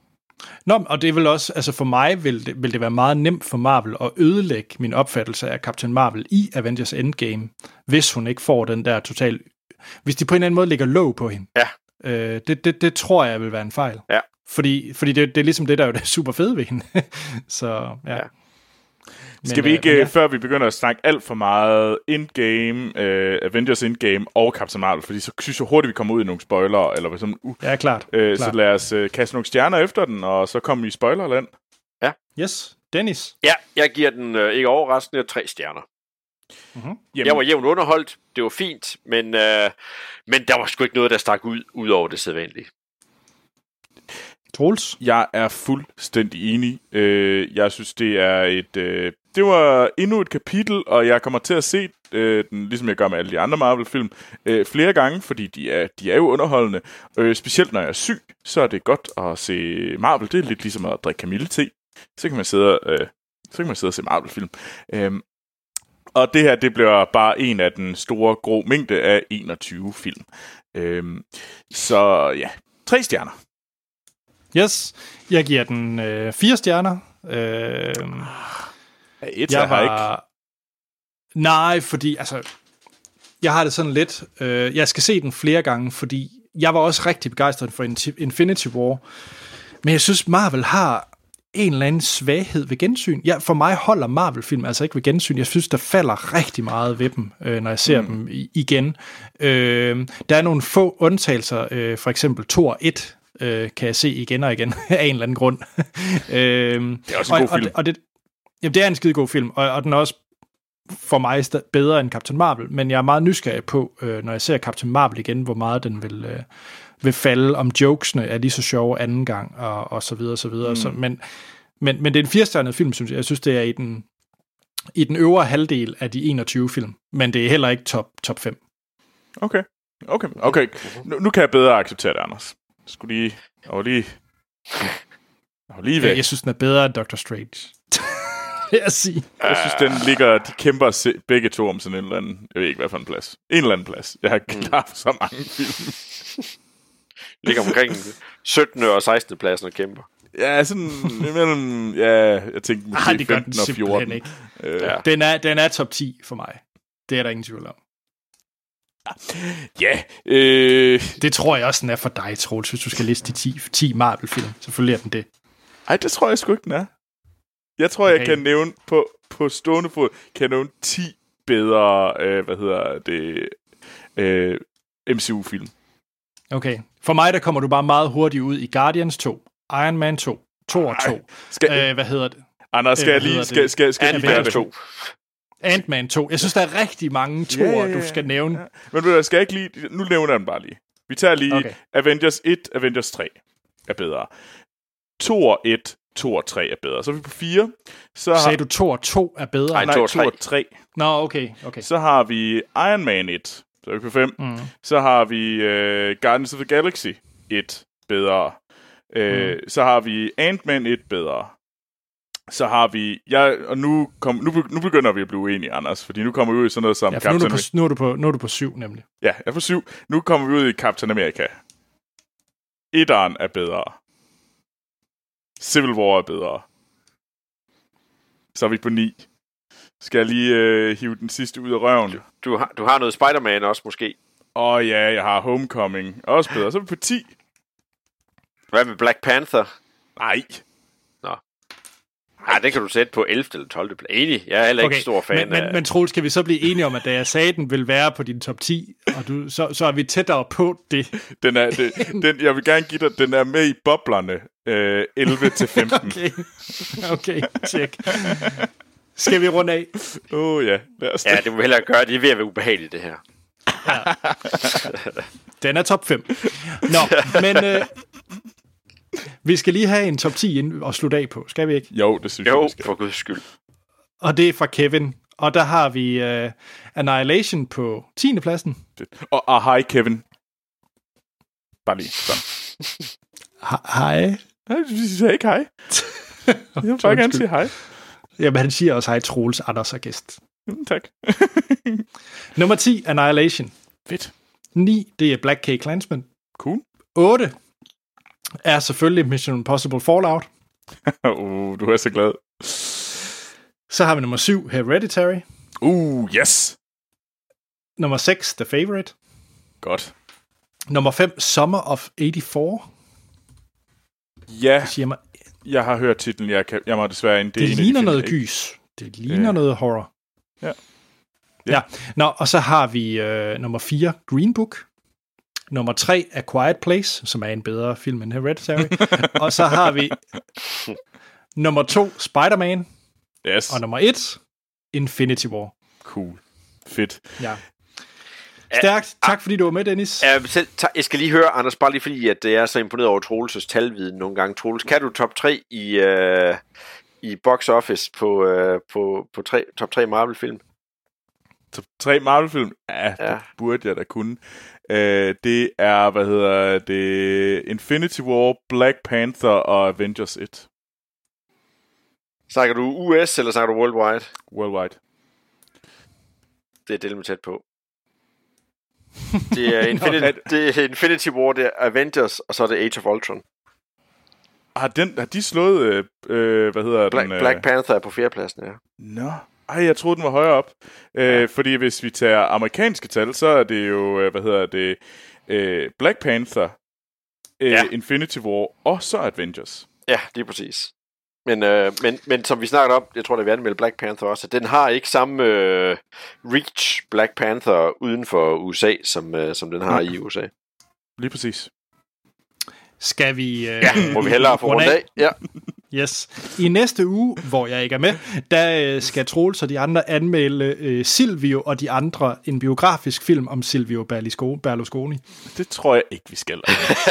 Nå, og det er vel også, altså for mig vil det, vil det være meget nemt for Marvel at ødelægge min opfattelse af Captain Marvel i Avengers Endgame, hvis hun ikke får den der total, hvis de på en eller anden måde lægger låg på hende. Ja. Øh, det, det, det tror jeg vil være en fejl. Ja. Fordi, fordi det, det er ligesom det, der er jo det super fede ved hende. Så, ja. ja. Men, skal vi ikke, øh, ja. før vi begynder at snakke alt for meget Endgame, øh, Avengers Endgame og Captain Marvel, fordi så synes jeg hurtigt, vi kommer ud i nogle spoilere, eller sådan, uh, ja, klart. Øh, klart. Så lad os øh, kaste nogle stjerner efter den, og så kommer vi i spoilerland. Ja. Yes, Dennis. Ja, jeg giver den øh, ikke overraskende tre stjerner. Mm-hmm. Jeg var jævnt underholdt, det var fint, men, øh, men der var sgu ikke noget, der stak ud, ud over det sædvanlige. Troels? Jeg er fuldstændig enig. Øh, jeg synes, det er et... Øh, det var endnu et kapitel, og jeg kommer til at se øh, den, ligesom jeg gør med alle de andre Marvel-film, øh, flere gange, fordi de er, de er jo underholdende. Øh, specielt når jeg er syg, så er det godt at se Marvel. Det er lidt ligesom at drikke kamillete. Så kan man sidde, øh, så kan man sidde og se Marvel-film. Øh, og det her, det bliver bare en af den store, grå mængde af enogtyve film. Øh, så ja, tre stjerner. Yes, jeg giver den øh, fire stjerner. Øh, Ja, et jeg har ikke. Nej, fordi altså, jeg har det sådan lidt. Øh, jeg skal se den flere gange, fordi jeg var også rigtig begejstret for Infinity War. Men jeg synes, Marvel har en eller anden svaghed ved gensyn. Ja, for mig holder Marvel-film altså ikke ved gensyn. Jeg synes, der falder rigtig meget ved dem, øh, når jeg ser mm. dem igen. Øh, der er nogle få undtagelser, øh, for eksempel Thor et, øh, kan jeg se igen og igen, af en eller anden grund. øh, det er også en god og, film. Og, og det, jamen, det er en skide god film, og, og den er også for mig bedre end Captain Marvel, men jeg er meget nysgerrig på, øh, når jeg ser Captain Marvel igen, hvor meget den vil, øh, vil falde, om jokesene er lige så sjove anden gang, og, og så videre, og så videre. Mm. Så, men, men, men det er en firestjernet film, synes jeg. Jeg synes, det er i den, i den øvre halvdel af de enogtyve film, men det er heller ikke top, top fem. Okay, okay, okay. Nu, nu kan jeg bedre acceptere det, Anders. Skulle lige... Jeg var lige... Jeg var lige væk. Ja, jeg synes, den er bedre end Doctor Strange. Jeg sige. Jeg synes, den ligger, de kæmper se, begge to om sådan en eller anden, jeg ved ikke, hvad for en plads. En eller anden plads. Jeg har klar for så mange film. Ligger omkring syttende og sekstende pladsen og kæmper. Ja, sådan imellem, ja, jeg tænkte måske Ej, femten og fjorten. Ikke. Øh. Ja. Den, er, den er top ti for mig. Det er der ingen tvivl om. Ja. Øh. Det tror jeg også, den er for dig, Troels, hvis du skal liste de ti, ti Marvel-film. Selvfølgelig er den det. Ej, det tror jeg sgu ikke, den er. Jeg tror, okay. jeg kan nævne på, på stående fod, kan jeg nævne ti bedre, øh, hvad hedder det, øh, M C U-film. Okay. For mig, der kommer du bare meget hurtigt ud i Guardians to, Iron Man to, Thor to, skal, øh, hvad hedder det? Anders, skal jeg lige, skal, skal, skal jeg lige gøre det? to. Ant-Man to. Jeg synes, der er rigtig mange toer, ja, ja, ja. du skal nævne. Ja. Men ved du, skal jeg ikke lige... Nu nævner jeg den bare lige. Vi tager lige okay. Avengers et, Avengers tre er bedre. Thor et, Thor tre er bedre. Så er vi på fire. Så Sagde har... du Thor to er bedre? Nej, Nej Thor tre. tre. Nå, okay, okay. Så har vi Iron Man et. Så er vi på fem. Mm. Så har vi uh, Guardians of the Galaxy et bedre. Uh, mm. Så har vi Ant-Man et bedre. Så har vi... Ja, og nu, kom, nu, nu begynder vi at blive uenige, Anders. Fordi nu kommer vi ud i sådan noget som... Ja, for nu er, på, nu, er du på, nu er du på syv, nemlig. Ja, jeg er på syv. Nu kommer vi ud i Captain America. Etteren er bedre. Civil War er bedre. Så er vi på ni. Skal jeg lige øh, hive den sidste ud af røven? Du, du, har, du har noget Spider-Man også, måske? Åh oh, ja, jeg har Homecoming. Også bedre. Så er vi på ti. Hvad med Black Panther? Nej. Nå. Nej, det kan du sætte på ellevte eller tolvte plads. Enig, jeg er heller okay. ikke stor fan men, af... Men, men Troels, kan vi så blive enige om, at da jeg sagde, at den vil være på din top ti, og du, så, så er vi tættere på det? Den er, det, den, jeg vil gerne give dig, den er med i boblerne øh, elleve til femten. Okay, okay, tjek. Skal vi runde af? Åh oh, ja, lad os Ja, det må vi hellere gøre. Det er ved at være ubehageligt, det her. Ja. Den er top fem. Nå, men... Øh, vi skal lige have en top ti ind og slutte af på, skal vi ikke? Jo, det synes jo, jeg, vi skal. For guds skyld. Og det er fra Kevin. Og der har vi uh, Annihilation på tiende pladsen. Og, og hej, Kevin. Bare lige sådan. Hej. Jeg siger ikke hej. Jeg vil bare gerne sige hej. Jamen, han siger også hej, Troels, Anders og gæst. Mm, tak. Nummer ti, Annihilation. Fedt. ni, det er Black K Klansman. Cool. otte er selvfølgelig Mission Impossible Fallout. uh, du er så glad. Så har vi nummer syv, Hereditary. Uh, yes. Nummer seks, The Favorite. Godt. Nummer fem, Summer of eighty-four. Ja, siger mig, jeg har hørt titlen. Jeg, kan, jeg må desværre ind. Det, det ligner noget gys. Det ligner ja. noget horror. Ja. Ja. ja. Nå, og så har vi øh, nummer fire, Green Book. Nummer tre er Quiet Place, som er en bedre film end Hereditary. Og så har vi nummer to, Spider-Man. Yes. Og nummer et, Infinity War. Cool. Fedt. Ja. Stærkt. Tak fordi du var med, Dennis. Ja, selv, jeg skal lige høre, Anders, bare lige fordi, at jeg er så imponeret over Troelses talviden nogle gange. Troels, kan du top tre i, uh, i box office på, uh, på, på tre, top tre Marvel-film? Top tre Marvel-film? Ja, ja, det burde jeg da kunne. Uh, det er, hvad hedder det, Infinity War, Black Panther og Avengers et. Snakker du U S, eller snakker du worldwide? Worldwide. Det er det med tæt på. Det er, Infinity, det er Infinity War, det er Avengers, og så er det Age of Ultron. Har, den, har de slået, øh, hvad hedder Black, den? Øh... Black Panther er på fjerdepladsen, ja. Nå, ej, jeg troede, den var højere op. Øh, ja. Fordi hvis vi tager amerikanske tal, så er det jo, hvad hedder det, øh, Black Panther, øh, ja. Infinity War, og så Avengers. Ja, det er præcis. Men, øh, men, men som vi snakkede om, jeg tror, det er anmeldt Black Panther også, at den har ikke samme øh, reach Black Panther uden for U S A, som, øh, som den har mm. i U S A. Lige præcis. Skal vi... Øh, ja, må vi hellere få rundt af. Ja. Yes. I næste uge, hvor jeg ikke er med, der øh, skal Troels og de andre anmelde øh, Silvio og de andre, en biografisk film om Silvio Berlusconi. Det tror jeg ikke, vi skal.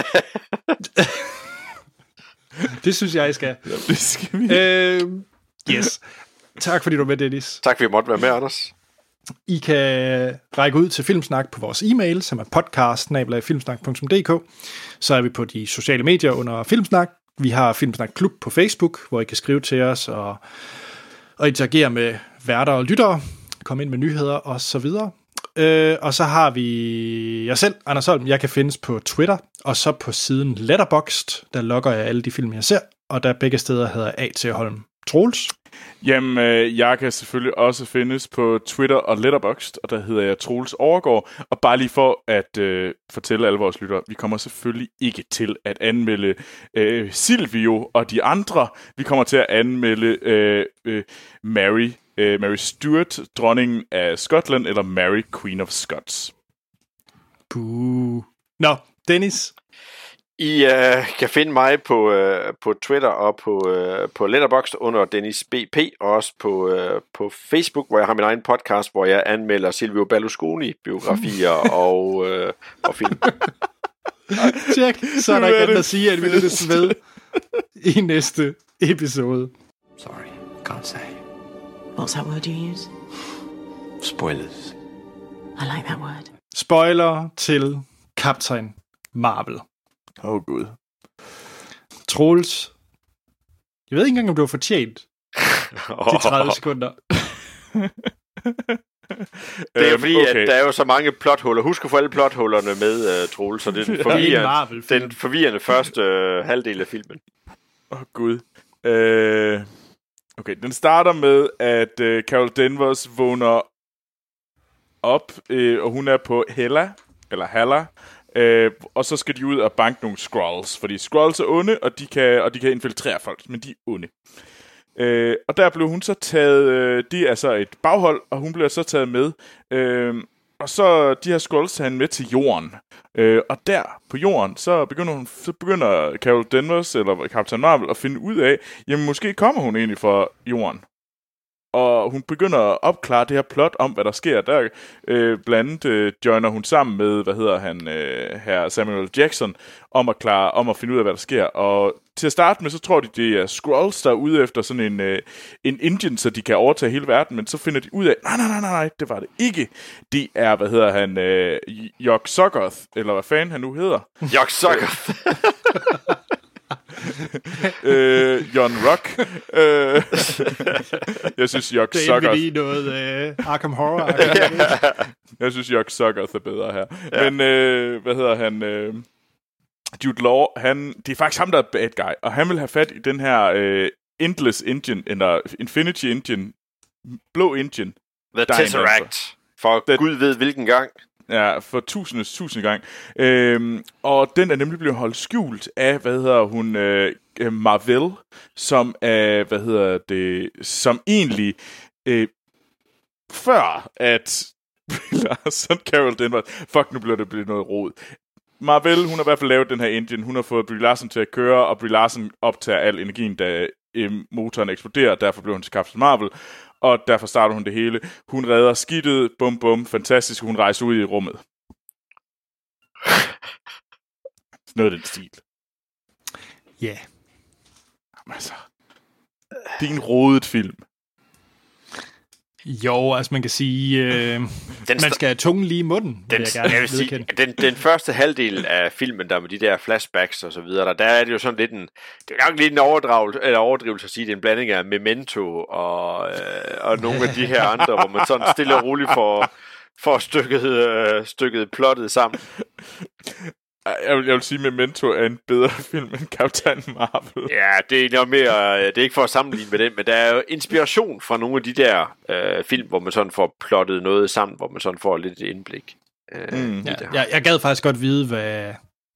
Det synes jeg, I skal. Ja, det skal vi. Øh, yes. Tak fordi du var med, Dennis. Tak fordi jeg måtte være med, Anders. I kan række ud til Filmsnak på vores e-mail, som er podcast snabel-a filmsnak punktum d k. Så er vi på de sociale medier under Filmsnak. Vi har Filmsnak Klub på Facebook, hvor I kan skrive til os og, og interagere med værter og lyttere. Komme ind med nyheder og så videre. Øh, og så har vi jeg selv, Anders Holm. Jeg kan findes på Twitter, og så på siden Letterboxd, der logger jeg alle de film, jeg ser, og der begge steder hedder A T Holm. Troels? Jamen, øh, jeg kan selvfølgelig også findes på Twitter og Letterboxd, og der hedder jeg Troels Overgaard. Og bare lige for at øh, fortælle alle vores lyttere, vi kommer selvfølgelig ikke til at anmelde øh, Silvio og de andre. Vi kommer til at anmelde øh, øh, Mary, øh, Mary Stuart, dronningen af Skotland, eller Mary, Queen of Scots. Buh. Nå, Dennis? I uh, kan finde mig på, uh, på Twitter og på, uh, på Letterboxd under Dennis B P, og også på, uh, på Facebook, hvor jeg har min egen podcast, hvor jeg anmelder Silvio Berlusconi-biografier og, uh, og film. Tjek, så er der ikke andet at sige, at vi lyttes ved i næste episode. Sorry, can't say. What's that word you use? Spoilers. I like that word. Spoiler til Captain Marvel. Åh, oh, Gud. Troels, jeg ved ikke engang, om du har fortjent de tredive sekunder. Det er fordi, okay. at der er jo så mange plothuller. Husk at få alle plothullerne med, uh, Troels, så det er den forvirrende, den forvirrende første uh, halvdel af filmen. Åh, oh, Gud. Uh, okay, den starter med, at uh, Carol Danvers vågner op, uh, og hun er på Hela, eller Halla, Uh, og så skal de ud og banke nogle Skrulls, fordi Skrulls er onde, og de kan, og de kan infiltrere folk, men de er onde. Uh, og der blev hun så taget, uh, de er så et baghold, og hun bliver så taget med. Uh, og så de her Skrulls tager med til jorden. Uh, og der på jorden, så begynder, hun, så begynder Carol Danvers, eller Captain Marvel, at finde ud af, jamen måske kommer hun egentlig fra jorden. Og hun begynder at opklare det her plot om, hvad der sker. Der øh, blandt andet øh, joiner hun sammen med, hvad hedder han, øh, her Samuel Jackson, om at, klare, om at finde ud af, hvad der sker. Og til at starte med, så tror de, det er Skrulls, der er ude efter sådan en, øh, en Indian, så de kan overtage hele verden. Men så finder de ud af, nej, nej, nej, nej, det var det ikke. Det er, hvad hedder han, øh, Yog-Sothoth, eller hvad fanden han nu hedder. Yog-Sothoth. øh, John Rock. øh, jeg synes, Yog-Sothoth... Det er lige noget uh, Arkham Horror. Jeg synes, Yog-Sothoth er bedre her. Ja. Men, øh, hvad hedder han... Øh, Jude Law, han, det er faktisk ham, der er bad guy, og han vil have fat i den her øh, Endless Engine, eller Infinity Engine, blå engine. The Tesseract, for The, Gud ved hvilken gang. Ja, for tusindes tusind gang. Øhm, og den er nemlig blevet holdt skjult af, hvad hedder hun, øh, Marvel, som er, hvad hedder det, som egentlig, øh, før at Larsen, Carol Danvers, fuck, nu bliver det blevet noget rod. Marvel, hun har i hvert fald lavet den her engine, hun har fået Brie Larson til at køre, og Brie Larson optager al energien, da øh, motoren eksploderer, derfor blev hun til Captain Marvel. og derfor starter hun det hele. Hun redder skidtet, bum bum, fantastisk, hun rejser ud i rummet. Noget af den stil. Ja. Yeah. Altså, det er en rodet film. Jo, altså man kan sige, øh, man skal have tungen lige i munden, den, vil jeg gerne jeg vil sige, den, den første halvdel af filmen, der med de der flashbacks og så videre, der, der er det jo sådan lidt en, det er nok lidt en overdrivelse, eller overdrivelse at sige, det er en blanding af Memento og, øh, og nogle af de her andre, hvor man sådan stille og roligt får, får stykket, øh, stykket plottet sammen. Jeg vil, jeg vil sige, at Memento er en bedre film end Captain Marvel. Ja, det er nok mere, det er ikke for at sammenligne med den, men der er jo inspiration fra nogle af de der øh, film, hvor man sådan får plottet noget sammen, hvor man sådan får lidt indblik. Øh, mm. ja, jeg, jeg gad faktisk godt vide, hvad,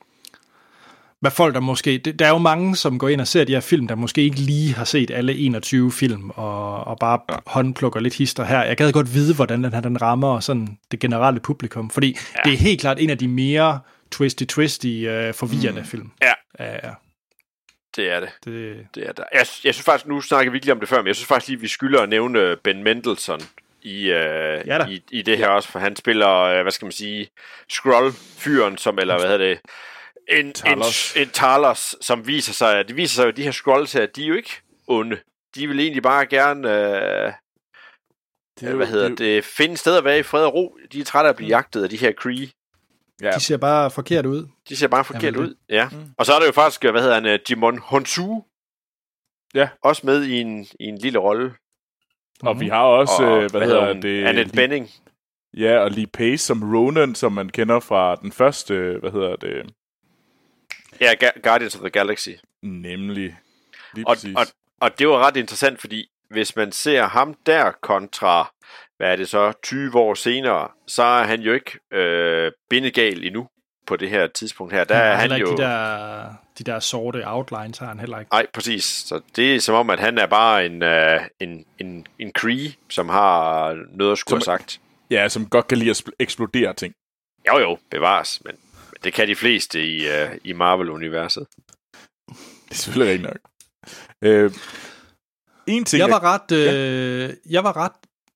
hvad folk der måske... Det, der er jo mange, som går ind og ser de her film, der måske ikke lige har set alle enogtyve film, og, og bare ja. håndplukker lidt hister her. Jeg gad godt vide, hvordan den her den rammer sådan det generelle publikum, fordi ja. det er helt klart en af de mere... twisty-twisty, uh, forvirrende mm. film. Ja. ja, ja. Det er det. Det, det er det. Jeg, jeg synes faktisk, nu snakker vi ikke lige om det før, men jeg synes faktisk lige, vi skylder at nævne Ben Mendelsohn i, uh, ja i, i det her også, for han spiller, uh, hvad skal man sige, Skrull-fyren, som, eller hvad hedder det, en Talos. En, en Talos, som viser sig, det viser sig jo, at de her Skrulls her, de er jo ikke onde. De vil egentlig bare gerne, uh, det jo, hvad hedder det, det, finde steder at være i fred og ro. De er trætte af at blive jagtet af de her Kree. Ja. De ser bare forkert ud. De ser bare forkert ud, ja. Mm. Og så er der jo faktisk, hvad hedder han, Jimon Honsu. Ja. Også med i en, i en lille rolle. Mm. Og vi har også, og, hvad, hvad hedder hun? det? Annette Bening. Ja, og Lee Pace som Ronan, som man kender fra den første, hvad hedder det? Ja, Ga- Guardians of the Galaxy. Nemlig. Lige og, præcis. Og, og det var ret interessant, fordi hvis man ser ham der kontra, hvad er det så, tyve år senere, så er han jo ikke øh, bindegal endnu på det her tidspunkt her. Der han er han jo... jo... De der, de der sorte outlines har han heller ikke. Nej, præcis. Så det er som om, at han er bare en, uh, en, en, en Kree, som har noget at skulle som, have sagt. Ja, som godt kan lide at eksplodere ting. Jo jo, bevares, men, men det kan de fleste i, uh, i Marvel-universet. Det er selvfølgelig rigtig nok. Øh, en ting... Jeg var ret... Øh, ja. Jeg var ret...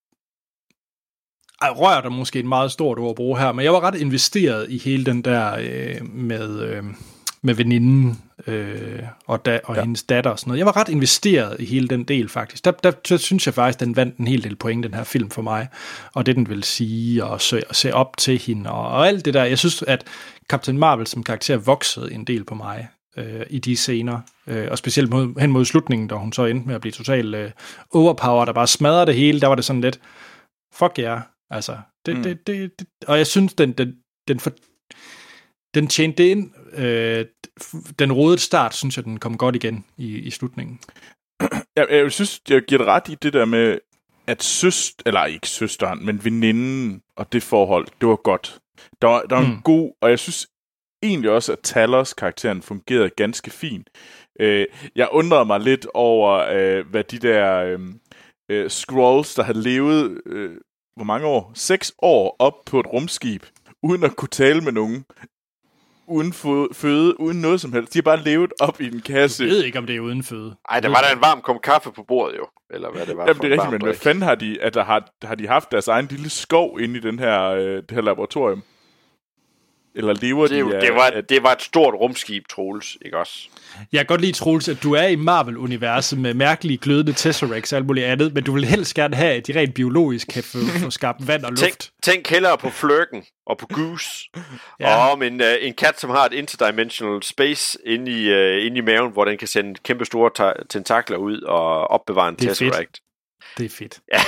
Ej, rørt er måske et meget stort ord at bruge her, men jeg var ret investeret i hele den der øh, med, øh, med veninden øh, og, da, og ja. hendes datter og sådan noget. Jeg var ret investeret i hele den del faktisk. Der, der, der synes jeg faktisk, den vandt en hel del point, den her film for mig. Og det, den vil sige, og se, og se op til hende, og, og alt det der. Jeg synes, at Captain Marvel som karakter voksede en del på mig øh, i de scener. Øh, og specielt mod, hen mod slutningen, da hun så endte med at blive totalt øh, overpowered, der bare smadrede det hele. Der var det sådan lidt, fuck ja. Yeah. Altså, det, mm. det, det, det, og jeg synes, den, den, den, for, den tjente ind. Øh, den rodede start, synes jeg, den kom godt igen i, i slutningen. Jeg, jeg synes, jeg giver det ret i det der med, at søster, eller ikke søsteren, men veninden og det forhold, det var godt. Der var, der var mm. en god, og jeg synes egentlig også, at Talos karakteren fungerede ganske fint. Øh, jeg undrede mig lidt over, øh, hvad de der øh, øh, Skrulls, der havde levet... Øh, hvor mange år? Seks år op på et rumskib, uden at kunne tale med nogen, uden føde, uden noget som helst. De har bare levet op i en kasse. Jeg ved ikke, om det er uden føde. Ej, der var der en varm kop kaffe på bordet jo, eller hvad det var. Jamen, det er rigtigt, men hvad fanden har de, at der har, har de haft deres egen lille skov inde i den her, øh, det her laboratorium? Eller lever det, de af... Det var, at... det var et stort rumskib, Troels, ikke også? Jeg kan godt lide, Troels, at du er i Marvel-universet med mærkelige glødende Tesseracts og alt muligt andet, men du vil helst gerne have, at de rent biologisk kan få, få skabt vand og luft. Tænk, tænk hellere på Flirken og på Goose, ja. Og om en, uh, en kat, som har et interdimensional space inde i, uh, inde i maven, hvor den kan sende kæmpe store ta- tentakler ud og opbevare en Tesseract. Fedt. Det er fedt. Ja.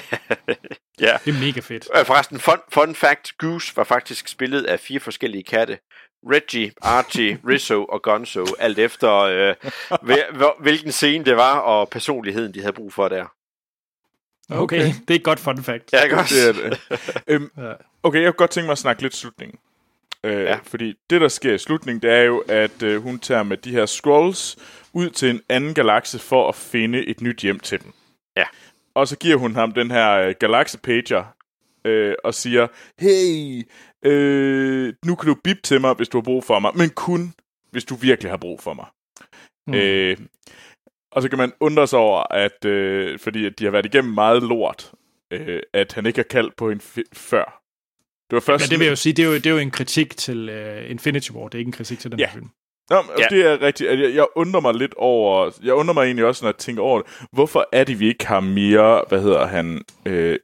Ja. Det er mega fedt. Forresten, fun, fun fact, Goose var faktisk spillet af fire forskellige katte. Reggie, Archie, Rizzo og Gonzo, alt efter øh, hvilken scene det var, og personligheden, de havde brug for der. Okay, det er et godt fun fact. Ja, godt. Det er det. øhm, okay, jeg kunne godt tænke mig at snakke lidt slutningen. Øh, ja. Fordi det, der sker i slutningen, det er jo, at øh, hun tager med de her Skrulls ud til en anden galakse for at finde et nyt hjem til dem. Ja. Og så giver hun ham den her øh, galakse-pager øh, og siger, hey, øh, nu kan du bip til mig, hvis du har brug for mig, men kun, hvis du virkelig har brug for mig. Mm. Øh, Og så kan man undre sig over, at øh, fordi at de har været igennem meget lort, øh, at han ikke har kaldt på hende f- før. Det var først... Men det vil jeg jo sige, det er jo, det er jo en kritik til uh, Infinity War, det er ikke en kritik til den ja. her film. Nå, ja. Det er rigtigt. Jeg, jeg undrer mig lidt over... Jeg undrer mig egentlig også, når jeg tænker over det. Hvorfor er det, vi ikke har mere... Hvad hedder han? Øh,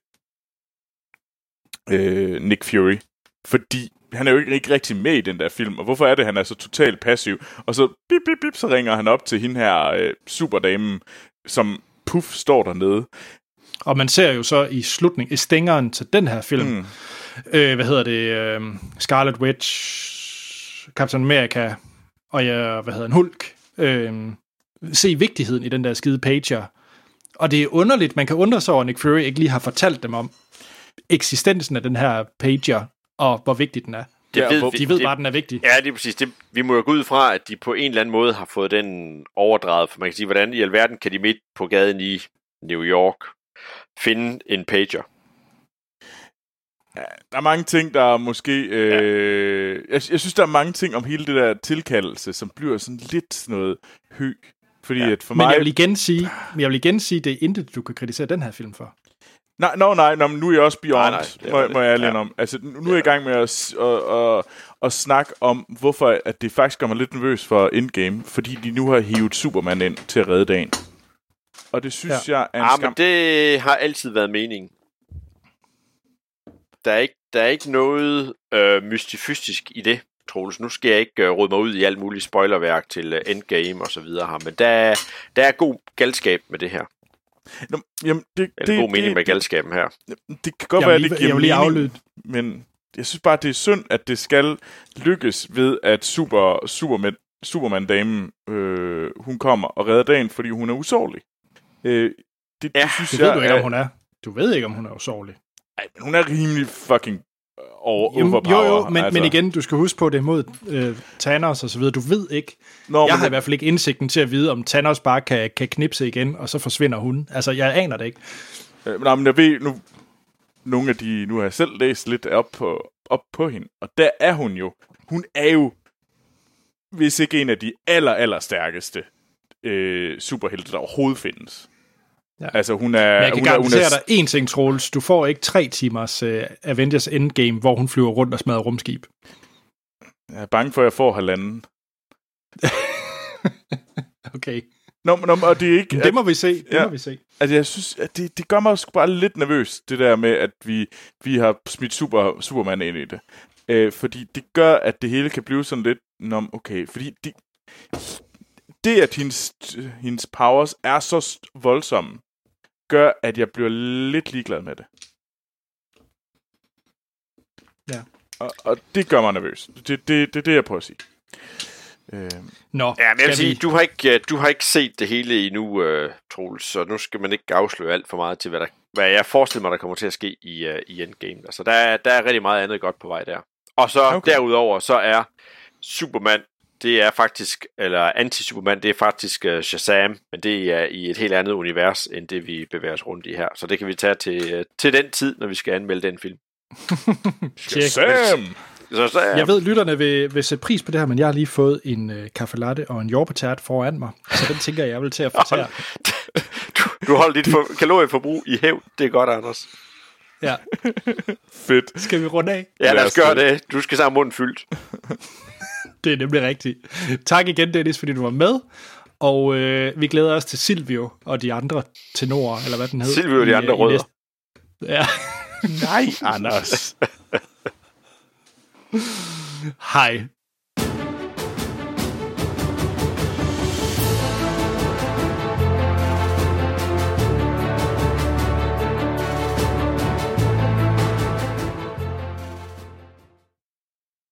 øh, Nick Fury. Fordi han er jo ikke, ikke rigtig med i den der film. Og hvorfor er det, han er så totalt passiv? Og så bip, bip, bip, så ringer han op til hende her øh, superdamen, som puff står dernede. Og man ser jo så i slutningen, i stængeren til den her film, mm. øh, hvad hedder det, øh, Scarlet Witch, Captain America og ja, hvad hedder en Hulk, øh, se vigtigheden i den der skide pager. Og det er underligt, man kan undre sig over, at Nick Fury ikke lige har fortalt dem om eksistensen af den her pager, og hvor vigtig den er. Det ved, de ved det, bare, at den er vigtig. Ja, det er præcis. Det, vi må jo gå ud fra, at de på en eller anden måde har fået den overdraget, for man kan sige, hvordan i alverden kan de midt på gaden i New York finde en pager? Ja, der er mange ting, der er måske... Øh, ja. jeg, jeg synes, der er mange ting om hele det der tilkaldelse, som bliver sådan lidt sådan noget hø. Fordi ja. at for mig... Men jeg vil igen sige, jeg vil igen sige, det er intet, du kan kritisere den her film for. Nej, no, nej, no, nu er jeg også beyond, nej, nej, må, må jeg alene ja. om. Altså, nu er jeg i gang med at, at, at, at snakke om, hvorfor at det faktisk gør mig lidt nervøs for Endgame, fordi de nu har hivet Superman ind til at redde dagen. Og det synes ja. jeg er en ja, skam. Men det har altid været meningen. Der er ikke, der er ikke noget øh, mystifystisk i det, Troels. Nu skal jeg ikke øh, rode mig ud i alt muligt spoilerværk til øh, Endgame og så videre her, men der, der er god galskab med det her. Nå, jamen, det, er det, god mening det, med galskaben her. Det kan godt jeg være, lige, at det giver jeg vil lige mening, aflyde. Men jeg synes bare, det er synd, at det skal lykkes ved, at super, Superman, Superman-damen, øh, hun kommer og redder dagen, fordi hun er usårlig. Øh, det, ja, det, synes det jeg, ved du ikke, er, om hun er. Du ved ikke, om hun er usårlig. Nej, men hun er rimelig fucking over, Jamen, overpower. Jo, jo, men, altså. men igen, du skal huske på det mod øh, Thanos og så videre. Du ved ikke. Nå, jeg har det... i hvert fald ikke indsigten til at vide, om Thanos bare kan, kan knipse igen, og så forsvinder hun. Altså, jeg aner det ikke. Øh, nej, men jeg ved nu... Nogle af de... Nu har jeg selv læst lidt op på, op på hende. Og der er hun jo... Hun er jo... Hvis ikke en af de aller, aller stærkeste øh, superhelte, der overhovedet findes. Ja. Altså, hun er... Men jeg kan hun garantere er, hun er... dig én ting, Troels. Du får ikke tre timers uh, Avengers Endgame, hvor hun flyver rundt og smadrer rumskib. Jeg er bange for, at jeg får halvanden. Okay. Nå, nå, og det er ikke... Det må vi se. Det ja, må vi se. Altså, jeg synes, at det, det gør mig sgu bare lidt nervøs, det der med, at vi, vi har smidt super, Superman ind i det. Øh, fordi det gør, at det hele kan blive sådan lidt... Nå, okay, fordi det, det at hendes, hendes powers er så voldsomme, gør, at jeg bliver lidt ligeglad med det. Ja. Og, og det gør mig nervøs. Det er det, det, det, jeg prøver at sige. Øh, Nå, ja, men jeg vil sige, vi... du har, ikke, du har ikke set det hele endnu, uh, Troels, så nu skal man ikke afsløre alt for meget til, hvad, der, hvad jeg forestiller mig, der kommer til at ske i, uh, i Endgame. Altså, der er, der er rigtig meget andet godt på vej der. Og så okay. Derudover, så er Superman, det er faktisk, eller Anti-Superman, det er faktisk uh, Shazam, men det er i et helt andet univers, end det vi bevæger os rundt i her. Så det kan vi tage til, uh, til den tid, når vi skal anmelde den film. Shazam! Så, så, ja. Jeg ved, lytterne vil, vil sætte pris på det her, men jeg har lige fået en øh, kaffe latte og en jordbærtert foran mig, så den tænker jeg, jeg vil til at fortære. du, du holder dit for, kalorieforbrug i hævd. Det er godt, Anders. Ja. Fedt. Skal vi runde af? Ja, lad os gøre det. Du skal så have munden fyldt. Det er nemlig rigtigt. Tak igen, Dennis, fordi du var med. Og øh, vi glæder os til Silvio og de andre tenorer, eller hvad den hedder. Silvio og de andre rødder. Næste... Ja. Nej, Anders. Hej.